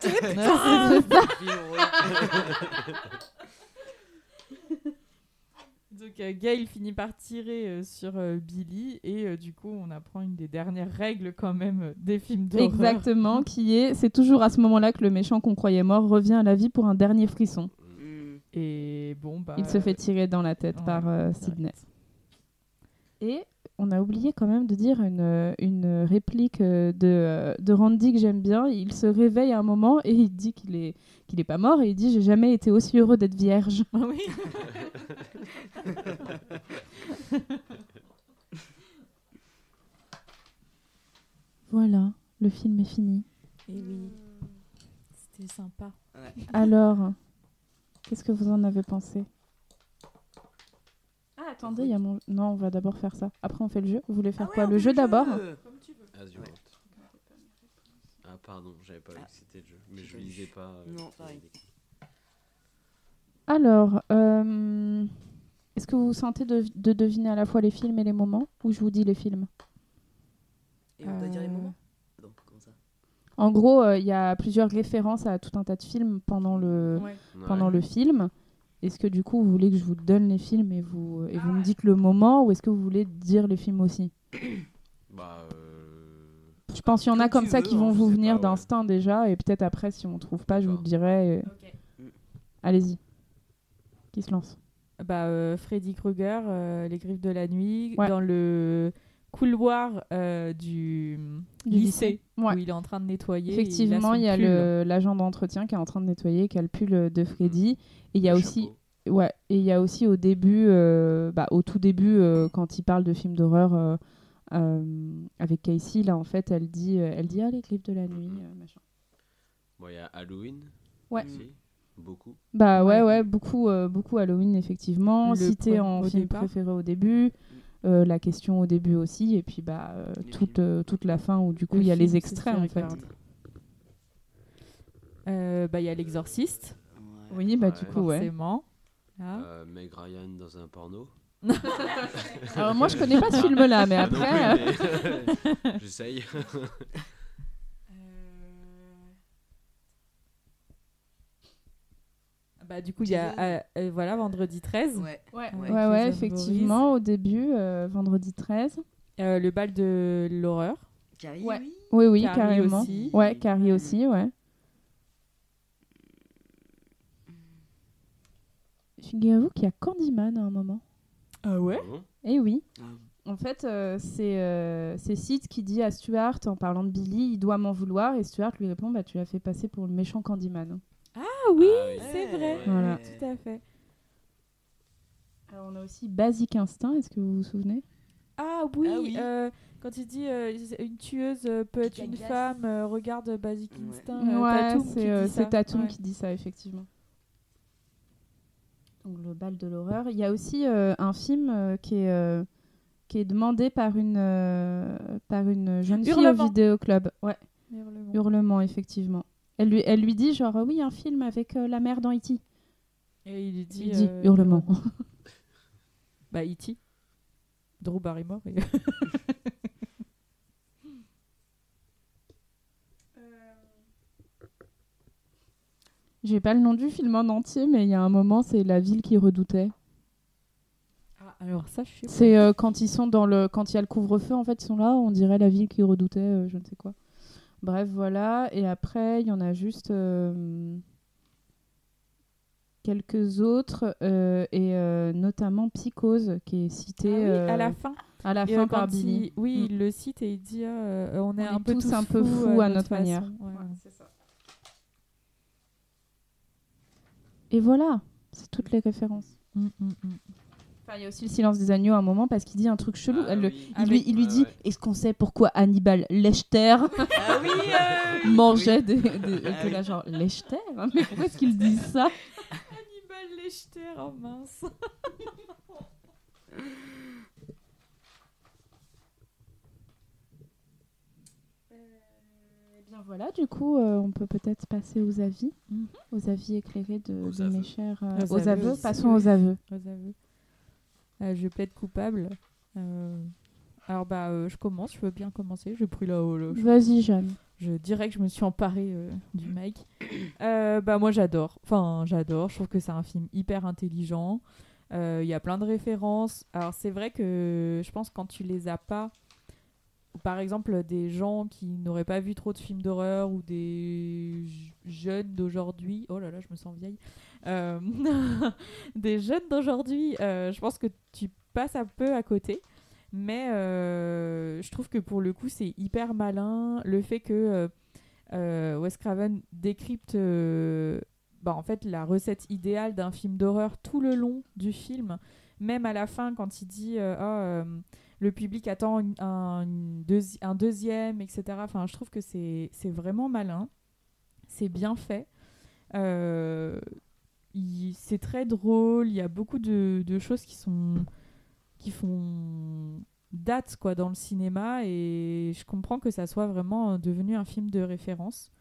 Donc Gail finit par tirer sur Billy et du coup on apprend une des dernières règles quand même des films d'horreur. Exactement, c'est toujours à ce moment-là que le méchant qu'on croyait mort revient à la vie pour un dernier frisson. Et il se fait tirer dans la tête par Sydney. Et on a oublié quand même de dire une réplique de Randy que j'aime bien. Il se réveille à un moment et il dit qu'il est pas mort et il dit « J'ai jamais été aussi heureux d'être vierge. » Oui. Voilà, le film est fini. Et oui, c'était sympa. Ouais. Alors, qu'est-ce que vous en avez pensé ? Ah, attendez, il y a mon... Non, on va d'abord faire ça. Après, on fait le jeu. Vous voulez faire quoi ? Le jeu d'abord ? Comme tu veux. Ah, pardon, j'avais pas vu que c'était le jeu. Mais je lisais pas. Non, pareil. Alors, est-ce que vous vous sentez de deviner à la fois les films et les moments ? Ou je vous dis les films ? Et on doit dire les moments ? Non, comment ça ? En gros, il y a plusieurs références à tout un tas de films pendant le film. Est-ce que du coup, vous voulez que je vous donne les films et vous me dites le moment, ou est-ce que vous voulez dire les films aussi ? Je pense qu'il y en a comme ça qui vont vous venir d'instinct déjà, et peut-être après, si on ne trouve pas, je vous le dirai. Okay. Allez-y. Qui se lance ? Freddy Krueger, Les Griffes de la Nuit, dans le couloir du lycée où il est en train de nettoyer. Effectivement, il y a l'agent d'entretien qui est en train de nettoyer, qui a le pull de Freddy. Et il y a aussi, au début, au tout début, quand il parle de films d'horreur avec Casey, là en fait, elle dit les Griffes de la Nuit, machin. Bon, il y a Halloween. Ouais. Aussi. Beaucoup. Beaucoup Halloween effectivement. Cité en film préféré au début. La question au début aussi, et puis toute la fin où du coup il y a les extraits en fait. Il y a L'Exorciste. Oui, du coup, forcément. Meg Ryan dans un porno. Alors moi je connais pas ce film-là, mais après. J'essaye. Bah, du coup, il y a voilà, vendredi 13. Ouais, effectivement, au début, vendredi 13. Le bal de l'horreur. Carrie, oui, Carrie carrément. aussi. Ouais, Carrie aussi, ouais. Figurez-vous qu'il y a Candyman à un moment. Ah ouais? Eh oui. En fait, c'est Sid qui dit à Stuart, en parlant de Billy, il doit m'en vouloir. Et Stuart lui répond, bah, tu l'as fait passer pour le méchant Candyman. Ah oui, c'est vrai. Voilà. Tout à fait. Alors, on a aussi Basic Instinct, est-ce que vous vous souvenez? Ah oui. Quand il dit une tueuse peut être une femme, regarde Basic Instinct. C'est Tatum qui dit ça, effectivement. Donc, le bal de l'horreur. Il y a aussi un film qui est demandé par une jeune fille au vidéoclub. Ouais. Hurlement, effectivement. Elle lui dit genre oui, un film avec la mère dans E.T. Et il dit Hurlement. Bah E.T. Drew Barrymore. J'ai pas le nom du film en entier, mais il y a un moment, c'est La ville qui redoutait. Ah, alors ça, je sais pas. C'est quand ils sont quand il y a le couvre-feu, en fait, ils sont là, on dirait La ville qui redoutait, je ne sais quoi. Bref, voilà. Et après, il y en a juste quelques autres, et notamment Psychose, qui est cité à la fin. À la fin par Billy. Il le cite et il dit on est un peu tous un peu fous à notre manière. Ouais. C'est ça. Et voilà, c'est toutes les références. Enfin, il y a aussi le silence des agneaux à un moment parce qu'il dit un truc chelou. Il lui dit est-ce qu'on sait pourquoi Hannibal Lecter mangeait de la genre Lecter, mais pourquoi est-ce qu'il dit ça? Hannibal Lecter, oh mince. Voilà, du coup, on peut peut-être passer aux avis, aux avis éclairés de mes chers... aux aveux, passons aux aveux. Je plaide coupable. Alors, je commence, je veux bien commencer. J'ai pris là-haut. Vas-y, Jeanne. Je dirais que je me suis emparée du mic. Moi, j'adore. Enfin, j'adore. Je trouve que c'est un film hyper intelligent. Il y a plein de références. Alors, c'est vrai que je pense que quand tu les as pas... Par exemple, des gens qui n'auraient pas vu trop de films d'horreur ou des jeunes d'aujourd'hui... Oh là là, je me sens vieille. Des jeunes d'aujourd'hui, je pense que tu passes un peu à côté. Mais je trouve que pour le coup, c'est hyper malin. Le fait que Wes Craven décrypte en fait, la recette idéale d'un film d'horreur tout le long du film. Même à la fin, quand il dit... le public attend un deuxième, etc. Enfin, je trouve que c'est vraiment malin. C'est bien fait. C'est très drôle. Il y a beaucoup de choses qui font date quoi, dans le cinéma. Et je comprends que ça soit vraiment devenu un film de référence.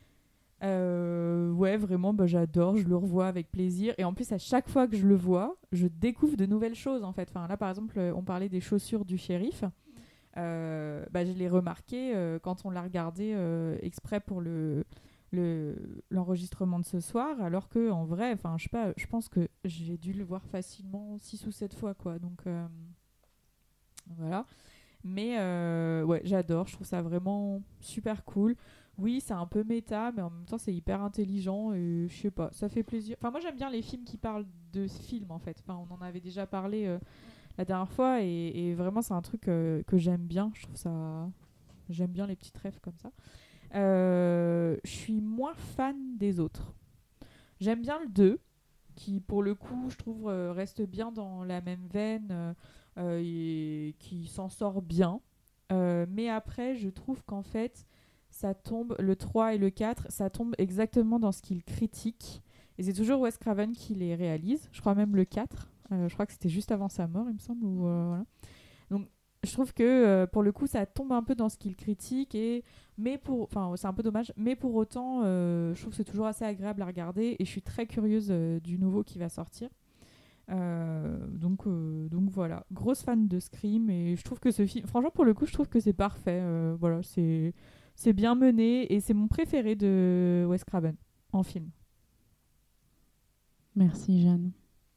Vraiment, j'adore, je le revois avec plaisir. Et en plus, à chaque fois que je le vois, je découvre de nouvelles choses en fait. Enfin, là, par exemple, on parlait des chaussures du shérif. Je l'ai remarqué quand on l'a regardé exprès pour l'enregistrement de ce soir. Alors que en vrai, je sais pas, je pense que j'ai dû le voir facilement 6 ou 7 fois, quoi. Donc voilà. Mais j'adore, je trouve ça vraiment super cool. Oui, c'est un peu méta, mais en même temps, c'est hyper intelligent et je sais pas, ça fait plaisir. Enfin, moi, j'aime bien les films qui parlent de ce film, en fait. Enfin, on en avait déjà parlé la dernière fois et vraiment, c'est un truc que j'aime bien. Je trouve ça... J'aime bien les petites rêves comme ça. Je suis moins fan des autres. J'aime bien le 2, qui, pour le coup, je trouve, reste bien dans la même veine et qui s'en sort bien. Mais après, je trouve qu'en fait... ça tombe, le 3 et le 4, ça tombe exactement dans ce qu'ils critiquent. Et c'est toujours Wes Craven qui les réalise. Je crois même le 4. Je crois que c'était juste avant sa mort, il me semble. Voilà. Donc, je trouve que, pour le coup, ça tombe un peu dans ce qu'ils critiquent. C'est un peu dommage. Mais pour autant, je trouve que c'est toujours assez agréable à regarder. Et je suis très curieuse du nouveau qui va sortir. Donc voilà. Grosse fan de Scream. Et je trouve que ce film... Franchement, pour le coup, je trouve que c'est parfait. Voilà, c'est bien mené et c'est mon préféré de Wes Craven en film. Merci Jeanne.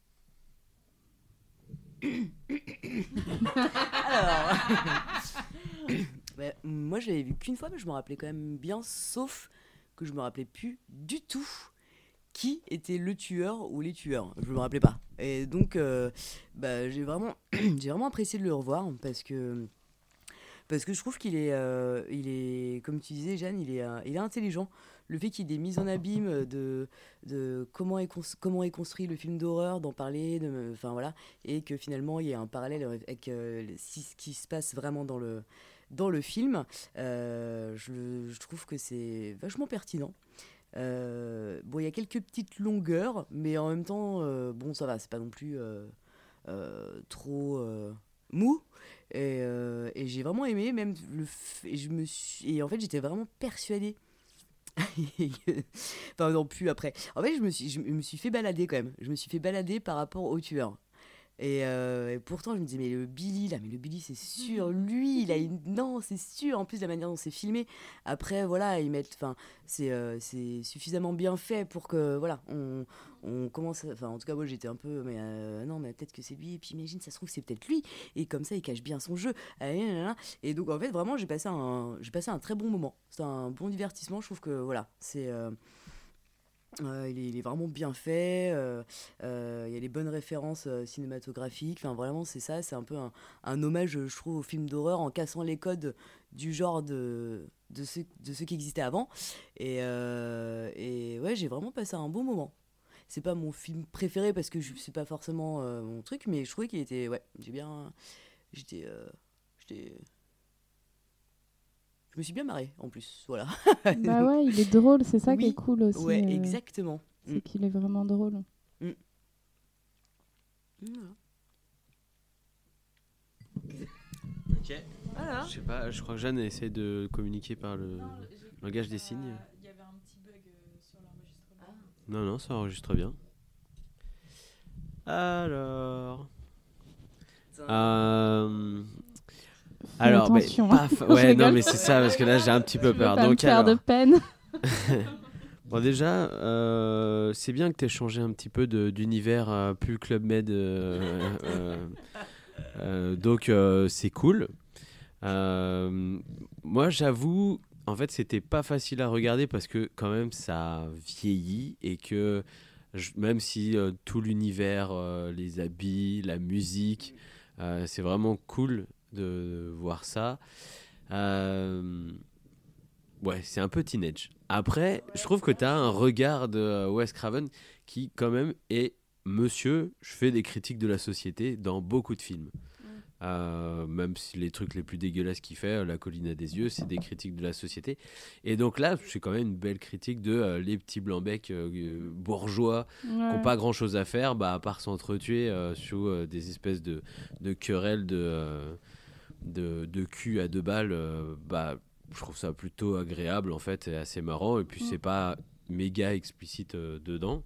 Alors, moi je l'avais vu qu'une fois, mais je me rappelais quand même bien, sauf que je me rappelais plus du tout qui était le tueur ou les tueurs. Je me rappelais pas. Et donc, j'ai vraiment apprécié de le revoir parce que je trouve qu'il est, comme tu disais, Jeanne, il est intelligent. Le fait qu'il y ait des mises en abîme de comment est construit le film d'horreur, d'en parler, enfin voilà, et que finalement il y a un parallèle avec ce qui se passe vraiment dans le film. Je trouve que c'est vachement pertinent. Bon, il y a quelques petites longueurs, mais en même temps, bon, ça va, c'est pas non plus trop mou. Et j'ai vraiment aimé, même et en fait, j'étais vraiment persuadée. Enfin, non, plus après. En fait, je me suis fait balader quand même. Je me suis fait balader par rapport au tueur. Et pourtant, je me disais, mais le Billy, c'est sûr, lui, non, c'est sûr. En plus, la manière dont c'est filmé, après, voilà, c'est suffisamment bien fait pour que, voilà, on commence, enfin, en tout cas, moi, j'étais un peu, mais non, mais peut-être que c'est lui, et puis imagine, ça se trouve, c'est peut-être lui, et comme ça, il cache bien son jeu. Et donc, en fait, vraiment, j'ai passé un très bon moment. C'était un bon divertissement, je trouve que, voilà, il est vraiment bien fait, il y a les bonnes références cinématographiques, enfin vraiment c'est ça, c'est un peu un hommage je trouve au film d'horreur en cassant les codes du genre de ceux qui existaient avant et ouais, j'ai vraiment passé un bon moment. C'est pas mon film préféré parce que c'est pas forcément mon truc, mais je trouvais qu'il était, ouais, j'étais je me suis bien marrée en plus, voilà. Bah ouais, il est drôle, c'est ça qui est cool aussi. Ouais, exactement. C'est qu'il est vraiment drôle. Voilà. Ok. Voilà. Je sais pas, je crois que Jeanne essaie de communiquer par le langage des signes. Il y avait un petit bug sur l'enregistrement. Non, ça enregistre bien. Alors. Alors, attention. Ouais, non, mais c'est ça, parce que là, j'ai un petit peu peur. Donc, faire de peine. Bon, déjà, c'est bien que tu aies changé un petit peu d'univers plus Club Med. Donc, c'est cool. Moi, j'avoue, en fait, c'était pas facile à regarder parce que, quand même, ça vieillit et que, même si tout l'univers, les habits, la musique, c'est vraiment cool de voir ça. Ouais, c'est un peu teenage. Après, je trouve que tu as un regard de Wes Craven qui, quand même, est monsieur, je fais des critiques de la société dans beaucoup de films. Même si les trucs les plus dégueulasses qu'il fait, La colline à des yeux, c'est des critiques de la société. Et donc là, c'est quand même une belle critique de les petits blancs-becs bourgeois qui n'ont pas grand-chose à faire, à part s'entretuer sous des espèces de querelles de cul à 2 balles. Je trouve ça plutôt agréable en fait et assez marrant, et puis c'est pas méga explicite dedans,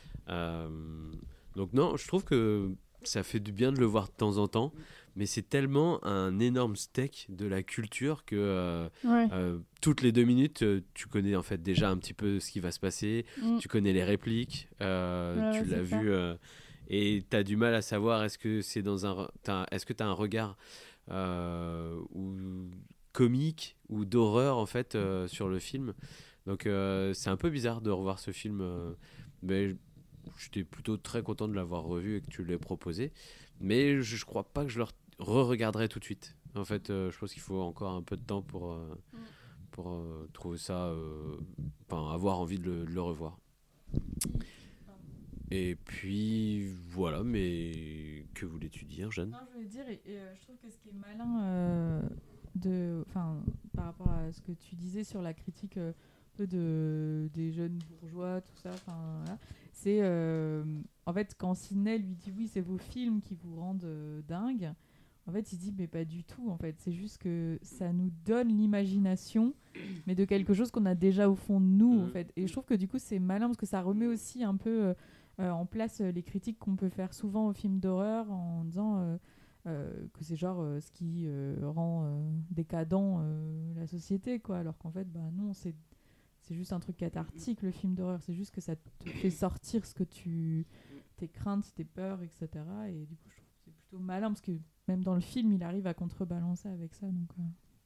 donc non, je trouve que ça fait du bien de le voir de temps en temps, mais c'est tellement un énorme steak de la culture que toutes les 2 minutes tu connais en fait déjà un petit peu ce qui va se passer, tu connais les répliques, tu l'as vu, et t'as du mal à savoir est-ce que c'est est-ce que t'as un regard ou comique ou d'horreur en fait sur le film. Donc c'est un peu bizarre de revoir ce film, mais j'étais plutôt très content de l'avoir revu et que tu l'aies proposé, mais je crois pas que je le re-regarderai tout de suite en fait. Je pense qu'il faut encore un peu de temps pour trouver ça, avoir envie de le revoir. Et puis voilà, mais que voulais-tu dire, Jeanne? Non, je voulais dire, et je trouve que ce qui est malin par rapport à ce que tu disais sur la critique peu des jeunes bourgeois, tout ça, voilà, c'est en fait quand Sidney lui dit oui, c'est vos films qui vous rendent dingue, en fait il dit mais pas du tout, en fait c'est juste que ça nous donne l'imagination, mais de quelque chose qu'on a déjà au fond de nous, en fait. Et je trouve que du coup c'est malin parce que ça remet aussi un peu en place les critiques qu'on peut faire souvent aux films d'horreur en disant que c'est genre ce qui rend décadent la société, quoi, alors qu'en fait non, c'est c'est juste un truc cathartique, le film d'horreur. C'est juste que ça te fait sortir tes craintes, tes peurs, etc. Et du coup, je trouve que c'est plutôt malin parce que même dans le film, il arrive à contrebalancer avec ça. Donc,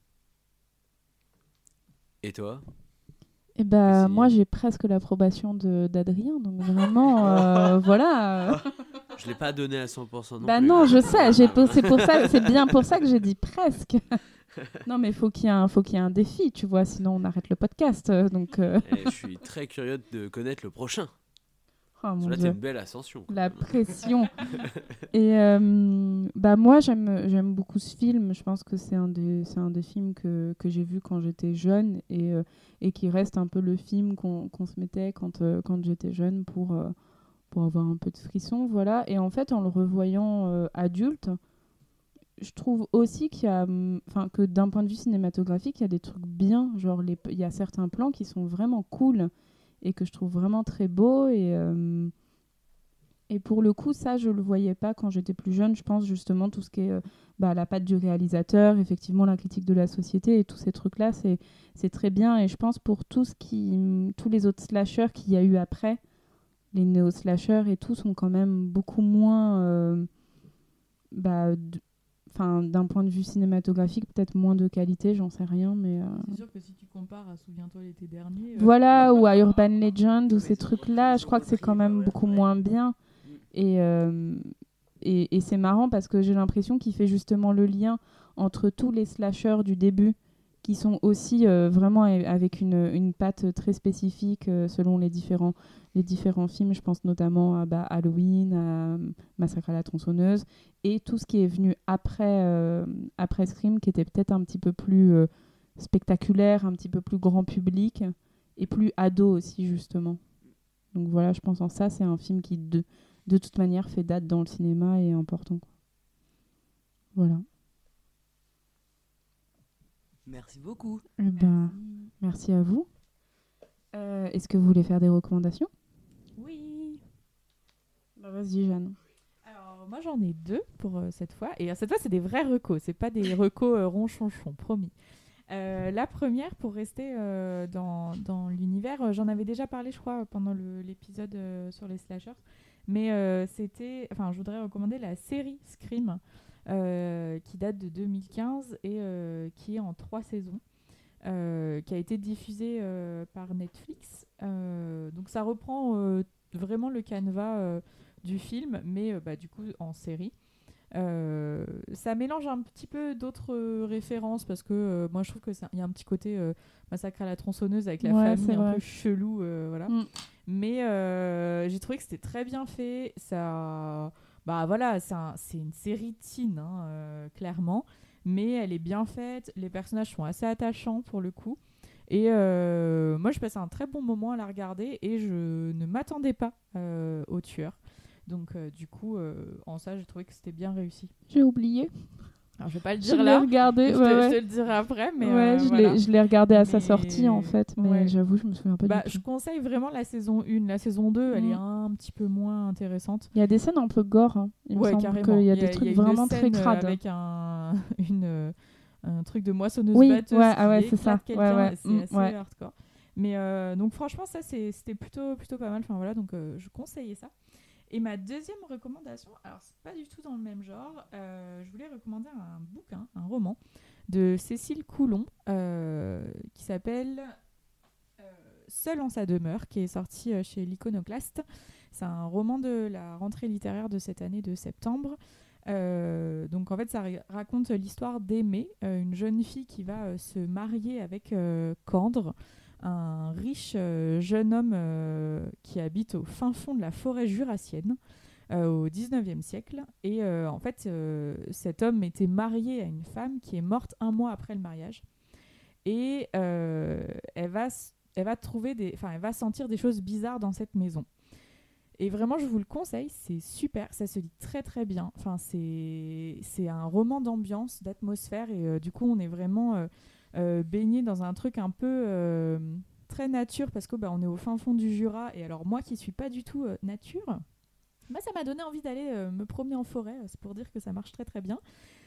Et toi ? Et bah, moi, j'ai presque l'approbation d'Adrien, donc vraiment, voilà. Je l'ai pas donné à 100% non bah plus. Non, je sais, c'est bien pour ça que j'ai dit presque. Non, mais faut qu'il y ait un défi, tu vois, sinon on arrête le podcast. Donc, je suis très curieux de connaître le prochain. Oh, mon là, Dieu. t'as une belle ascension. La pression. Et bah moi, j'aime beaucoup ce film. Je pense que c'est un des films que j'ai vu quand j'étais jeune et qui reste un peu le film qu'on se mettait quand j'étais jeune pour avoir un peu de frisson, voilà. Et en fait, en le revoyant adulte, je trouve aussi que d'un point de vue cinématographique, il y a des trucs bien. Genre, il y a certains plans qui sont vraiment cool et que je trouve vraiment très beaux. Et pour le coup, ça, je le voyais pas quand j'étais plus jeune. Je pense justement tout ce qui est la patte du réalisateur, effectivement la critique de la société et tous ces trucs-là, c'est très bien. Et je pense pour tous les autres slashers qu'il y a eu après, les néo-slashers et tout sont quand même beaucoup moins... d'un point de vue cinématographique, peut-être moins de qualité, j'en sais rien, mais... C'est sûr que si tu compares à Souviens-toi l'été dernier... Voilà, ou à Urban Legend, ou ces trucs-là, je crois que c'est quand même beaucoup moins bien. Et c'est marrant parce que j'ai l'impression qu'il fait justement le lien entre tous les slashers du début, qui sont aussi vraiment avec une patte très spécifique selon les différents films. Je pense notamment à Halloween, à Massacre à la tronçonneuse, et tout ce qui est venu après Scream, qui était peut-être un petit peu plus spectaculaire, un petit peu plus grand public, et plus ado aussi, justement. Donc voilà, je pense en ça, c'est un film qui, de toute manière, fait date dans le cinéma et est important. Voilà. Merci beaucoup. Merci à vous. Est-ce que vous voulez faire des recommandations ? Oui. Vas-y, Jeanne. Alors, moi, j'en ai 2 pour cette fois. Et cette fois, c'est des vrais recos. C'est pas des recos ronchonchons, promis. La première, pour rester dans l'univers, j'en avais déjà parlé, je crois, pendant l'épisode sur les slashers. Mais je voudrais recommander la série Scream, qui date de 2015 et qui est en 3 saisons, qui a été diffusée par Netflix. Donc ça reprend vraiment le canevas du film, mais du coup en série. Ça mélange un petit peu d'autres références parce que moi je trouve qu'il y a un petit côté Massacre à la tronçonneuse avec la famille un peu chelou, voilà. Mais j'ai trouvé que c'était très bien fait. Ça, c'est une série teen, clairement, mais elle est bien faite. Les personnages sont assez attachants pour le coup. Et moi je passais un très bon moment à la regarder et je ne m'attendais pas au tueur. Donc du coup, en ça, j'ai trouvé que c'était bien réussi. J'ai oublié. Alors, je vais pas le dire là. Regardé, je te le dirai après. Mais je l'ai regardé à sa sortie en fait, mais j'avoue, je me souviens pas du tout. Je conseille vraiment la saison 1. La saison 2, elle est un petit peu moins intéressante. Il y a des scènes un peu gore. Hein. Il me semble qu'il y a des trucs vraiment très crades. Avec un truc de moissonneuse-batteuse qui éclate quelqu'un. C'est assez hardcore. Mais donc franchement, ça, c'était plutôt pas mal. Enfin, voilà, donc je conseillais ça. Et ma deuxième recommandation, alors c'est pas du tout dans le même genre, je voulais recommander un bouquin, un roman de Cécile Coulon qui s'appelle Seul en sa demeure, qui est sorti chez l'Iconoclaste. C'est un roman de la rentrée littéraire de cette année de septembre. Donc en fait ça raconte l'histoire d'Aimée, une jeune fille qui va se marier avec Candre, un riche jeune homme qui habite au fin fond de la forêt jurassienne au 19e siècle. Et en fait, cet homme était marié à une femme qui est morte 1 mois après le mariage. Et elle va sentir des choses bizarres dans cette maison. Et vraiment, je vous le conseille, c'est super, ça se lit très très bien. Enfin, c'est un roman d'ambiance, d'atmosphère, et du coup, on est vraiment baigné dans un truc un peu très nature, parce que on est au fin fond du Jura. Et alors moi, qui suis pas du tout nature, ça m'a donné envie d'aller me promener en forêt. C'est pour dire que ça marche très très bien.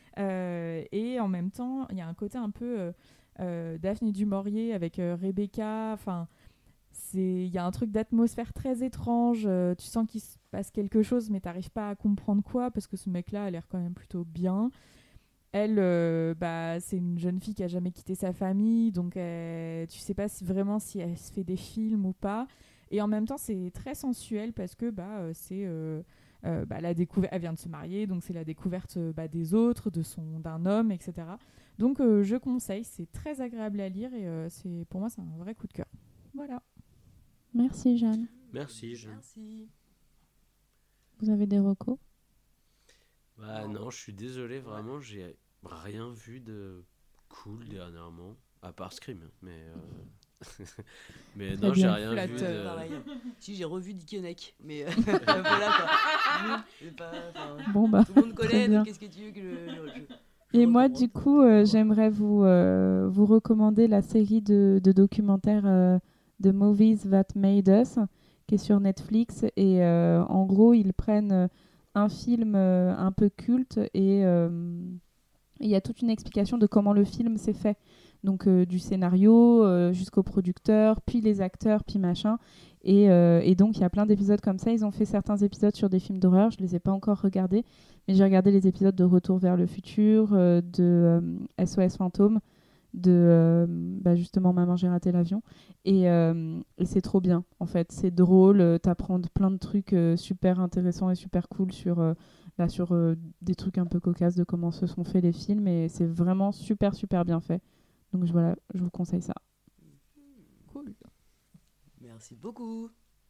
Et en même temps, il y a un côté un peu Daphné du Maurier avec Rebecca. Enfin, il y a un truc d'atmosphère très étrange. Tu sens qu'il se passe quelque chose, mais t'arrives pas à comprendre quoi, parce que ce mec-là a l'air quand même plutôt bien. Elle, c'est une jeune fille qui a jamais quitté sa famille, donc tu sais pas si elle se fait des films ou pas. Et en même temps, c'est très sensuel parce que c'est la découverte. Elle vient de se marier, donc c'est la découverte des autres, d'un homme, etc. Donc je conseille, c'est très agréable à lire et pour moi c'est un vrai coup de cœur. Voilà. Merci Jeanne. Merci Jeanne. Merci. Vous avez des recos? Non, je suis désolé, vraiment, j'ai rien vu de cool dernièrement, à part Scream, mais mais non, j'ai rien vu de... Pareil. Si, j'ai revu Dickeneck, mais voilà quoi. Bon tout le monde connaît, donc qu'est-ce que tu veux que Et moi, du coup, j'aimerais vous recommander la série de documentaires The Movies That Made Us, qui est sur Netflix. Et en gros, ils prennent un film un peu culte et il y a toute une explication de comment le film s'est fait. Donc du scénario jusqu'au producteur, puis les acteurs, puis machin. Et donc il y a plein d'épisodes comme ça. Ils ont fait certains épisodes sur des films d'horreur. Je ne les ai pas encore regardés, mais j'ai regardé les épisodes de Retour vers le futur, de SOS Fantôme, de justement Maman j'ai raté l'avion. Et c'est trop bien en fait. C'est drôle, t'apprends plein de trucs super intéressants et super cool sur des trucs un peu cocasses de comment se sont faits les films. Et c'est vraiment super super bien fait. Donc voilà, je vous conseille ça. Cool. Merci beaucoup.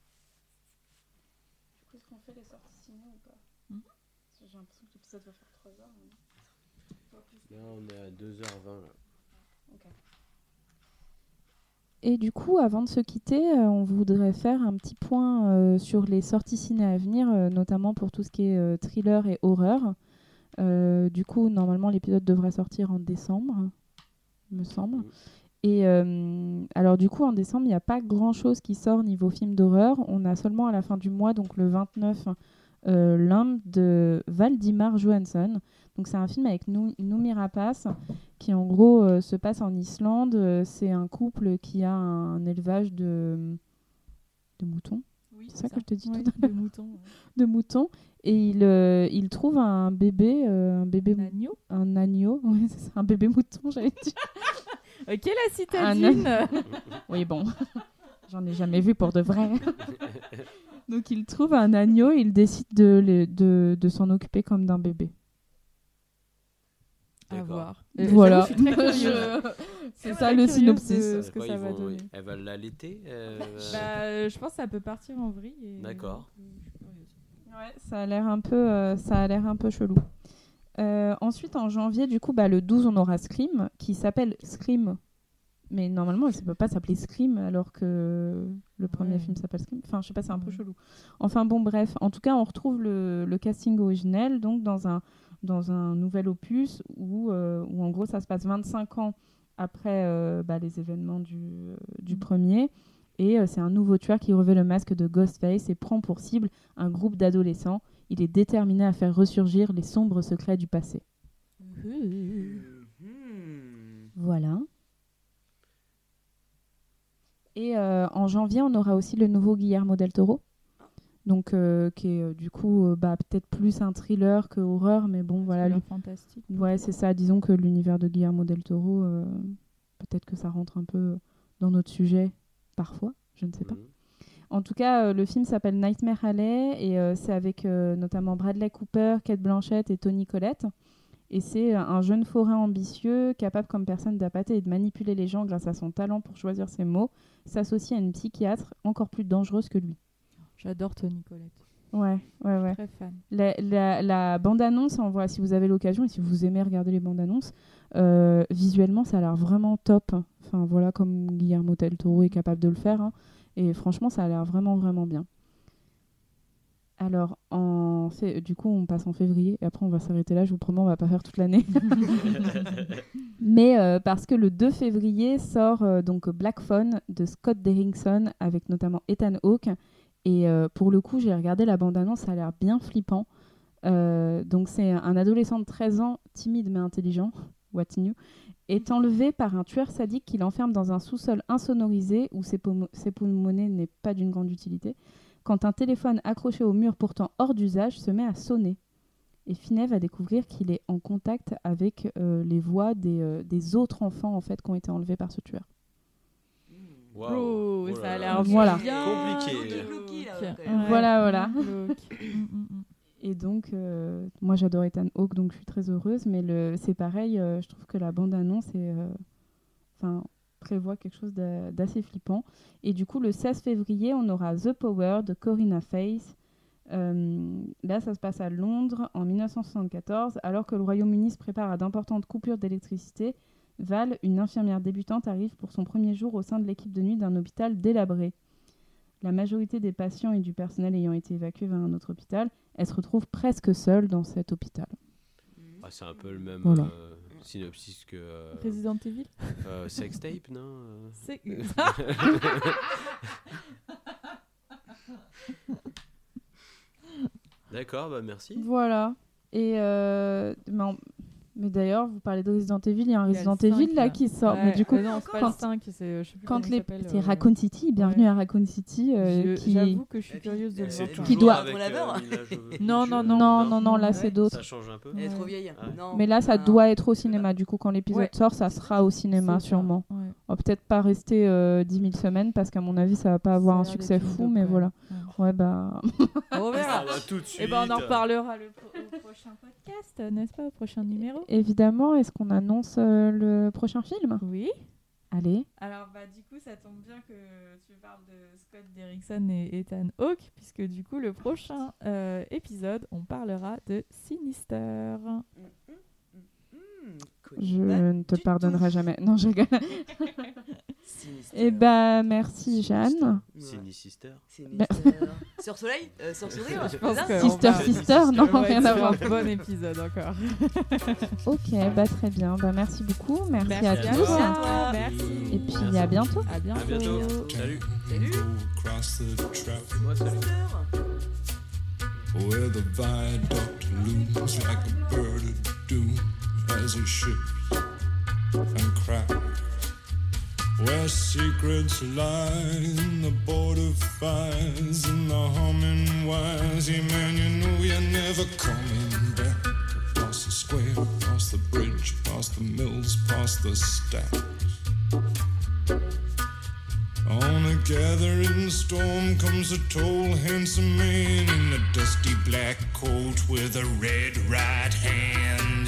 Du coup, est-ce qu'on fait les sorties ciné ou pas? J'ai l'impression que l'épisode va faire 3 heures. Là, on est à 2h20. Là. Okay. Et du coup, avant de se quitter, on voudrait faire un petit point sur les sorties ciné à venir, notamment pour tout ce qui est thriller et horreur. Du coup, normalement, l'épisode devrait sortir en décembre, me semble. Et alors du coup, en décembre, il n'y a pas grand-chose qui sort niveau film d'horreur. On a seulement à la fin du mois, donc le 29, L'Inde de Valdimar Johansson. Donc c'est un film avec Noomi Rapace qui en gros se passe en Islande. C'est un couple qui a un élevage de moutons. Oui, c'est ça que je te dis tout à l'heure. De moutons. De moutons. Et il trouve un bébé. Un agneau. Un agneau. Oui, c'est ça, un bébé mouton, j'allais dire. Ok, la citadine. Oui, bon. J'en ai jamais vu pour de vrai. Donc il trouve un agneau et il décide de s'en occuper comme d'un bébé. À voir. Voilà. C'est ça le synopsis. Ce que ça va donner. Elle va l'allaiter je pense que ça peut partir en vrille. D'accord. Ouais, ça a l'air un peu chelou. Ensuite, en janvier, du coup, le 12, on aura Scream, qui s'appelle Scream. Mais normalement, ça ne peut pas s'appeler Scream, alors que le premier film s'appelle Scream. Enfin, je sais pas, c'est un peu chelou. Enfin, bon, bref. En tout cas, on retrouve le casting originel, donc dans un nouvel opus, où en gros, ça se passe 25 ans après les événements du premier. Et c'est un nouveau tueur qui revêt le masque de Ghostface et prend pour cible un groupe d'adolescents. Il est déterminé à faire ressurgir les sombres secrets du passé. Voilà. Et en janvier, on aura aussi le nouveau Guillermo del Toro. Donc, qui est du coup peut-être plus un thriller que horreur, mais bon, voilà. Fantastique. Ouais, c'est ça. Disons que l'univers de Guillermo del Toro, peut-être que ça rentre un peu dans notre sujet, parfois, je ne sais pas. En tout cas, le film s'appelle Nightmare Alley et c'est avec notamment Bradley Cooper, Cate Blanchett et Toni Collette. Et c'est un jeune forain ambitieux, capable comme personne d'appâter et de manipuler les gens grâce à son talent pour choisir ses mots, s'associe à une psychiatre encore plus dangereuse que lui. J'adore Toni Collette. Ouais. Très fan. La bande-annonce, si vous avez l'occasion et si vous aimez regarder les bandes-annonces, visuellement, ça a l'air vraiment top. Enfin, voilà, comme Guillermo del Toro est capable de le faire. Hein. Et franchement, ça a l'air vraiment, vraiment bien. Alors, du coup, on passe en février. Et après, on va s'arrêter là. Je vous promets, on va pas faire toute l'année. Mais parce que le 2 février sort donc Black Phone de Scott Derrickson avec notamment Ethan Hawke. Et pour le coup, j'ai regardé la bande-annonce. Ça a l'air bien flippant. Donc, c'est un adolescent de 13 ans, timide mais intelligent. What's new. est enlevé par un tueur sadique qui l'enferme dans un sous-sol insonorisé où ses monnaie n'est pas d'une grande utilité, quand un téléphone accroché au mur pourtant hors d'usage se met à sonner. Et Finney va découvrir qu'il est en contact avec les voix des autres enfants en fait, qui ont été enlevés par ce tueur. Wow. Ça a l'air voilà. bien compliqué. Voilà. Et donc, moi j'adore Ethan Hawke, donc je suis très heureuse, mais c'est pareil, je trouve que la bande-annonce prévoit quelque chose d'assez flippant. Et du coup, le 16 février, on aura The Power de Corinna Faith. Là, ça se passe à Londres en 1974, alors que le Royaume-Uni se prépare à d'importantes coupures d'électricité. Val, une infirmière débutante, arrive pour son premier jour au sein de l'équipe de nuit d'un hôpital délabré. La majorité des patients et du personnel ayant été évacués vers un autre hôpital, elle se retrouve presque seule dans cet hôpital. C'est un peu le même synopsis que... Resident Evil Sextape, non D'accord, merci. Voilà. Et... Mais d'ailleurs, vous parlez de Resident Evil, il y a un Resident Evil là qui sort. Ouais, mais du coup, non, c'est pas le 5, je sais plus comment il s'appelle. C'est Raccoon City, bienvenue à Raccoon City. J'avoue que je suis curieuse de le voir. Qui doit. Non, là c'est d'autres. Ça change un peu. Elle est trop vieille. Non. Mais là, ça doit être au cinéma. Du coup, quand l'épisode sort, ça sera au cinéma sûrement. On va peut-être pas rester 10 000 semaines parce qu'à mon avis, ça va pas avoir un succès fou, mais voilà. Ouais, bah. On verra. Tout de suite. Et ben, on en reparlera au prochain podcast, n'est-ce pas, au prochain numéro. Évidemment, est-ce qu'on annonce le prochain film ? Oui. Allez. Alors, du coup, ça tombe bien que tu parles de Scott Derrickson et Ethan Hawke, puisque du coup, le prochain épisode, on parlera de Sinister. Je ne te pardonnerai jamais. Non, je rigole. Eh ben, merci Jeanne. Sinister. Sœur Soleil, Sœur Sourire. Je pense que Sister, non, rien à voir. Bon épisode encore. Ok, très bien. Merci beaucoup. Merci à tous. Merci à toi. Merci. Et puis à bientôt. À bientôt. Salut. Moi, salut. Where the viaduct looms like a bird of doom as it shifts and cracks. Where secrets lie in the border fires and the humming wires. Yeah, man, you know you're never coming back. Past the square, past the bridge, past the mills, past the stacks. On a gathering storm comes a tall, handsome man in a dusty black coat with a red right hand.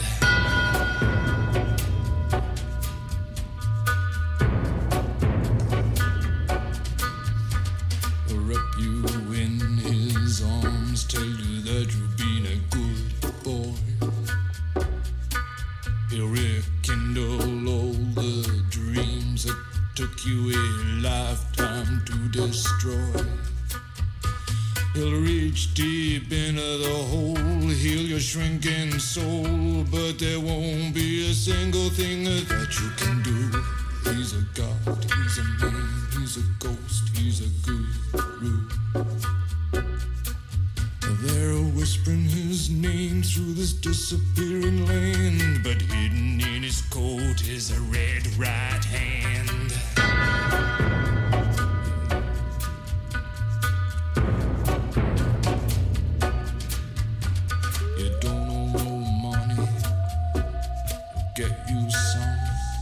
Wrap you in his arms, tell you that you've been a good boy. He'll rekindle all the dreams that took you a lifetime to destroy. He'll reach deep into the hole, heal your shrinking soul, but there won't be a single thing that you can do. He's a god, he's a man, he's a ghost, he's a guru. They're whispering his name through this disappearing land, but hidden in his coat is a red right hand. You don't owe no money, get you some.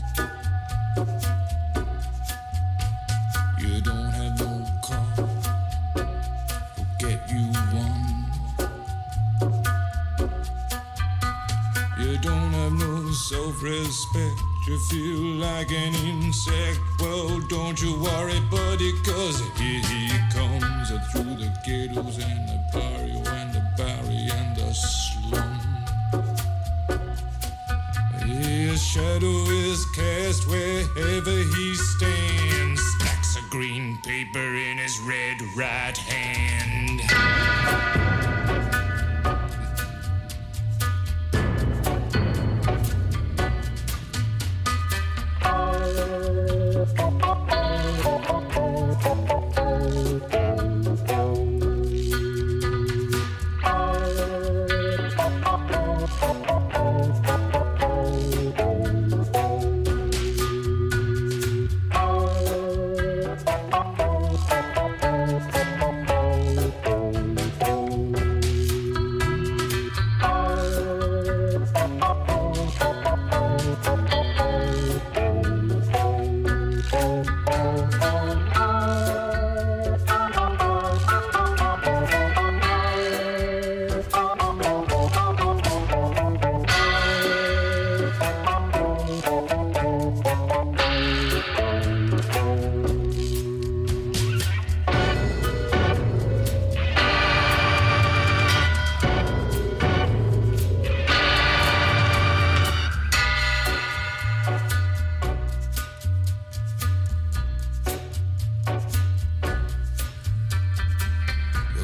You don't have no car, get you one. You don't have no self-respect, you feel like an insect. Well, don't you worry, buddy, cause here he comes through the ghettos and the barrio and the barry and the slum. His shadow is cast wherever he stands, stacks of green paper in his red right hand.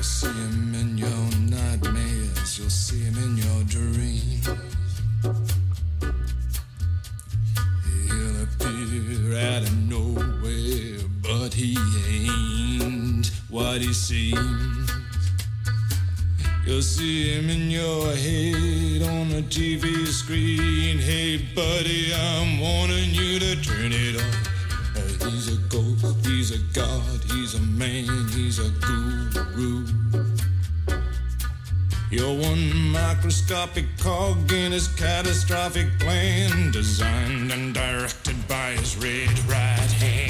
see him in your nightmares, you'll see him in your dreams. He'll appear out of nowhere, but he ain't what he seems. You'll see him in your head on the TV screen. Hey buddy, I'm warning you to turn it off. He's a ghost, he's a god, he's a man, he's a guru. You're one microscopic cog in his catastrophic plan, designed and directed by his red right hand.